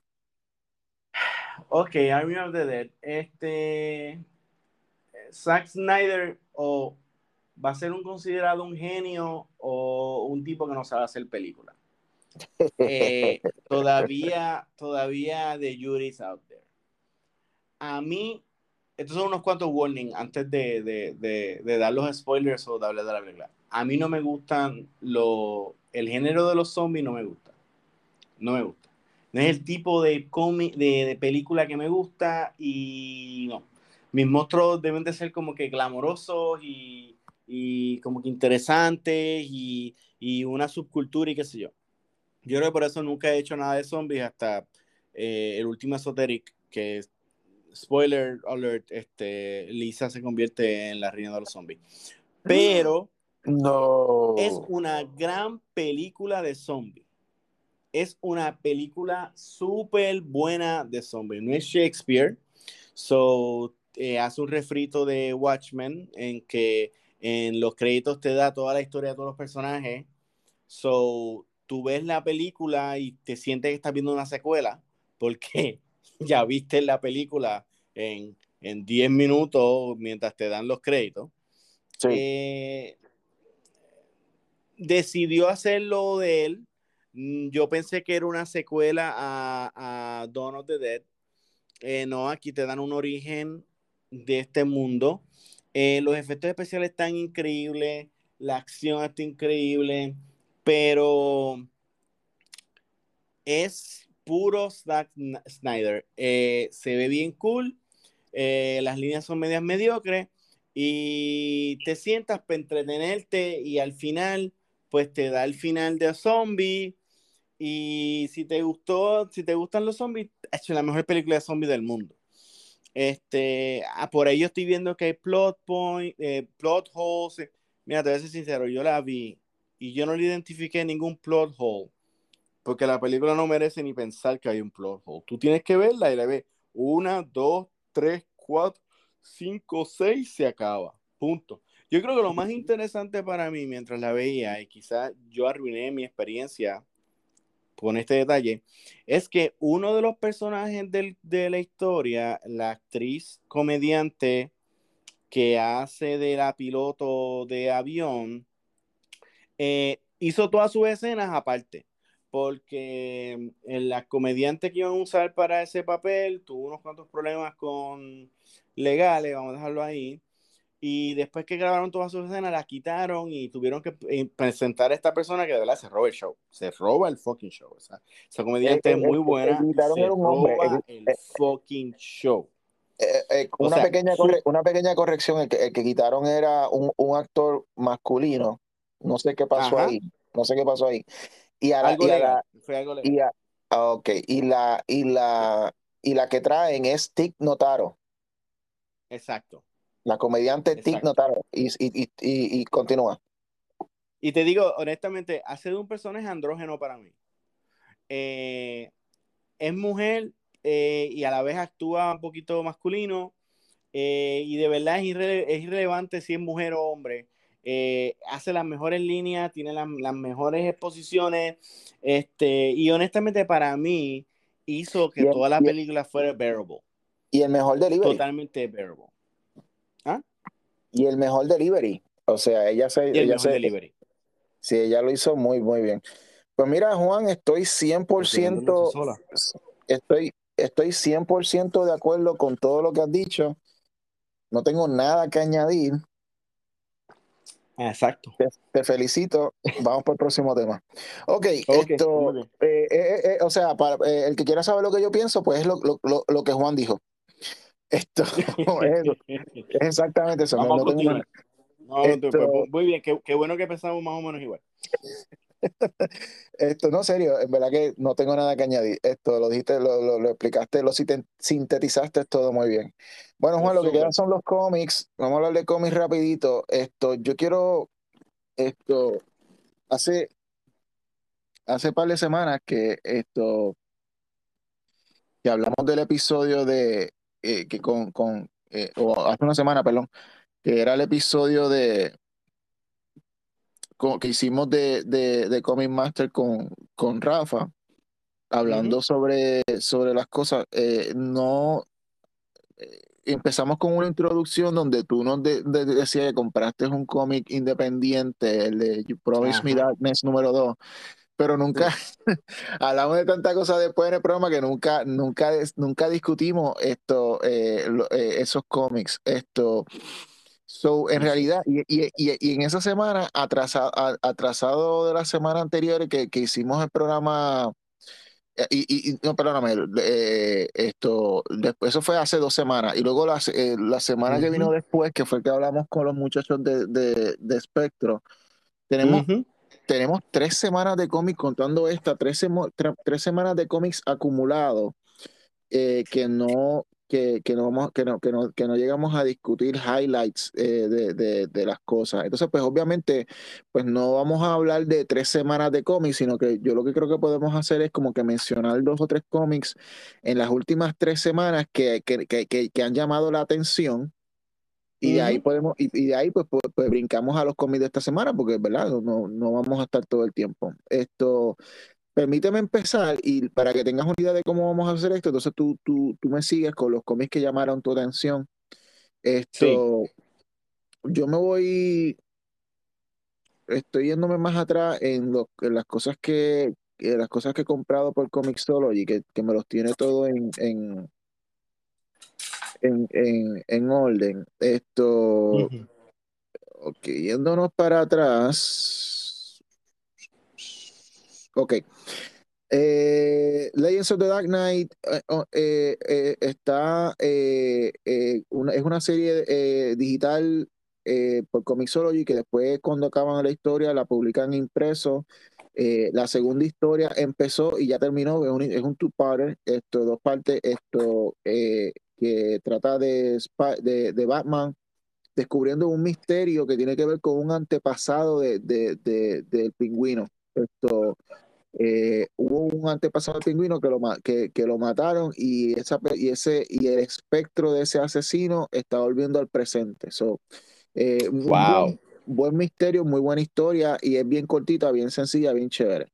Ok, Army of the Dead. Este. Zack Snyder o va a ser un considerado un genio o un tipo que no sabe hacer películas. Eh, todavía, todavía the jury's out there. A mí estos son unos cuantos warnings antes de, de, de, de dar los spoilers o de hablar de la película. A mí no me gustan los... El género de los zombies no me gusta. No me gusta. No es el tipo de, cómic, de, de película que me gusta y no. Mis monstruos deben de ser como que glamorosos y, y como que interesantes y, y una subcultura y qué sé yo. Yo creo que por eso nunca he hecho nada de zombies hasta eh, el último Esoteric, que es, spoiler alert, este, Lisa se convierte en la reina de los zombies. Pero no. es una gran película de zombies. Es una película súper buena de zombies. No es Shakespeare. So, eh, hace un refrito de Watchmen en que en los créditos te da toda la historia de todos los personajes. So, tú ves la película y te sientes que estás viendo una secuela porque ya viste la película en, en diez minutos mientras te dan los créditos. Sí. Eh, decidió hacerlo de él. Yo pensé que era una secuela a, a Dawn of the Dead. Eh, no, aquí te dan un origen de este mundo. Eh, los efectos especiales están increíbles, la acción está increíble, pero es puro Zack Snyder. Eh, se ve bien cool, eh, las líneas son medias mediocres y te sientas para entretenerte y al final, pues te da el final de zombie. Y si te gustó, si te gustan los zombies, ha hecho la mejor película de zombies del mundo. Este, ah, por ahí yo estoy viendo que hay plot point, eh, plot holes. Mira, te voy a ser sincero, yo la vi y yo no le identifiqué ningún plot hole, porque la película no merece ni pensar que hay un plot hole. Tú tienes que verla y la ves una, dos, tres, cuatro, cinco, seis, se acaba. Punto. Yo creo que lo más interesante para mí mientras la veía, y quizás yo arruiné mi experiencia con este detalle, es que uno de los personajes del, de la historia, la actriz comediante que hace de la piloto de avión, eh, hizo todas sus escenas aparte, porque la comediante que iban a usar para ese papel tuvo unos cuantos problemas con legales, vamos a dejarlo ahí. Y después que grabaron todas sus escenas, la quitaron y tuvieron que eh, presentar a esta persona que de verdad se roba el show. Se roba el fucking show. O sea, esa El, comediante es el, muy el, el buena y guitarrón se era un hombre. roba El, el fucking show. Eh, eh, O una, sea, pequeña corre- su... una pequeña corrección, el que, el que quitaron era un, un actor masculino, no sé qué pasó Ajá, ahí, no sé qué pasó ahí. Y a la, algo y a legal. la, Fue algo legal. y a, ah, ok, y la, y la, y la que traen es Tig Notaro, Exacto, la comediante Tig exacto. Notaro, y, y, y, y, y continúa. Y te digo, honestamente, hace de un personaje andrógeno para mí. Eh, es mujer eh, y a la vez actúa un poquito masculino. Eh, y de verdad es, irre es, irrelevante si es mujer o hombre. Eh, hace las mejores líneas, tiene la, las mejores exposiciones, este, y honestamente para mí hizo que Y el, toda la y, película fuera bearable, y el mejor delivery, totalmente bearable. ¿Ah? y el mejor delivery, o sea, ella se, Y el ella mejor se, delivery. sí, ella lo hizo muy, muy bien. Pues mira, Juan, estoy cien por Porque vende luces ciento sola. estoy, estoy cien por ciento de acuerdo con todo lo que has dicho. No tengo nada que añadir. Exacto. Te, te felicito. Vamos por el próximo tema. Ok, Ok, muy esto, bien. eh, eh, eh, o sea, para eh, el que quiera saber lo que yo pienso, pues es lo, lo, lo, lo que Juan dijo. Esto es, eso, es exactamente eso. No, Vamos a no tengo más. continuar. No, pues, Esto, muy bien, qué, qué bueno que pensamos más o menos igual. esto, no, serio, en verdad que no tengo nada que añadir. Esto lo dijiste, lo, lo, lo explicaste, lo sinte- sintetizaste todo muy bien. Bueno, Juan, Pues lo que quedan súper. son los cómics. Vamos a hablar de cómics rapidito. Esto, yo quiero, esto, hace, hace par de semanas que esto, que hablamos del episodio de, eh, que con, con eh, o hace una semana, perdón, que era el episodio de, con- que hicimos de, de, de Comic Master con, con Rafa, Ujú. hablando sobre, sobre las cosas. Eh, no, eh, empezamos con una introducción donde tú nos de- de- decías que compraste un cómic independiente, el de You Promise Me Ajá. Darkness número dos, pero nunca Sí. hablamos de tanta cosa después en el programa que nunca, nunca, nunca discutimos esto, eh, lo- eh, esos cómics. Esto, so, en realidad, y, y- y- y en esa semana, atrasado, atrasado de la semana anterior que, que hicimos el programa, eh, y, y- y- no, perdóname, eh, esto, después, eso fue hace dos semanas, y luego la, se- eh, la semana que vino Ujú, después, que fue que hablamos con los muchachos de, de, de Spectro, tenemos ujú. tenemos tres semanas de cómics contando esta, tres, semo- tre- tres semanas de cómics acumulados eh, que no, que, que no vamos, que no, que no, que no llegamos a discutir highlights eh, de, de, de las cosas. Entonces, pues obviamente, pues no vamos a hablar de tres semanas de cómics, sino que yo lo que creo que podemos hacer es como que mencionar dos o tres cómics en las últimas tres semanas que, que, que, que, que han llamado la atención. Y de ahí Ujú. podemos, y, y de ahí pues, pues, pues brincamos a los cómics de esta semana, porque verdad, no, no no vamos a estar todo el tiempo. Esto, permíteme empezar y para que tengas una idea de cómo vamos a hacer esto, entonces tú, tú, tú me sigues con los cómics que llamaron tu atención. Sí. Esto, yo me voy, estoy yéndome más atrás en, lo, en las cosas que, que las cosas que he comprado por Comixology, que, que me los tiene todo en, en, en, en, en orden. Esto, Ujú. ok, yéndonos para atrás. Ok. Eh, Legends of the Dark Knight eh, oh, eh, eh, está eh, eh, una- es una serie eh, digital eh, por Comixology que después cuando acaban la historia la publican impreso. Eh, la segunda historia empezó y ya terminó, es un, es un two-parter, esto, dos partes, esto eh, que trata de, Sp- de, de Batman descubriendo un misterio que tiene que ver con un antepasado de, de- de- del pingüino. Esto eh, hubo un antepasado del pingüino que lo, ma- que, que lo mataron y, esa, pe- y, ese, y el espectro de ese asesino está volviendo al presente. So, eh, un Wow. buen, buen misterio, muy buena historia y es bien cortita, bien sencilla, bien chévere.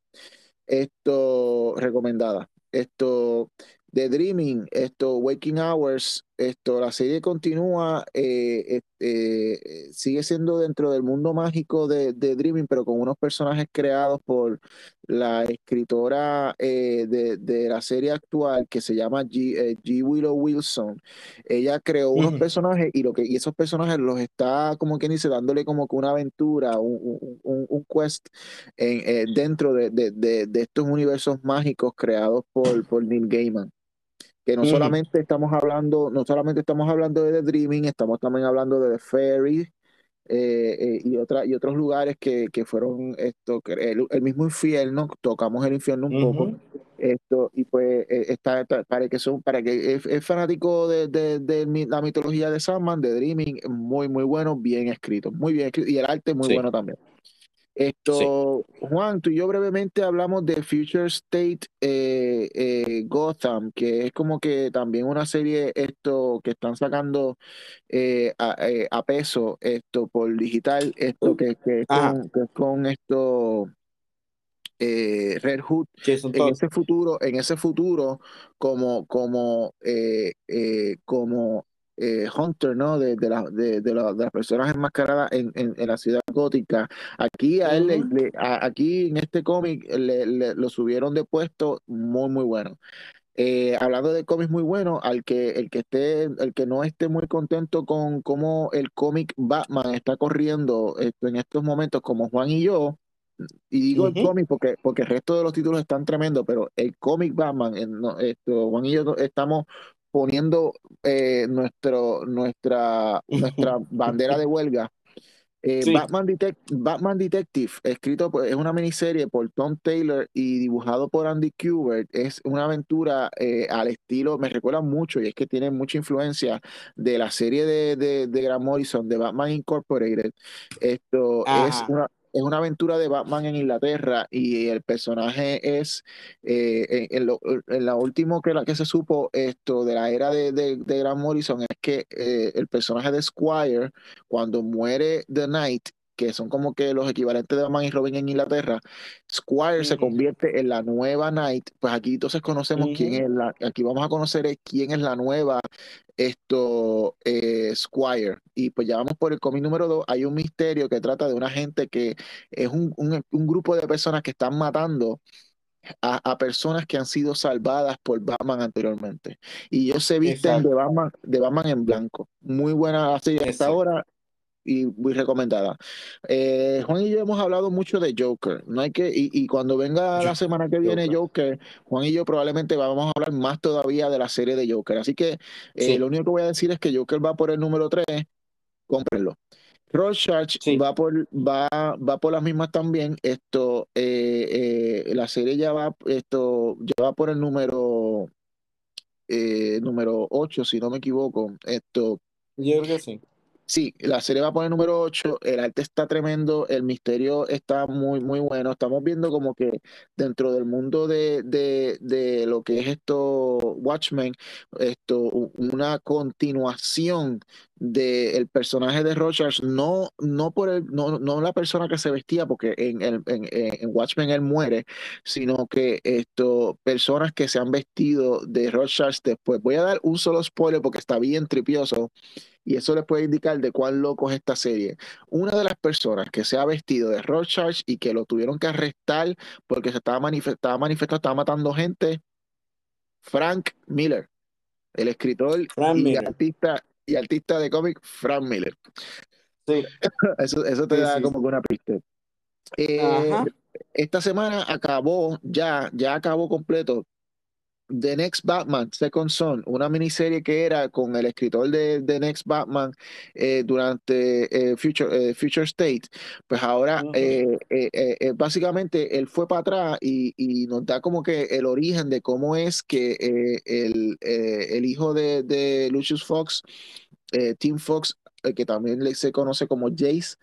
Esto, recomendada. Esto, The Dreaming, esto, Waking Hours, esto, la serie continúa, eh, este, eh, sigue siendo dentro del mundo mágico de, de Dreaming, pero con unos personajes creados por la escritora eh, de, de la serie actual que se llama G, eh, G. Willow Wilson. Ella creó unos Ujú, personajes y, lo que, y esos personajes los está, como quien dice, dándole como que una aventura, un, un, un un quest en, eh, dentro de, de- de- de estos universos mágicos creados por, por Neil Gaiman. Que no ujú, solamente estamos hablando, no solamente estamos hablando de The Dreaming, estamos también hablando de The Fairy eh, eh, y, otra, y otros lugares que, que fueron esto, que el, el mismo infierno, tocamos el infierno un poco. ujú. Esto, y pues eh, está, está- para que son, para que es, es fanático de, de- de mi- la mitología de Sandman, de Dreaming, muy, muy bueno, bien escrito, muy bien escrito, y el arte muy Sí, bueno también. sí. Esto, Juan, tú y yo brevemente hablamos de Future State eh, eh, Gotham, que es como que también una serie esto que están sacando eh, a, eh, a peso esto por digital, esto que, que es Ajá. con, que es con esto eh, Red Hood Jason en Todd. ese futuro, en ese futuro como, como, eh, eh, como eh, Hunter, ¿no? De, de, la- de, de la- de las personas enmascaradas en, en, en la ciudad gótica. Aquí a él, le- Ujú, le- a- aquí en este cómic le, le- lo subieron de puesto muy, muy bueno. Eh, hablando de cómics muy buenos, al que el que esté, el que no esté muy contento con cómo el cómic Batman está corriendo esto, en estos momentos, como Juan y yo, y digo el ujú, cómic porque, porque el resto de los títulos están tremendos, pero el cómic Batman, eh, no, esto, Juan y yo no- estamos poniendo eh, nuestro, nuestra, nuestra ujú. bandera de huelga. Eh, Sí. Batman, Detec- Batman Detective, escrito por- es una miniserie por Tom Taylor y dibujado por Andy Kubert. Es una aventura eh, al estilo, me recuerda mucho, y es que tiene mucha influencia de la serie de, de, de Grant Morrison, de Batman Incorporated. Esto es Ajá. una, es una aventura de Batman en Inglaterra y el personaje es, eh, en, en lo, en la último que, la, que se supo esto de la era de, de, de Grant Morrison es que eh, el personaje de Squire cuando muere The Knight, que son como que los equivalentes de Batman y Robin en Inglaterra, Squire se Ujú, convierte en la nueva Knight. Pues aquí entonces conocemos quién ujú. es la, aquí vamos a conocer es quién es la nueva esto eh, Squire. Y pues ya vamos por el cómic número dos. Hay un misterio que trata de una gente que es un, un, un grupo de personas que están matando a, a personas que han sido salvadas por Batman anteriormente. Y ellos se visten de Exacto, Batman, de Batman en blanco. Muy buena serie hasta exacto. ahora y muy recomendada. Eh, Juan y yo hemos hablado mucho de Joker. No hay que, y, y cuando venga Yo, la semana que viene Joker. Joker, Juan y yo probablemente vamos a hablar más todavía de la serie de Joker. Así que eh, lo Sí, único que voy a decir es que Joker va por el número tres, cómprenlo. Rorschach sí. va por, va, va por las mismas también. Esto, eh, eh, la serie ya va, esto, ya va por el número, eh, número ocho si no me equivoco. Esto, Yo creo que sí. sí, la serie va por el número ocho, el arte está tremendo, el misterio está muy, muy bueno. Estamos viendo como que dentro del mundo de, de, de lo que es esto, Watchmen, esto, u- una continuación del personaje de Rogers, no, no por el, no, no la persona que se vestía, porque en, el, en, en Watchmen él muere, sino que esto, personas que se han vestido de Rogers después. Voy a dar un solo spoiler porque está bien tripioso y eso les puede indicar de cuán loco es esta serie. Una de las personas que se ha vestido de Rorschach y que lo tuvieron que arrestar porque se estaba manifestando, manifestando, estaba matando gente, Frank Miller, el escritor Frank y Miller. artista y artista de cómic Frank Miller. Sí, Eso, eso te sí, da sí, como que sí. una pista. Eh, Ajá. esta semana acabó, ya, ya acabó completo The Next Batman, Second Son, una miniserie que era con el escritor de The Next Batman eh, durante eh, Future, eh, Future State, pues ahora Ujú. eh, eh, eh, eh, básicamente él fue para atrás y, y nos da como que el origen de cómo es que eh, el, eh, el hijo de, de Lucius Fox, eh, Tim Fox, eh, que también le- se conoce como Jace,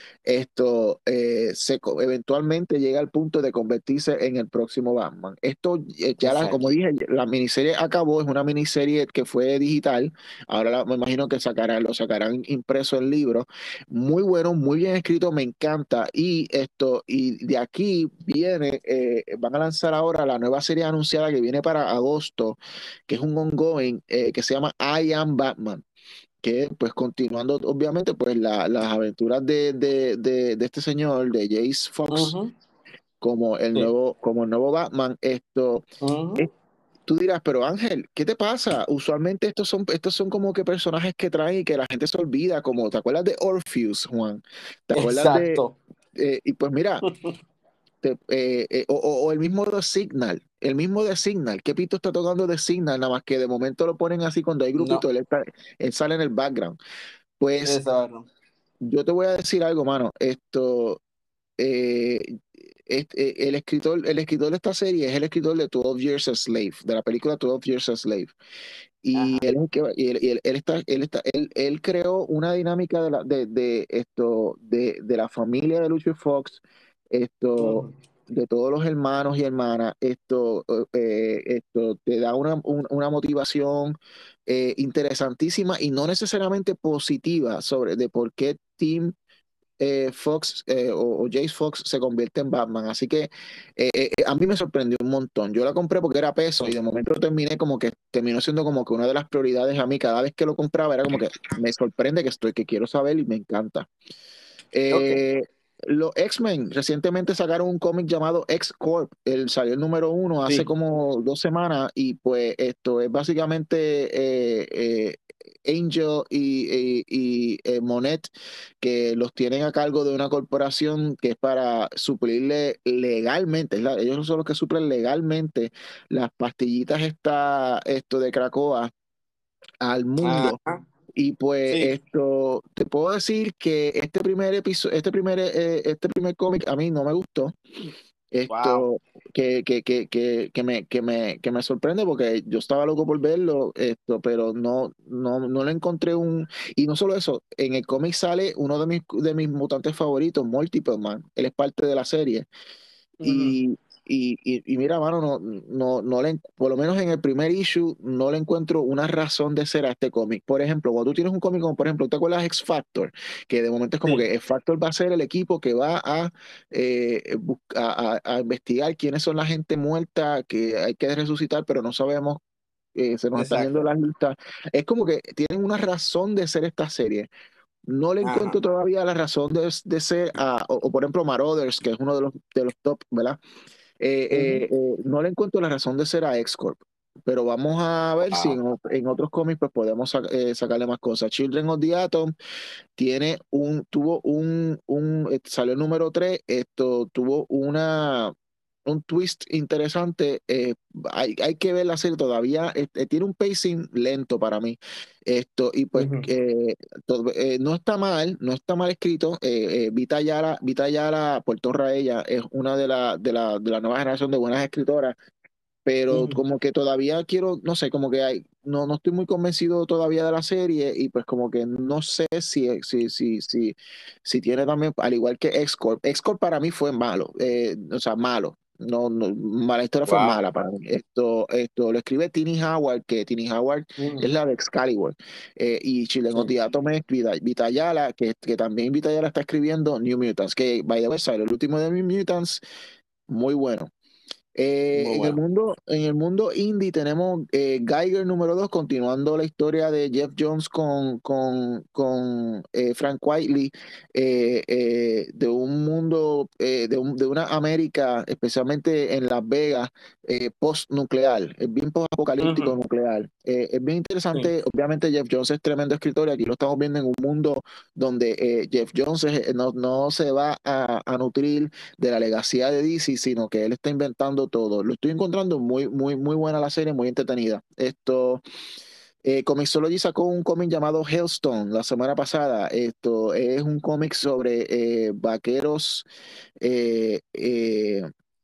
esto eh, se, co- eventualmente llega al punto de convertirse en el próximo Batman. Esto eh, ya, la, como Exacto. dije, la miniserie acabó, es una miniserie que fue digital, ahora la- me imagino que sacarán, lo sacarán impreso en libro. Muy bueno, muy bien escrito, me encanta. Y esto, y de aquí viene, eh, van a lanzar ahora la nueva serie anunciada que viene para agosto, que es un ongoing, eh, que se llama I Am Batman, que pues continuando obviamente pues la- las aventuras de, de, de, de este señor, de Jace Fox, Ujú. como el Sí. nuevo, como el nuevo Batman, esto, es- Ujú. tú dirás, pero Ángel, ¿qué te pasa? Usualmente estos son, estos son como que personajes que traen y que la gente se olvida, como, ¿te acuerdas de Orpheus, Juan? ¿Te acuerdas de, Exacto. eh, y pues mira, te- eh, eh, o, o- o el mismo de Signal, el mismo de Signal, ¿qué pito está tocando de Signal? Nada más que de momento lo ponen así cuando hay grupito, No, él, está- él sale en el background. Pues exacto. yo te voy a decir algo, mano. Esto, eh, este, eh, el escritor, el escritor de esta serie es el escritor de twelve Years a Slave, de la película twelve Years a Slave. Y Ajá. él, es el que- y él, y él- él está, él está, él, él creó una dinámica de la, de, de esto, de, de la familia de Lucio Fox, esto, Ujú. de todos los hermanos y hermanas, esto, eh, esto te da una, un- una motivación eh, interesantísima y no necesariamente positiva sobre de por qué Tim eh, Fox eh, o, o Jace Fox se convierte en Batman. Así que eh, eh, a mí me sorprendió un montón. Yo la compré porque era peso y Sí. de momento terminé como que terminó siendo como que una de las prioridades a mí. Cada vez que lo compraba era como que me sorprende que estoy, que quiero saber y me encanta. Ok. Eh, los X-Men recientemente sacaron un cómic llamado X-Corp. Él salió el número uno hace Sí. como dos semanas y pues esto es básicamente eh, eh, Angel y, y- y, eh, Monet que los tienen a cargo de una corporación que es para suplirle legalmente, es la- ellos son los que suplen legalmente las pastillitas esta, esto de Cracoa al mundo. Ajá. Y pues Sí. esto, te puedo decir que este primer episodio, este primer, eh, este primer cómic a mí no me gustó. Wow. Esto que, que, que, que, que me, que me, que me sorprende porque yo estaba loco por verlo, esto, pero no, no, no le encontré un. Y no solo eso, en el cómic sale uno de mis, de mis mutantes favoritos, Multiple Man. Él es parte de la serie. Ujú. y, y, y mira, mano, no, no, no le, por lo menos en el primer issue, no le encuentro una razón de ser a este cómic. Por ejemplo, cuando tú tienes un cómic como, por ejemplo, ¿te acuerdas de X Factor? Que de momento es como Sí, que X Factor va a ser el equipo que va a, eh, bus- a, a- a investigar quiénes son la gente muerta que hay que resucitar, pero no sabemos, eh, se nos están yendo exacto. las listas. Es como que tienen una razón de ser esta serie. No le encuentro Ajá. todavía la razón de, de ser, a- o, o por ejemplo, Marauders, que es uno de los, de los top, ¿verdad? Eh, Ujú. eh, eh, no le encuentro la razón de ser a X-Corp. Pero vamos a ver si Wow. en, o- en otros cómics pues podemos sa- eh, sacarle más cosas. Children of the Atom tiene un, tuvo un, un eh, salió el número tres, esto tuvo una, un twist interesante. Eh, hay, hay que ver la serie todavía, eh, eh, tiene un pacing lento para mí. Esto, y pues Ujú. eh, to- eh, no está mal, no está mal escrito. Eh, eh, Vita Yara, Vita Yara, Puerto ella es una de la, de la, de la nueva generación de buenas escritoras, pero Ujú. como que todavía quiero, no sé, como que hay, no, no estoy muy convencido todavía de la serie y pues como que no sé si, si, si, si, si tiene también, al igual que X-Corp, X-Corp para mí fue malo, eh, o sea, malo. No, no, mala historia fue Wow. mala para mí. Esto, esto lo escribe Tini Howard, que Tini Howard es Ujú. la de Excalibur. Eh, y Chilen Sí. Otiatome Vita- Vitayala, que, que también Vitayala está escribiendo New Mutants, que by the way, sale el último de New Mutants, muy bueno. Eh, Muy en el bueno. mundo, en el mundo indie tenemos eh, Geiger número dos, continuando la historia de Jeff Jones con, con, con eh, Frank Whiteley, eh, eh, de un mundo, eh, de, un- de una América, especialmente en Las Vegas, eh, post-nuclear, es bien post-apocalíptico Ujú. nuclear. Eh, es bien Sí. interesante, obviamente Jeff Jones es tremendo escritor y aquí lo estamos viendo en un mundo donde eh, Jeff Jones es- no, no se va a, a nutrir de la legacía de D C, sino que él está inventando todo. Lo estoy encontrando muy, muy, muy buena la serie, muy entretenida. Esto, eh, Comixology sacó un cómic llamado Hailstone la semana pasada. Esto es un cómic sobre eh, vaqueros eh, eh,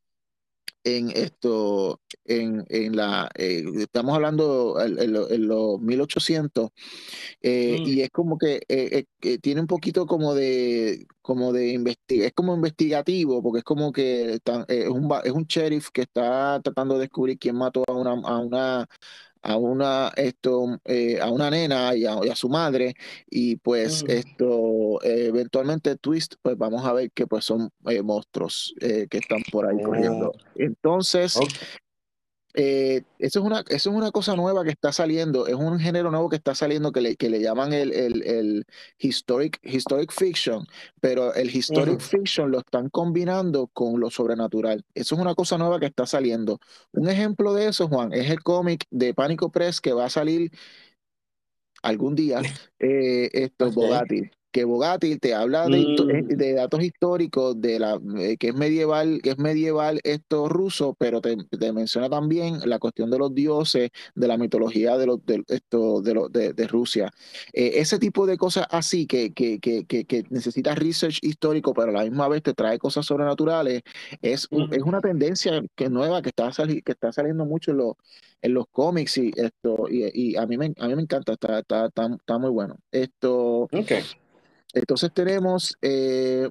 en esto, en, en la, eh, estamos hablando en, en lo- en los mil ochocientos. Eh, Mm. y es como que eh, eh, que tiene un poquito como de como de investiga, es como investigativo, porque es como que están- eh, es un va- es un sheriff que está tratando de descubrir quién mató a una a una a una esto eh, a una nena y a, y a su madre, y pues Mm. esto eh, eventualmente twist, pues vamos a ver que pues son eh, monstruos eh, que están por ahí Oh, corriendo. Entonces ok. eh, eso es una, eso es una cosa nueva que está saliendo, es un género nuevo que está saliendo que le, que le llaman el, el, el historic, historic fiction, pero el historic Ujú. fiction lo están combinando con lo sobrenatural. Eso es una cosa nueva que está saliendo. Un ejemplo de eso, Juan, es el cómic de Pánico Press que va a salir algún día, eh, esto, Ok. Bogatti, que Bogatti te habla de, histo- eh, Mm. de datos históricos de la eh, que es medieval, que es medieval esto ruso, pero te, te menciona también la cuestión de los dioses, de la mitología de los de, esto, de, los de, de Rusia. Eh, ese tipo de cosas así que, que, que, que, que necesitas research histórico, pero a la misma vez te trae cosas sobrenaturales, es, un- es Ujú. una tendencia que es nueva que está, sali- que está saliendo mucho en los en los cómics y esto y, y a mí me a mí me encanta, está, está, está, está muy bueno. Esto, Ok. entonces tenemos eh,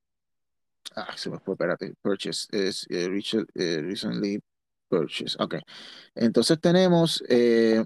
ah, se me fue, espérate, purchase es eh, Richard, eh, recently purchased. Ok. Entonces tenemos eh,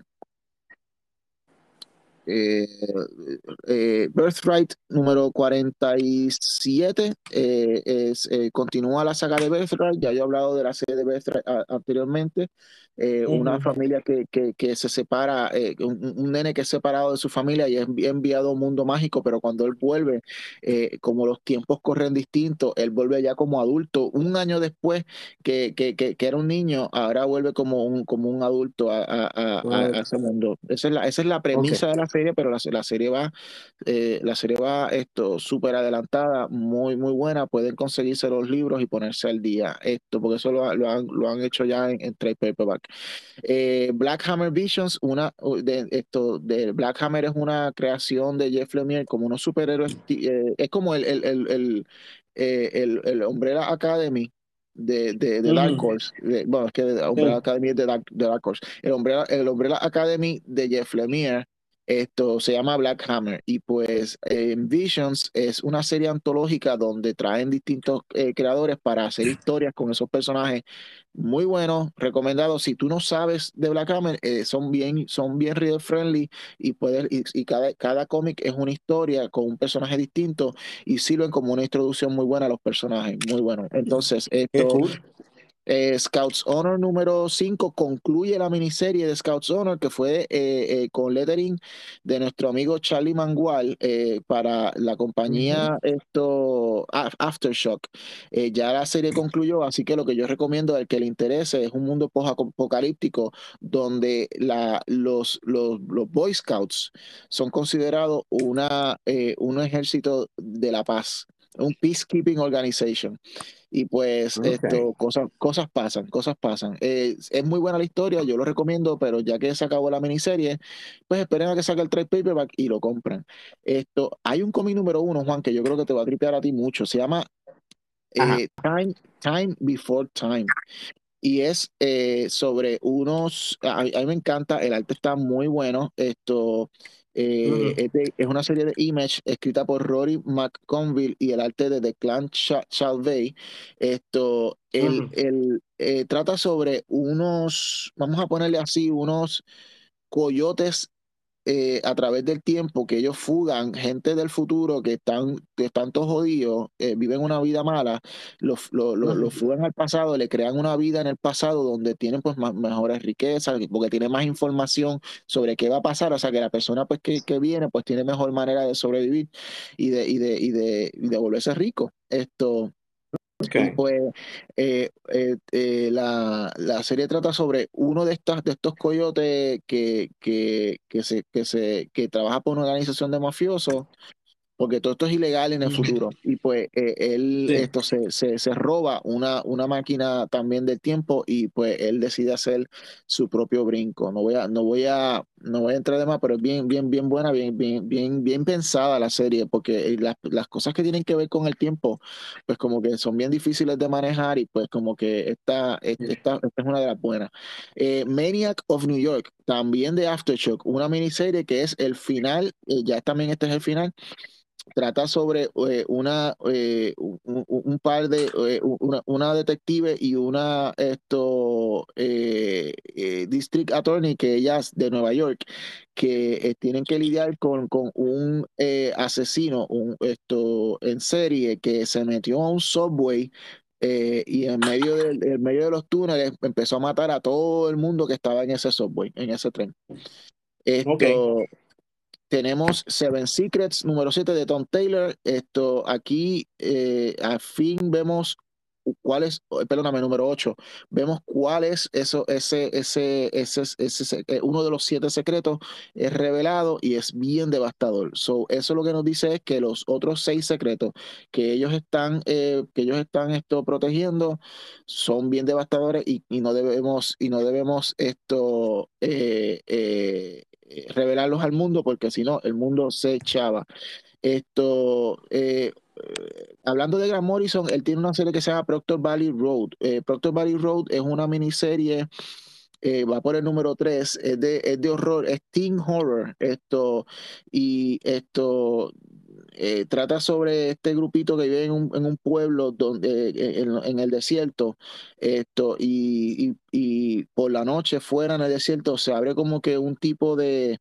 eh, eh, Birthright número cuarenta y siete, eh, es, eh, continúa la saga de Birthright. Ya yo he hablado de la serie de Birthright a- anteriormente. Eh, una Ujú. familia que, que, que se separa, eh, un, un nene que es separado de su familia y es envi- enviado a un mundo mágico, pero cuando él vuelve, eh, como los tiempos corren distintos, él vuelve ya como adulto. Un año después que, que, que, que era un niño, ahora vuelve como un, como un adulto a, a, a, a- a ese mundo. Esa es la, esa es la Ok. premisa de la serie, pero la, la serie va, eh, la serie va esto súper adelantada, muy, muy buena. Pueden conseguirse los libros y ponerse al día. Esto, porque eso lo, ha- lo han, lo han hecho ya en, en trade paperback. Eh, Black Hammer Visions, una de esto de Black Hammer es una creación de Jeff Lemire como unos superhéroes, ti- eh, es como el, el, el, el, eh, el, el Umbrella Academy de, de, de Dark Ujú. Horse. De- bueno, es que Umbrella Sí. Academy es de Dark, de Dark Horse. El Umbrella, el Umbrella Academy de Jeff Lemire Esto se llama Black Hammer y pues eh, Visions es una serie antológica donde traen distintos eh, creadores para hacer historias con esos personajes muy buenos, recomendados. Si tú no sabes de Black Hammer, eh, son bien, son bien reader friendly y puedes y, y cada, cada cómic es una historia con un personaje distinto y sirven como una introducción muy buena a los personajes, muy bueno. Entonces, Qué esto cool. eh, Scouts Honor número cinco concluye la miniserie de Scouts Honor que fue eh, eh, con lettering de nuestro amigo Charlie Mangual eh, para la Ujú. compañía esto Af- Aftershock. Eh, ya la serie concluyó, así que lo que yo recomiendo al que le interese es un mundo post-apocalíptico donde la, los, los, los Boy Scouts son considerados una, eh, un ejército de la paz, un peacekeeping organization. Y pues Okay. esto, cosas, cosas pasan, cosas pasan. Eh, es muy buena la historia, yo lo recomiendo, pero ya que se acabó la miniserie, pues esperen a que saque el trade paperback y lo compran. Esto, hay un cómic número uno, Juan, que yo creo que te va a tripear a ti mucho. Se llama Ajá. eh, Time, Time Before Time y es eh, sobre unos, a, a mí me encanta, el arte está muy bueno, esto eh, Ujú. es, de- es una serie de Image escrita por Rory McConville y el arte de Declan Cha- Shalvey, esto, el, Ujú. el, eh, trata sobre unos, vamos a ponerle así, unos coyotes eh, a través del tiempo que ellos fugan gente del futuro que están, que están todos jodidos, eh, viven una vida mala, los lo, lo, lo Ujú. fugan al pasado, le crean una vida en el pasado donde tienen pues más, mejores riquezas, porque tienen más información sobre qué va a pasar, o sea que la persona pues que, que viene pues tiene mejor manera de sobrevivir y de, y de, y de, y de volverse rico. Esto, y Okay. pues eh, eh, eh, la, la serie trata sobre uno de estos, de estos coyotes que, que, que, se, que, se, que trabaja por una organización de mafiosos porque todo esto es ilegal en el Ujú. futuro. Y pues eh, él Sí. esto se, se, se roba una, una máquina también del tiempo y pues él decide hacer su propio brinco. No voy a, no voy a, no voy a entrar de más, pero es bien, bien, bien buena, bien, bien, bien, bien pensada la serie, porque eh, las, las cosas que tienen que ver con el tiempo, pues como que son bien difíciles de manejar y pues como que esta, esta, esta esta es una de las buenas. Eh, Maniac of New York, también de Aftershock, una miniserie que es el final, eh, ya también este es el final trata sobre eh, una eh, un, un- un par de eh, una, una detective y una esto eh, eh, district attorney que ellas de Nueva York que eh, tienen que lidiar con, con un eh, asesino un esto en serie que se metió a un subway eh, y en medio del en medio de los túneles empezó a matar a todo el mundo que estaba en ese subway, en ese tren. Okay. Esto tenemos Seven Secrets número siete de Tom Taylor. Esto aquí, eh, al fin vemos cuál es, oh, perdóname, número ocho. Vemos cuál es eso, ese, ese, ese, ese, ese- eh, uno de los siete secretos es revelado y es bien devastador. So, eso lo que nos dice es que los otros seis secretos que ellos están, eh, que ellos están esto protegiendo son bien devastadores y, y no debemos, y no debemos esto eh, eh, eh, revelarlos al mundo porque si no, el mundo se echaba. Esto, eh, eh, hablando de Grant Morrison, él tiene una serie que se llama Proctor Valley Road. Eh, Proctor Valley Road es una miniserie, eh, va por el número tres, es de, es de horror, es teen horror. Esto, y esto eh, trata sobre este grupito que vive en un, en un pueblo donde, eh, en, en el desierto. Esto, y, y, y por la noche, fuera en el desierto, se abre como que un tipo de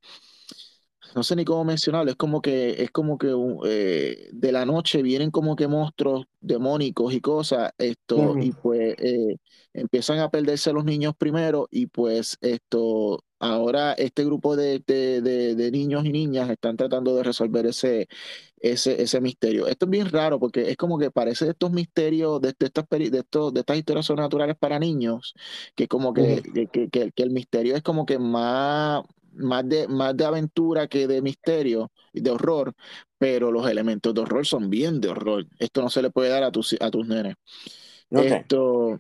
no sé ni cómo mencionarlo, es como que, es como que un, eh, de la noche vienen como que monstruos demónicos y cosas, esto, Ujú. y pues eh, empiezan a perderse los niños primero, y pues esto, ahora este grupo de, de, de- de niños y niñas están tratando de resolver ese, ese, ese misterio. Esto es bien raro porque es como que parece de estos misterios, de, de estas, peri- de estos, de estas historias sobrenaturales para niños, que como que, Ujú. que, que, que- que el misterio es como que más más de, más de aventura que de misterio y de horror, pero los elementos de horror son bien de horror. Esto no se le puede dar a tus, a tus nenes. Okay. Esto,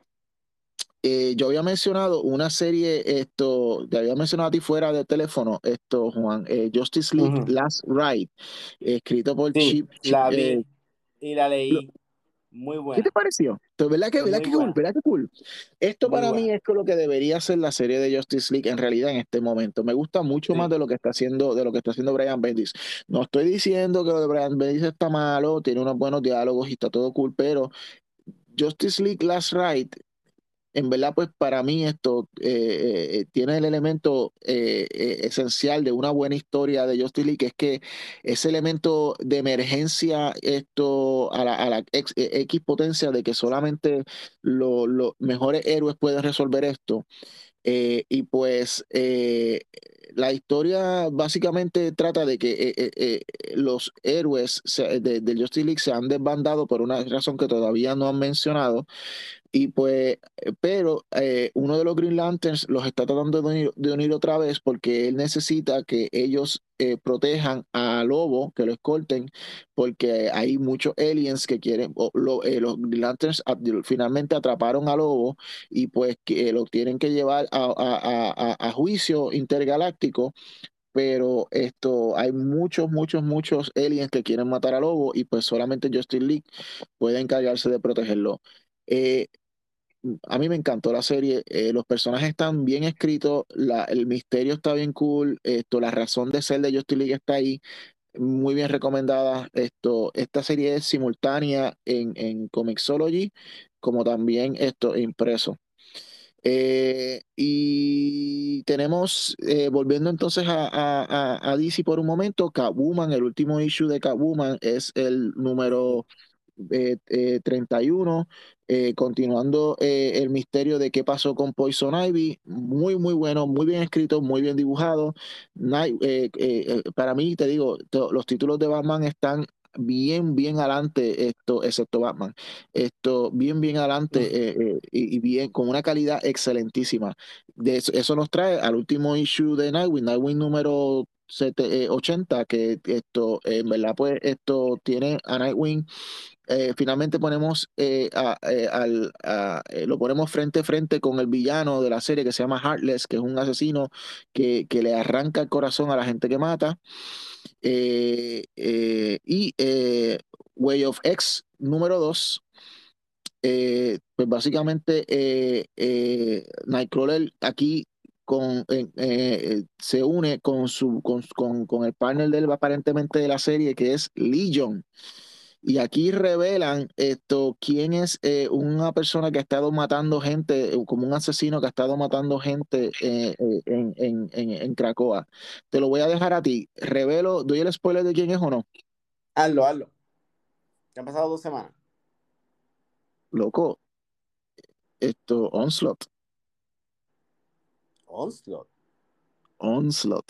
eh, yo había mencionado una serie, esto, te había mencionado a ti fuera del teléfono, esto, Juan, eh, Justice League Ujú. Last Ride, escrito por Sí, Chip, Chip la eh, vi y la leí. Muy ¿Qué te buena, pareció? Entonces, ¿verdad que, verdad muy que cool? buena, ¿Verdad que cool? Esto muy para mí buena. es lo que debería ser la serie de Justice League en realidad en este momento. Me gusta mucho más Sí. de lo que está haciendo, de lo que está haciendo Brian Bendis. No estoy diciendo que lo de Brian Bendis está malo, tiene unos buenos diálogos y está todo cool, pero Justice League Last Ride, en verdad, pues para mí esto eh, eh, tiene el elemento eh, eh, esencial de una buena historia de Justice League, que es que ese elemento de emergencia, esto a la, a la ex- eh, X potencia de que solamente lo- los mejores héroes pueden resolver esto. Eh, y pues eh, la historia básicamente trata de que eh, eh, eh, los héroes se- de, de Justice League se han desbandado por una razón que todavía no han mencionado y pues, eh, pero eh, uno de los Green Lanterns los está tratando de unir, de unir otra vez porque él necesita que ellos eh, protejan a Lobo, que lo escolten, porque hay muchos aliens que quieren, o lo- eh, los Green Lanterns a- finalmente atraparon a Lobo y pues que, eh, lo tienen que llevar a, a- a- a- a juicio intergaláctico. Pero esto, hay muchos, muchos, muchos aliens que quieren matar a Lobo y pues solamente Justice League puede encargarse de protegerlo. Eh, a mí me encantó la serie, eh, los personajes están bien escritos, la- el misterio está bien cool, esto, la razón de ser de Justice League está ahí, muy bien recomendada. Esto, esta serie es simultánea en, en Comixology, como también esto impreso. Eh, y tenemos, eh, volviendo entonces a, a, a- a D C por un momento, Catwoman, el último issue de Catwoman es el número eh, eh, treinta y uno, eh, continuando eh, el misterio de qué pasó con Poison Ivy. Muy, muy bueno, muy bien escrito, muy bien dibujado. Night- eh, eh, eh, para mí, te digo, to- los títulos de Batman están bien, bien adelante, esto, excepto Batman. Esto, bien, bien adelante eh, eh, y, y bien, con una calidad excelentísima. De eso, eso nos trae al último issue de Nightwing, Nightwing número sete- eh, ochenta, que esto, eh, en verdad, pues esto tiene a Nightwing eh, finalmente ponemos eh, a- eh, al, a- eh, lo ponemos frente a frente con el villano de la serie que se llama Heartless, que es un asesino que, que le arranca el corazón a la gente que mata. Eh, eh, y eh, Way of X número dos, eh, pues básicamente eh, eh, Nightcrawler aquí con, eh, eh, se une con, su, con, con, con el partner de él aparentemente de la serie que es Legion. Y aquí revelan esto, quién es eh, una persona que ha estado matando gente, eh, como un asesino que ha estado matando gente eh, eh, en, en, en, en Cracoa. Te lo voy a dejar a ti. Revelo, ¿doy el spoiler de quién es o no? Hazlo, hazlo. Ya han pasado dos semanas. Loco, esto, Onslaught. Onslaught. Onslaught.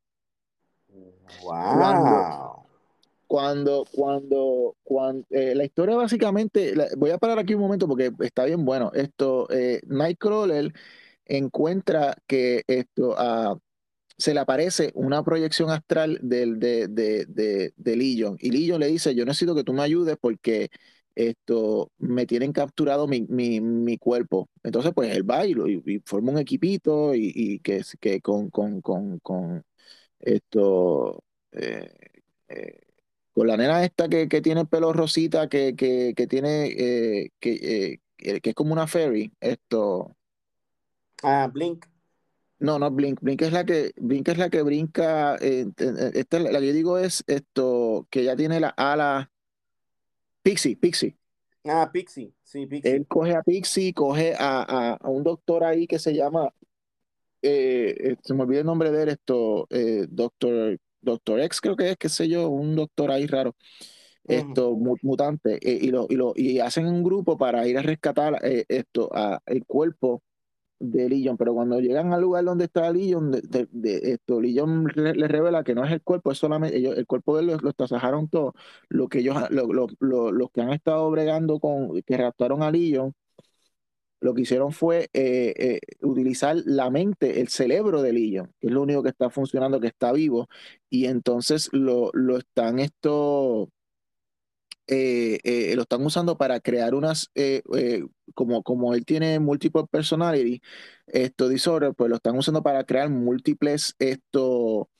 Cuando, Wow. cuando, cuando, cuando eh, la historia básicamente, la- voy a parar aquí un momento porque está bien bueno. Esto, eh, Nightcrawler encuentra que esto, ah, se le aparece una proyección astral del, de, de, de, de Legion. Y Legion le dice, yo necesito que tú me ayudes porque esto me tienen capturado mi, mi, mi cuerpo. Entonces, pues él va y, lo- y- y forma un equipito y, y que, que con, con, con, con esto, eh, eh, con la nena esta que, que tiene el pelo rosita, que, que, que tiene, eh, que, eh, que que es como una fairy, esto. Ah, Blink. No, no, Blink. Blink es la que, Blink es la que brinca. Eh, eh, esta, la que yo digo es esto, que ya tiene la ala. Pixie, Pixie. Ah, Pixie. Sí, Él Pixie. coge a Pixie, coge a, a- a un doctor ahí que se llama, eh, eh, se me olvidó el nombre de él, esto, eh, Doctor, Doctor X, creo que es, qué sé yo, un doctor ahí raro, Ujú. esto, mu- mutante, eh, y, lo, y, lo, y hacen un grupo para ir a rescatar eh, esto, a, el cuerpo de Legion, pero cuando llegan al lugar donde está Legion, de, de- de esto, Legion le, le revela que no es el cuerpo, es solamente ellos, el cuerpo de él lo, lo tasajaron todo, lo que ellos, lo, lo- lo- los que han estado bregando con, que raptaron a Legion, lo que hicieron fue eh, eh, utilizar la mente, el cerebro de Legion, que es lo único que está funcionando, que está vivo, y entonces lo, lo están esto eh, eh, lo están usando para crear unas, eh, eh, como, como él tiene multiple personality, esto disorder, pues lo están usando para crear múltiples esto,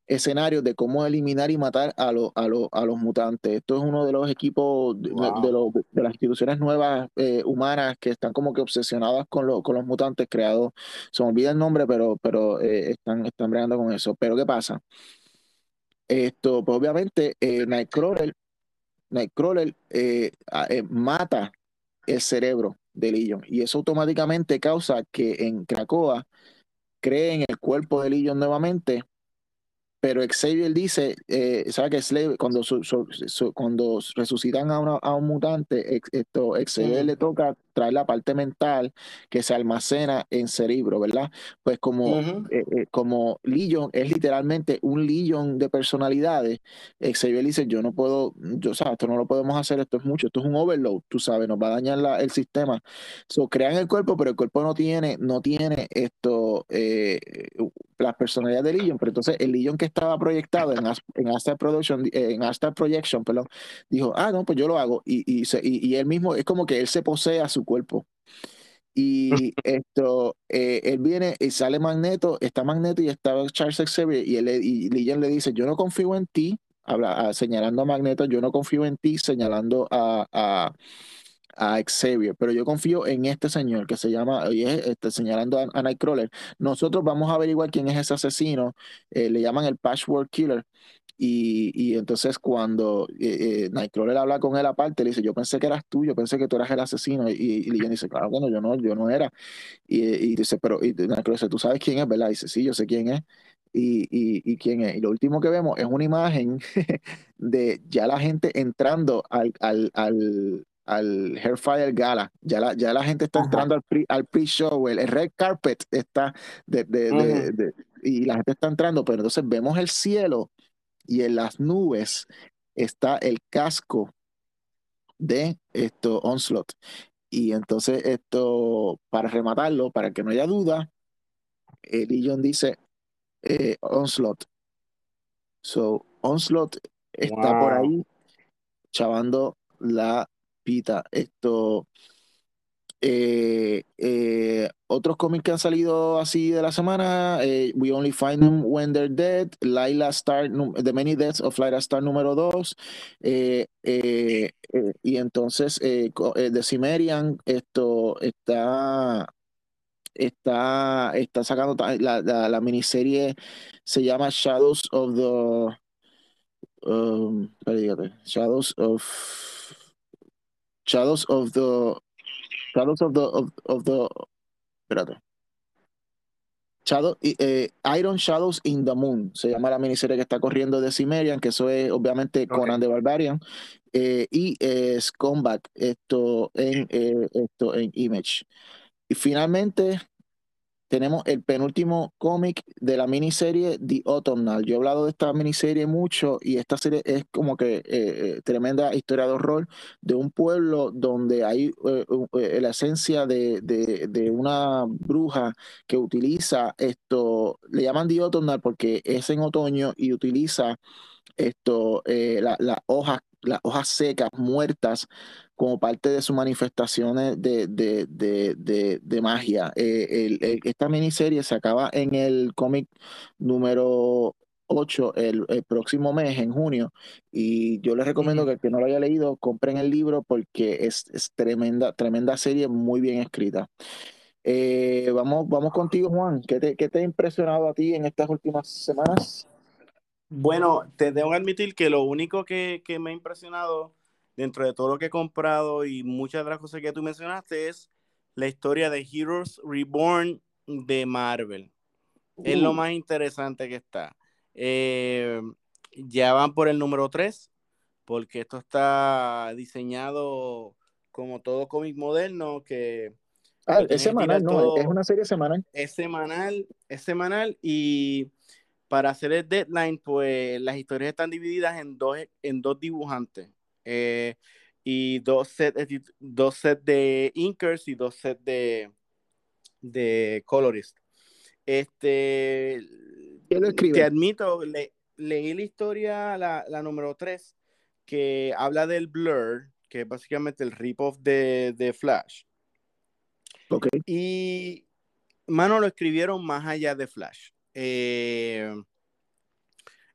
escenarios de cómo eliminar y matar a, los a, los a los mutantes. Esto es uno de los equipos de, Wow. de, los- de las instituciones nuevas eh, humanas que están como que obsesionadas con, lo- con los mutantes creados. Se me olvida el nombre, pero, pero eh, están, están bregando con eso. Pero ¿qué pasa? Esto, pues obviamente, eh, Nightcrawler, Nightcrawler eh, a- eh, mata el cerebro de Legion y eso automáticamente causa que en Krakoa creen el cuerpo de Legion nuevamente, pero Xavier dice, eh, ¿sabe que Slave, cuando, su- su- su- cuando resucitan a, una- a un mutante, ex- esto, Xavier Ujú, le toca traer la parte mental que se almacena en cerebro, ¿verdad? Pues como, ujú. eh, eh, como Legion es literalmente un Legion de personalidades, Xavier dice, yo no puedo, yo, o sea, esto no lo podemos hacer, esto es mucho, esto es un overload, tú sabes, nos va a dañar la- el sistema. So, crean el cuerpo, pero el cuerpo no tiene, no tiene esto, eh, las personalidades de Legion, pero entonces el Legion que estaba proyectado en, As- en Astar Production, eh, en Astar Projection, perdón, dijo, ah, no, pues yo lo hago. Y, y, se- y, y él mismo, es como que él se posee a su cuerpo. Y esto, eh, él viene y sale Magneto, está Magneto y está Charles Xavier, y, él, le- y Legion le dice, yo no confío en ti, habla, a- señalando a Magneto, yo no confío en ti, señalando a, a, a Xavier, pero yo confío en este señor que se llama, y es, este, señalando a, a Nightcrawler. Nosotros vamos a averiguar quién es ese asesino, eh, le llaman el Patchwork Killer. Y, y entonces cuando eh, eh, Nightcrawler habla con él aparte, le dice, yo pensé que eras tú, yo pensé que tú eras el asesino. Y, y Legion dice, claro que no, yo no, yo no era. Y, y dice, pero y Nightcrawler dice, ¿tú sabes quién es, verdad? Y dice, sí, yo sé quién es. Y, y, y quién es. Y lo último que vemos es una imagen de ya la gente entrando al, al, al, al Hairfire Gala. Ya la, ya la gente está Ajá. entrando al pre, al pre-show, el, el red carpet está de, de, de, Ujú. de- y la gente está entrando, pero entonces vemos el cielo y en las nubes está el casco de esto Onslaught. Y entonces esto, para rematarlo, para que no haya duda, eh, Legion dice eh, Onslaught. So, Onslaught está por Wow. ahí chavando la pita. Esto, eh, eh, otros cómics que han salido así de la semana, eh, We Only Find Them When They're Dead, Laila Star, num- The Many Deaths of Laila Star número dos, eh, eh, eh, y entonces eh, co- eh, The Cimmerian, esto está, está, está sacando ta- la, la, la miniserie, se llama Shadows of the, um, espérate, Shadows of Shadows of the Shadows of the of, of the espérate. Shadow, eh, Iron Shadows in the Moon se llama la miniserie que está corriendo de Cimmerian, que eso es obviamente Conan Ok. the Barbarian, eh, y eh, Scumbag, esto en, eh, esto en Image. Y finalmente tenemos el penúltimo cómic de la miniserie The Autumnal. Yo he hablado de esta miniserie mucho y esta serie es como que eh, eh, tremenda historia de horror de un pueblo donde hay eh, eh, la esencia de, de- de una bruja que utiliza esto, le llaman The Autumnal porque es en otoño y utiliza esto, eh, la- las hojas, las hojas secas, muertas, como parte de sus manifestaciones de, de, de, de, de magia. Eh, el- el- esta miniserie se acaba en el cómic número ocho el, el próximo mes, en junio, y yo les recomiendo que Ujú. el que no lo haya leído, compren el libro porque es, es tremenda, tremenda serie, muy bien escrita. Eh, vamos, vamos contigo, Juan. ¿Qué te, qué te ha impresionado a ti en estas últimas semanas? Bueno, te debo admitir que lo único que, que me ha impresionado dentro de todo lo que he comprado y muchas de las cosas que tú mencionaste es la historia de Heroes Reborn de Marvel. Es lo Uh, más interesante que está. Eh, ya van por el número tres, porque esto está diseñado como todo cómic moderno, que ah, lo es tienes que semanal, tirar ¿no? Es todo, una serie semanal. es semanal, es semanal y para hacer el deadline, pues las historias están divididas en dos, en dos dibujantes eh, y dos sets dos set de inkers y dos sets de, de colorists. Este, ¿Quién lo te escribe? admito, le, leí la historia, la, la número tres, que habla del Blur, que es básicamente el rip-off de, de Flash. Ok. Y, mano, lo escribieron más allá de Flash. Eh,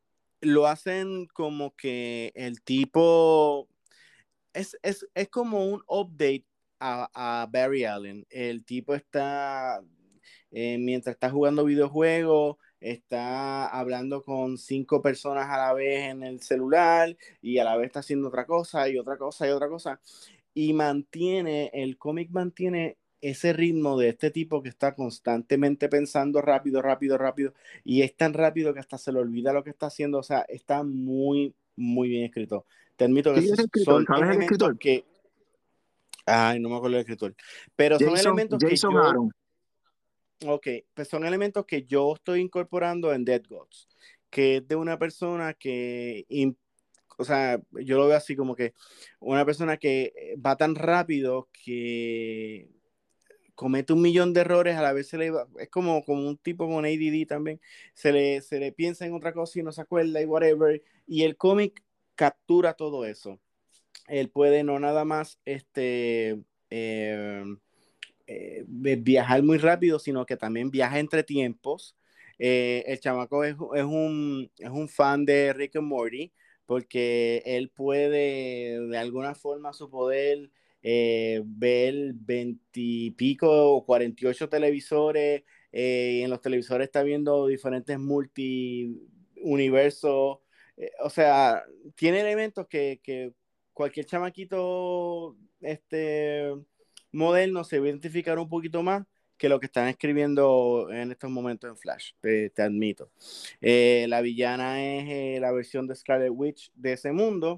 lo hacen como que el tipo es, es, es como un update a, a Barry Allen. El tipo está, eh, mientras está jugando videojuegos, está hablando con cinco personas a la vez en el celular y a la vez está haciendo otra cosa y otra cosa y otra cosa. Y mantiene, el cómic mantiene ese ritmo de este tipo que está constantemente pensando rápido, rápido, rápido, y es tan rápido que hasta se le olvida lo que está haciendo. O sea, está muy, muy bien escrito. Te admito que ¿Quién es el escritor? son ¿Sabes el elementos escritor? que, ay, no me acuerdo del escritor, pero son Jason, elementos que Jason yo, Aaron. ok, pues son elementos que yo estoy incorporando en Dead Gods, que es de una persona que, o sea, yo lo veo así como que una persona que va tan rápido que comete un millón de errores, a la vez se le va, es como, como un tipo con A D D también, se le, se le piensa en otra cosa y no se acuerda y whatever, y el cómic captura todo eso. Él puede no nada más este, eh, eh, viajar muy rápido, sino que también viaja entre tiempos. Eh, el chamaco es, es, un, es un fan de Rick and Morty, porque él puede, de alguna forma, su poder, eh, ver veintipico o cuarenta y ocho televisores, eh, y en los televisores está viendo diferentes multi-universos. Eh, o sea, tiene elementos que, que cualquier chamaquito este, moderno se va a identificar un poquito más que lo que están escribiendo en estos momentos en Flash, te, te admito. Eh, la villana es eh, la versión de Scarlet Witch de ese mundo.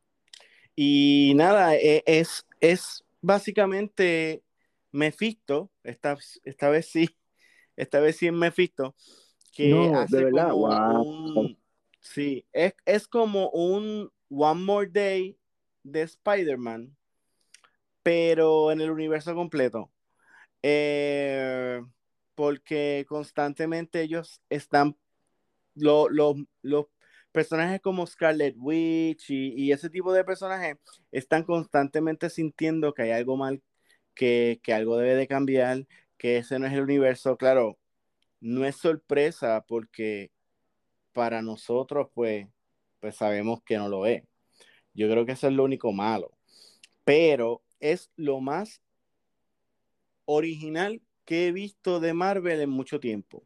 Y nada, eh, es, es básicamente Mephisto, esta, esta vez sí, esta vez sí es Mephisto, que No, de hace verdad, como wow. un, sí, es, es como un One More Day de Spider-Man, pero en el universo completo. Eh, porque constantemente ellos están, los lo, lo personajes como Scarlet Witch y, y, ese tipo de personajes están constantemente sintiendo que hay algo mal, que, que algo debe de cambiar, que ese no es el universo. Claro, no es sorpresa porque para nosotros pues, pues sabemos que no lo es. Yo creo que eso es lo único malo, pero es lo más original que he visto de Marvel en mucho tiempo.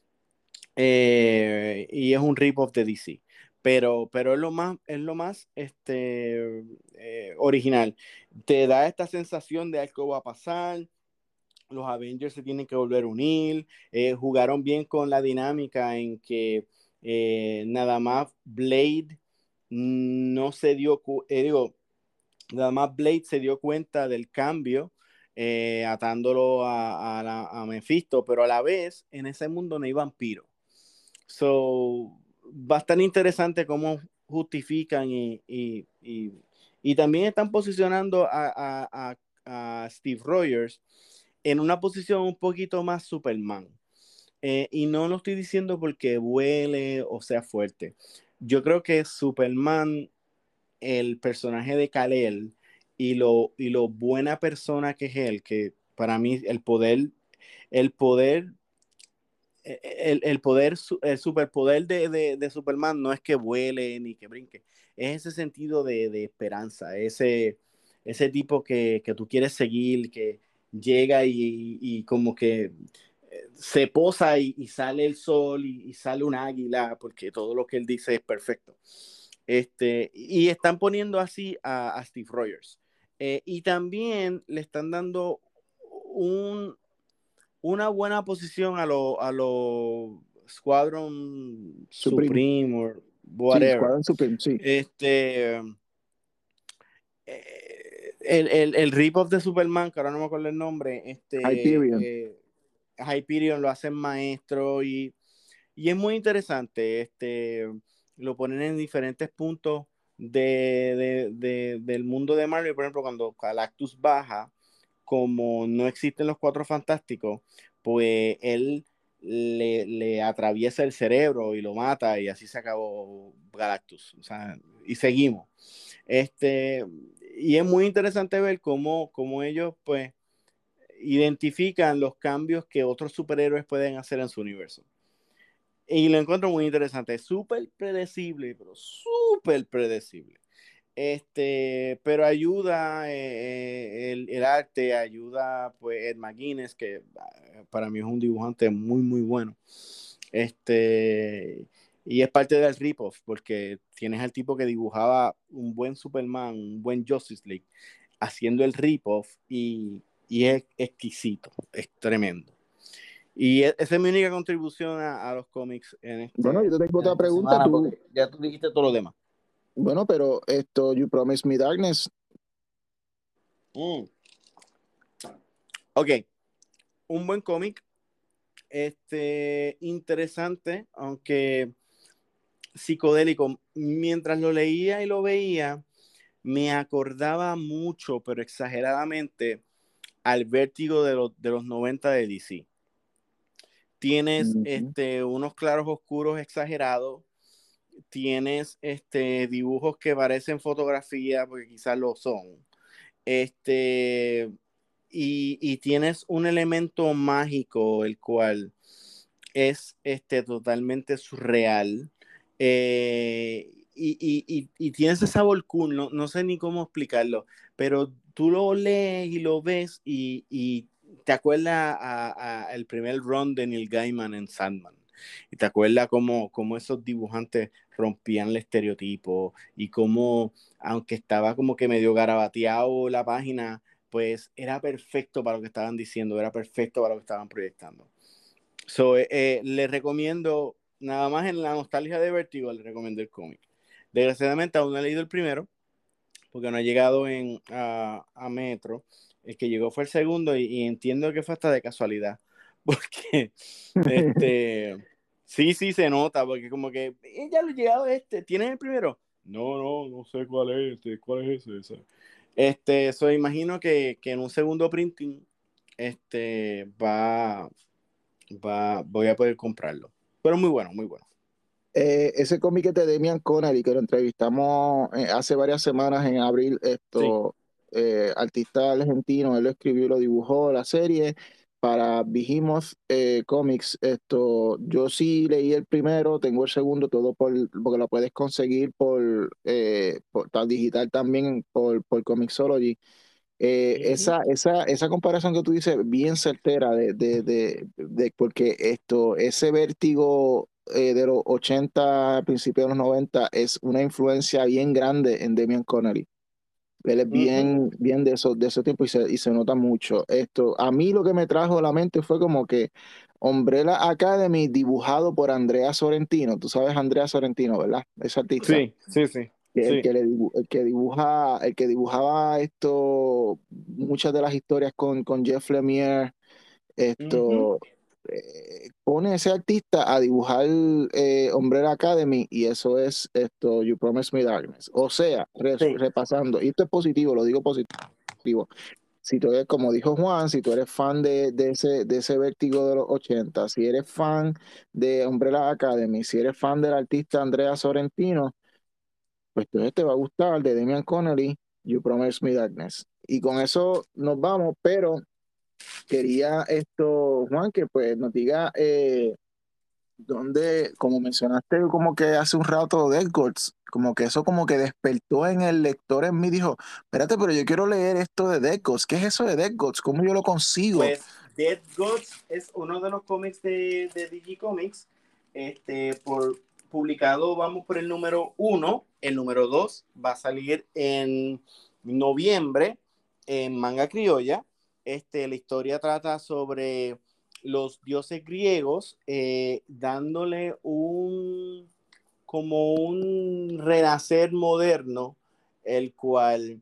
Eh, y es un rip-off de D C. Pero, pero es lo más, es lo más este, eh, original. Te da esta sensación de algo va a pasar. Los Avengers se tienen que volver a unir. Eh, jugaron bien con la dinámica en que eh, nada más Blade no se dio, eh, digo, nada más Blade se dio cuenta del cambio, eh, atándolo a, a, la, a Mephisto, pero a la vez en ese mundo no hay vampiros. So, va a estar interesante cómo justifican y, y, y, y también están posicionando a, a, a, a Steve Rogers en una posición un poquito más Superman. Eh, y no lo estoy diciendo porque vuele o sea fuerte. Yo creo que Superman, el personaje de Kal-El y lo, y lo buena persona que es él, que para mí el poder, el poder el, el poder, el superpoder de, de, de, Superman no es que vuele ni que brinque, es ese sentido de, de esperanza, ese, ese tipo que, que, tú quieres seguir, que llega y, y como que se posa y, y sale el sol y, y sale un águila, porque todo lo que él dice es perfecto. Este, y están poniendo así a, a Steve Rogers. Eh, y también le están dando un, una buena posición a los a lo Squadron Supreme. Supreme o Sí, whatever. Squadron Supreme, sí. Este, eh, el, el, el rip-off de Superman, que ahora no me acuerdo el nombre, este, Hyperion. eh, Hyperion lo hacen maestro y, y es muy interesante. Este, lo ponen en diferentes puntos de, de, de, del mundo de Marvel. Por ejemplo, cuando Galactus baja, como no existen los Cuatro Fantásticos, pues él le, le atraviesa el cerebro y lo mata y así se acabó Galactus. O sea, y seguimos. Este, y es muy interesante ver cómo, cómo ellos pues identifican los cambios que otros superhéroes pueden hacer en su universo. Y lo encuentro muy interesante. Es súper predecible, pero súper predecible. Este, pero ayuda eh, el, el arte, ayuda pues Ed McGuinness, que para mí es un dibujante muy, muy bueno. Este, y es parte del rip-off, porque tienes al tipo que dibujaba un buen Superman, un buen Justice League, haciendo el rip-off y, y es exquisito, es tremendo. Y esa es mi única contribución a, a los cómics en, Bueno, este, yo te tengo en otra esta pregunta, semana, tú. porque ya tú dijiste todo lo demás. Bueno, pero esto, You Promise Me Darkness. Mm. Ok, un buen cómic, este, interesante, aunque psicodélico. Mientras lo leía y lo veía, me acordaba mucho, pero exageradamente, al Vértigo de, lo, de los noventa de D C. Tienes Uh-huh. este, unos claros oscuros exagerados, tienes este, dibujos que parecen fotografía, porque quizás lo son. Este, y, y tienes un elemento mágico, el cual es este, totalmente surreal. Eh, y, y, y, y tiene ese sabor cool, no, no sé ni cómo explicarlo, pero tú lo lees y lo ves y, y te acuerdas a, a el primer run de Neil Gaiman en Sandman. Y te acuerdas cómo, cómo esos dibujantes rompían el estereotipo y cómo, aunque estaba como que medio garabateado la página, pues era perfecto para lo que estaban diciendo, era perfecto para lo que estaban proyectando. So, eh, eh, les recomiendo, nada más en la nostalgia de Vertigo, les recomiendo el cómic. Desgraciadamente aún no he leído el primero, porque no ha llegado en, a, a Metro. El que llegó fue el segundo y, y entiendo que fue hasta de casualidad, porque este, sí, sí se nota, porque como que eh, ya lo he llegado este, ¿tienes el primero? No, no, no sé cuál es este, cuál es ese. ese. Este, so, imagino que, que en un segundo printing este, va, va, voy a poder comprarlo. Pero muy bueno, muy bueno. Eh, ese cómic de Damian Connery, que lo entrevistamos eh, hace varias semanas en abril, Sí. esto, eh, artista argentino, él lo escribió y lo dibujó la serie para Behemoth eh, Comics. Esto, yo sí leí el primero, tengo el segundo, todo por, porque lo puedes conseguir por, eh, por tal digital también por, por Comixology. Eh, Uh-huh. esa, esa, esa comparación que tú dices, bien certera, de, de, de, de- porque esto, ese vértigo eh, de los ochenta principios de los noventa es una influencia bien grande en Damian Connery. Él es Uh-huh. bien, bien de esos, de esos tiempos y se, y se nota mucho. Esto, a mí lo que me trajo a la mente fue como que Umbrella Academy dibujado por Andrea Sorrentino. Tú sabes Andrea Sorrentino, ¿verdad? Ese artista Sí, sí, sí, que el sí. que le dibu- el que dibuja, el que dibujaba esto, muchas de las historias con, con Jeff Lemire, Uh-huh. esto eh, pone a ese artista a dibujar eh, Umbrella Academy y eso es esto, You Promise Me Darkness. O sea, re- Sí. repasando, y esto es positivo, lo digo positivo. Si tú eres, como dijo Juan, si tú eres fan de, de ese, de ese vértigo de los ochenta, si eres fan de Umbrella Academy, si eres fan del artista Andrea Sorrentino, pues entonces te va a gustar de Damian Connolly, You Promise Me Darkness. Y con eso nos vamos, pero quería esto, Juan, que pues nos diga eh, dónde, como mencionaste como que hace un rato Death Gods, como que eso como que despertó en el lector en mí, dijo, espérate, pero yo quiero leer esto de Death Gods, ¿qué es eso de Death Gods? ¿Cómo yo lo consigo? Pues Dead Gods es uno de los cómics de, de D C Comics. Este, por, publicado, vamos por el número uno. El número dos va a salir en noviembre en Manga Criolla. Este, la historia trata sobre los dioses griegos eh, dándole un como un renacer moderno, el cual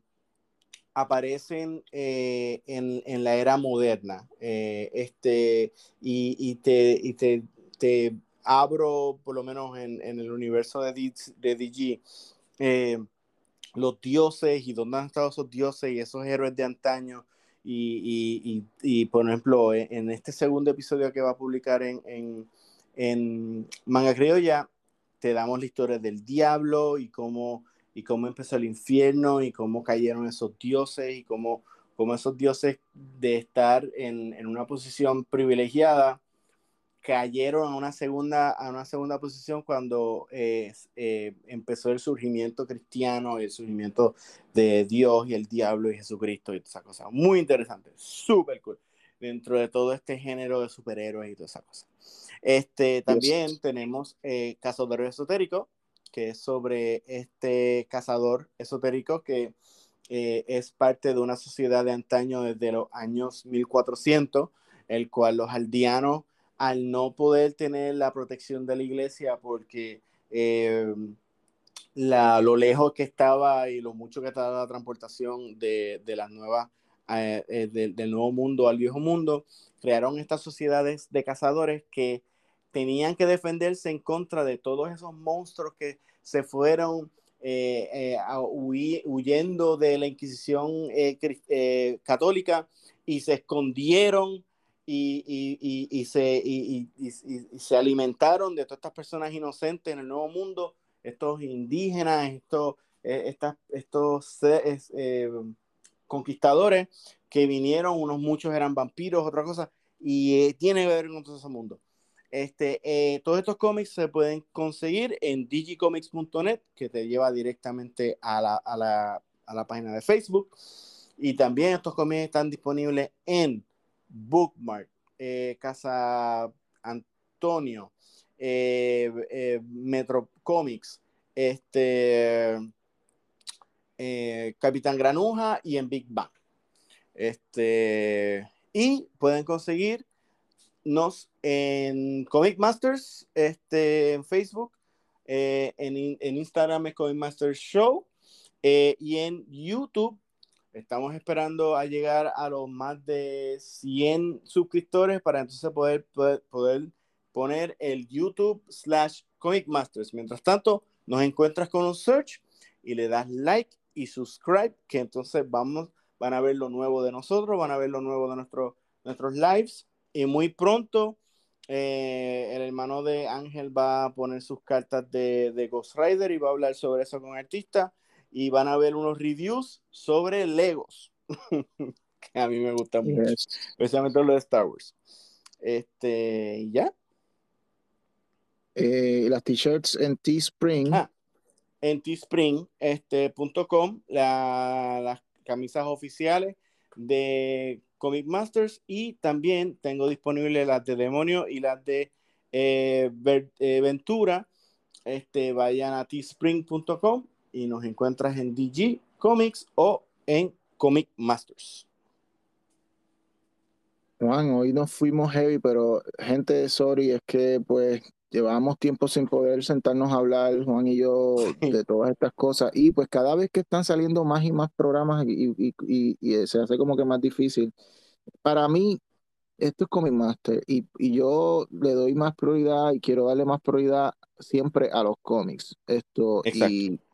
aparecen eh, en, en, la era moderna. Eh, este, y, y, te, y te, te, abro, por lo menos en, en el universo de, D, de D G, eh, los dioses y dónde han estado esos dioses y esos héroes de antaño. Y, y, y, y por ejemplo, en este segundo episodio que va a publicar en, en, en Manga Criolla, te damos la historia del diablo y cómo, y cómo empezó el infierno y cómo cayeron esos dioses y cómo, cómo esos dioses de estar en, en una posición privilegiada cayeron a una segunda, a una segunda posición cuando eh, eh, empezó el surgimiento cristiano, el surgimiento de Dios y el diablo y Jesucristo y todas esas cosas. Muy interesante, súper cool, dentro de todo este género de superhéroes y todas esas cosas. Este, también Yes. tenemos eh, Cazadores Esotéricos, que es sobre este cazador esotérico que eh, es parte de una sociedad de antaño desde los años mil cuatrocientos, el cual los aldeanos, al no poder tener la protección de la iglesia porque eh, la, lo lejos que estaba y lo mucho que estaba la transportación de, de las nuevas, eh, eh, de, del nuevo mundo al viejo mundo, crearon estas sociedades de cazadores que tenían que defenderse en contra de todos esos monstruos que se fueron eh, eh, a huir, huyendo de la Inquisición eh, eh, católica y se escondieron y, y, y, y, se, y, y, y, y se alimentaron de todas estas personas inocentes en el nuevo mundo, estos indígenas, estos, eh, estas, estos eh, conquistadores que vinieron, unos muchos eran vampiros, otra cosa, y eh, tiene que ver con todo ese mundo. Este, eh, todos estos cómics se pueden conseguir en digicomics punto net, que te lleva directamente a la, a la, a la página de Facebook. Y también estos cómics están disponibles en Bookmark, eh, Casa Antonio, eh, eh, Metro Comics, este, eh, Capitán Granuja y en Big Bang. Este, y pueden conseguir nos en Comic Masters, este, en Facebook, eh, en, en Instagram es Comic Masters Show, eh, y en YouTube estamos esperando a llegar a los más de cien suscriptores para entonces poder, poder, poder poner el YouTube slash Comic Masters. Mientras tanto, nos encuentras con un search y le das like y subscribe, que entonces vamos, van a ver lo nuevo de nosotros, van a ver lo nuevo de nuestro, nuestros lives. Y muy pronto eh, el hermano de Ángel va a poner sus cartas de, de Ghost Rider y va a hablar sobre eso con artistas. Y van a ver unos reviews sobre Legos, que a mí me gustan Yes. mucho, especialmente los de Star Wars. Este, ¿ya? Eh, las t-shirts en Teespring. Ah, en teespring punto com, este, la, las camisas oficiales de Comic Masters, y también tengo disponibles las de Demonio y las de eh, Ventura. Este, vayan a teespring punto com y nos encuentras en D G Comics o en Comic Masters. Juan, hoy nos fuimos heavy, pero gente, sorry, es que pues llevamos tiempo sin poder sentarnos a hablar, Juan y yo, de todas estas cosas. Y pues cada vez que están saliendo más y más programas y, y, y, y se hace como que más difícil. Para mí, esto es Comic Master y, y yo le doy más prioridad y quiero darle más prioridad siempre a los cómics. Esto, Exacto. y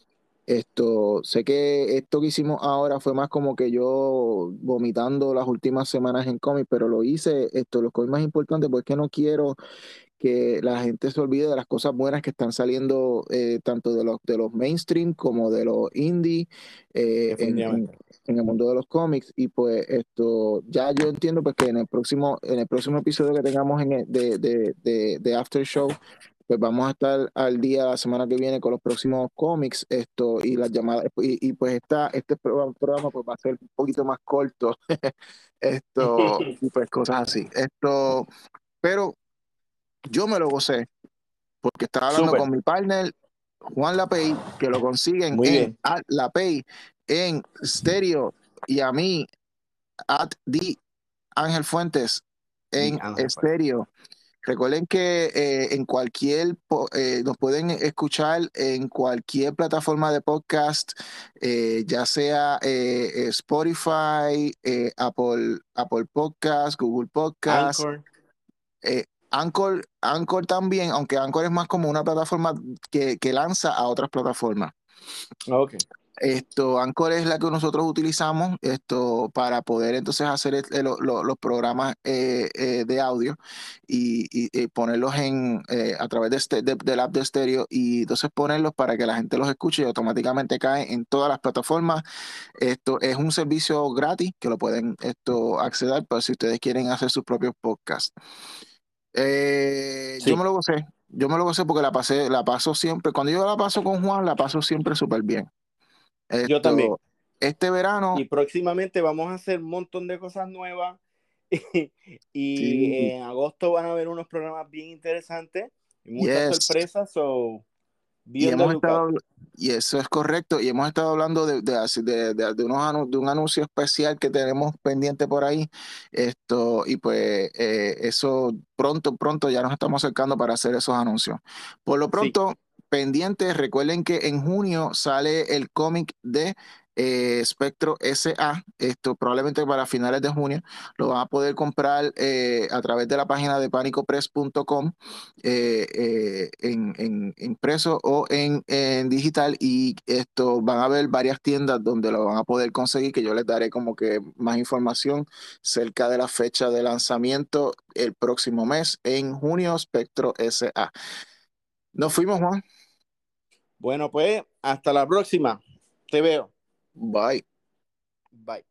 esto, sé que esto que hicimos ahora fue más como que yo vomitando las últimas semanas en cómics, pero lo hice, esto, los cómics más importantes, porque no quiero que la gente se olvide de las cosas buenas que están saliendo, eh, tanto de los, de los mainstream como de los indie, eh, en, en, en el mundo de los cómics. Y pues esto, ya yo entiendo pues que en el próximo, en el próximo episodio que tengamos en el- de, de, de, de After Show, pues vamos a estar al día la semana que viene con los próximos cómics, esto, y las llamadas, y, y pues esta, este programa, programa pues va a ser un poquito más corto, esto, y pues cosas así. Esto, pero yo me lo gocé porque estaba hablando Súper. con mi partner Juan Lapey, que lo consiguen Muy en bien. at Lapey en Stereo, y a mí at D Ángel Fuentes en Stereo. Recuerden que eh, en cualquier po- eh, nos pueden escuchar en cualquier plataforma de podcast, eh, ya sea eh, eh, Spotify, eh, Apple, Apple Podcast, Google Podcast, Anchor. eh, Anchor, Anchor también, aunque Anchor es más como una plataforma que, que lanza a otras plataformas. Ok. Esto, Anchor es la que nosotros utilizamos esto para poder entonces hacer el- el- lo- los programas eh, eh, de audio y, y- y ponerlos en eh, a través de este, de- del app de estéreo, y entonces ponerlos para que la gente los escuche y automáticamente caen en todas las plataformas. Esto es un servicio gratis que lo pueden esto acceder, pero si ustedes quieren hacer sus propios podcasts. Eh, yo Sí, me lo gocé, yo me lo gocé porque la pasé, la paso siempre, cuando yo la paso con Juan, la paso siempre súper bien. yo también. Esto, este verano, Y próximamente vamos a hacer un montón de cosas nuevas. Y sí, en agosto van a haber unos programas bien interesantes y muchas yes. sorpresas. So, be Y on the hemos lookout. estado, y eso es correcto, y hemos estado hablando de, de, así- de, de- de unos anu- de un anuncio especial que tenemos pendiente por ahí. Esto, y pues eh, eso pronto, pronto ya nos estamos acercando para hacer esos anuncios. Por lo Sí, pronto, pendientes, recuerden que en junio sale el cómic de eh, Spectro S A. Esto probablemente para finales de junio lo van a poder comprar eh, a través de la página de pánico press punto com eh, eh, en, en impreso o en, en digital, y esto van a haber varias tiendas donde lo van a poder conseguir, que yo les daré como que más información cerca de la fecha de lanzamiento el próximo mes en junio. Spectro S A. Nos fuimos, Juan. bueno, pues hasta la próxima. Te veo. Bye. Bye.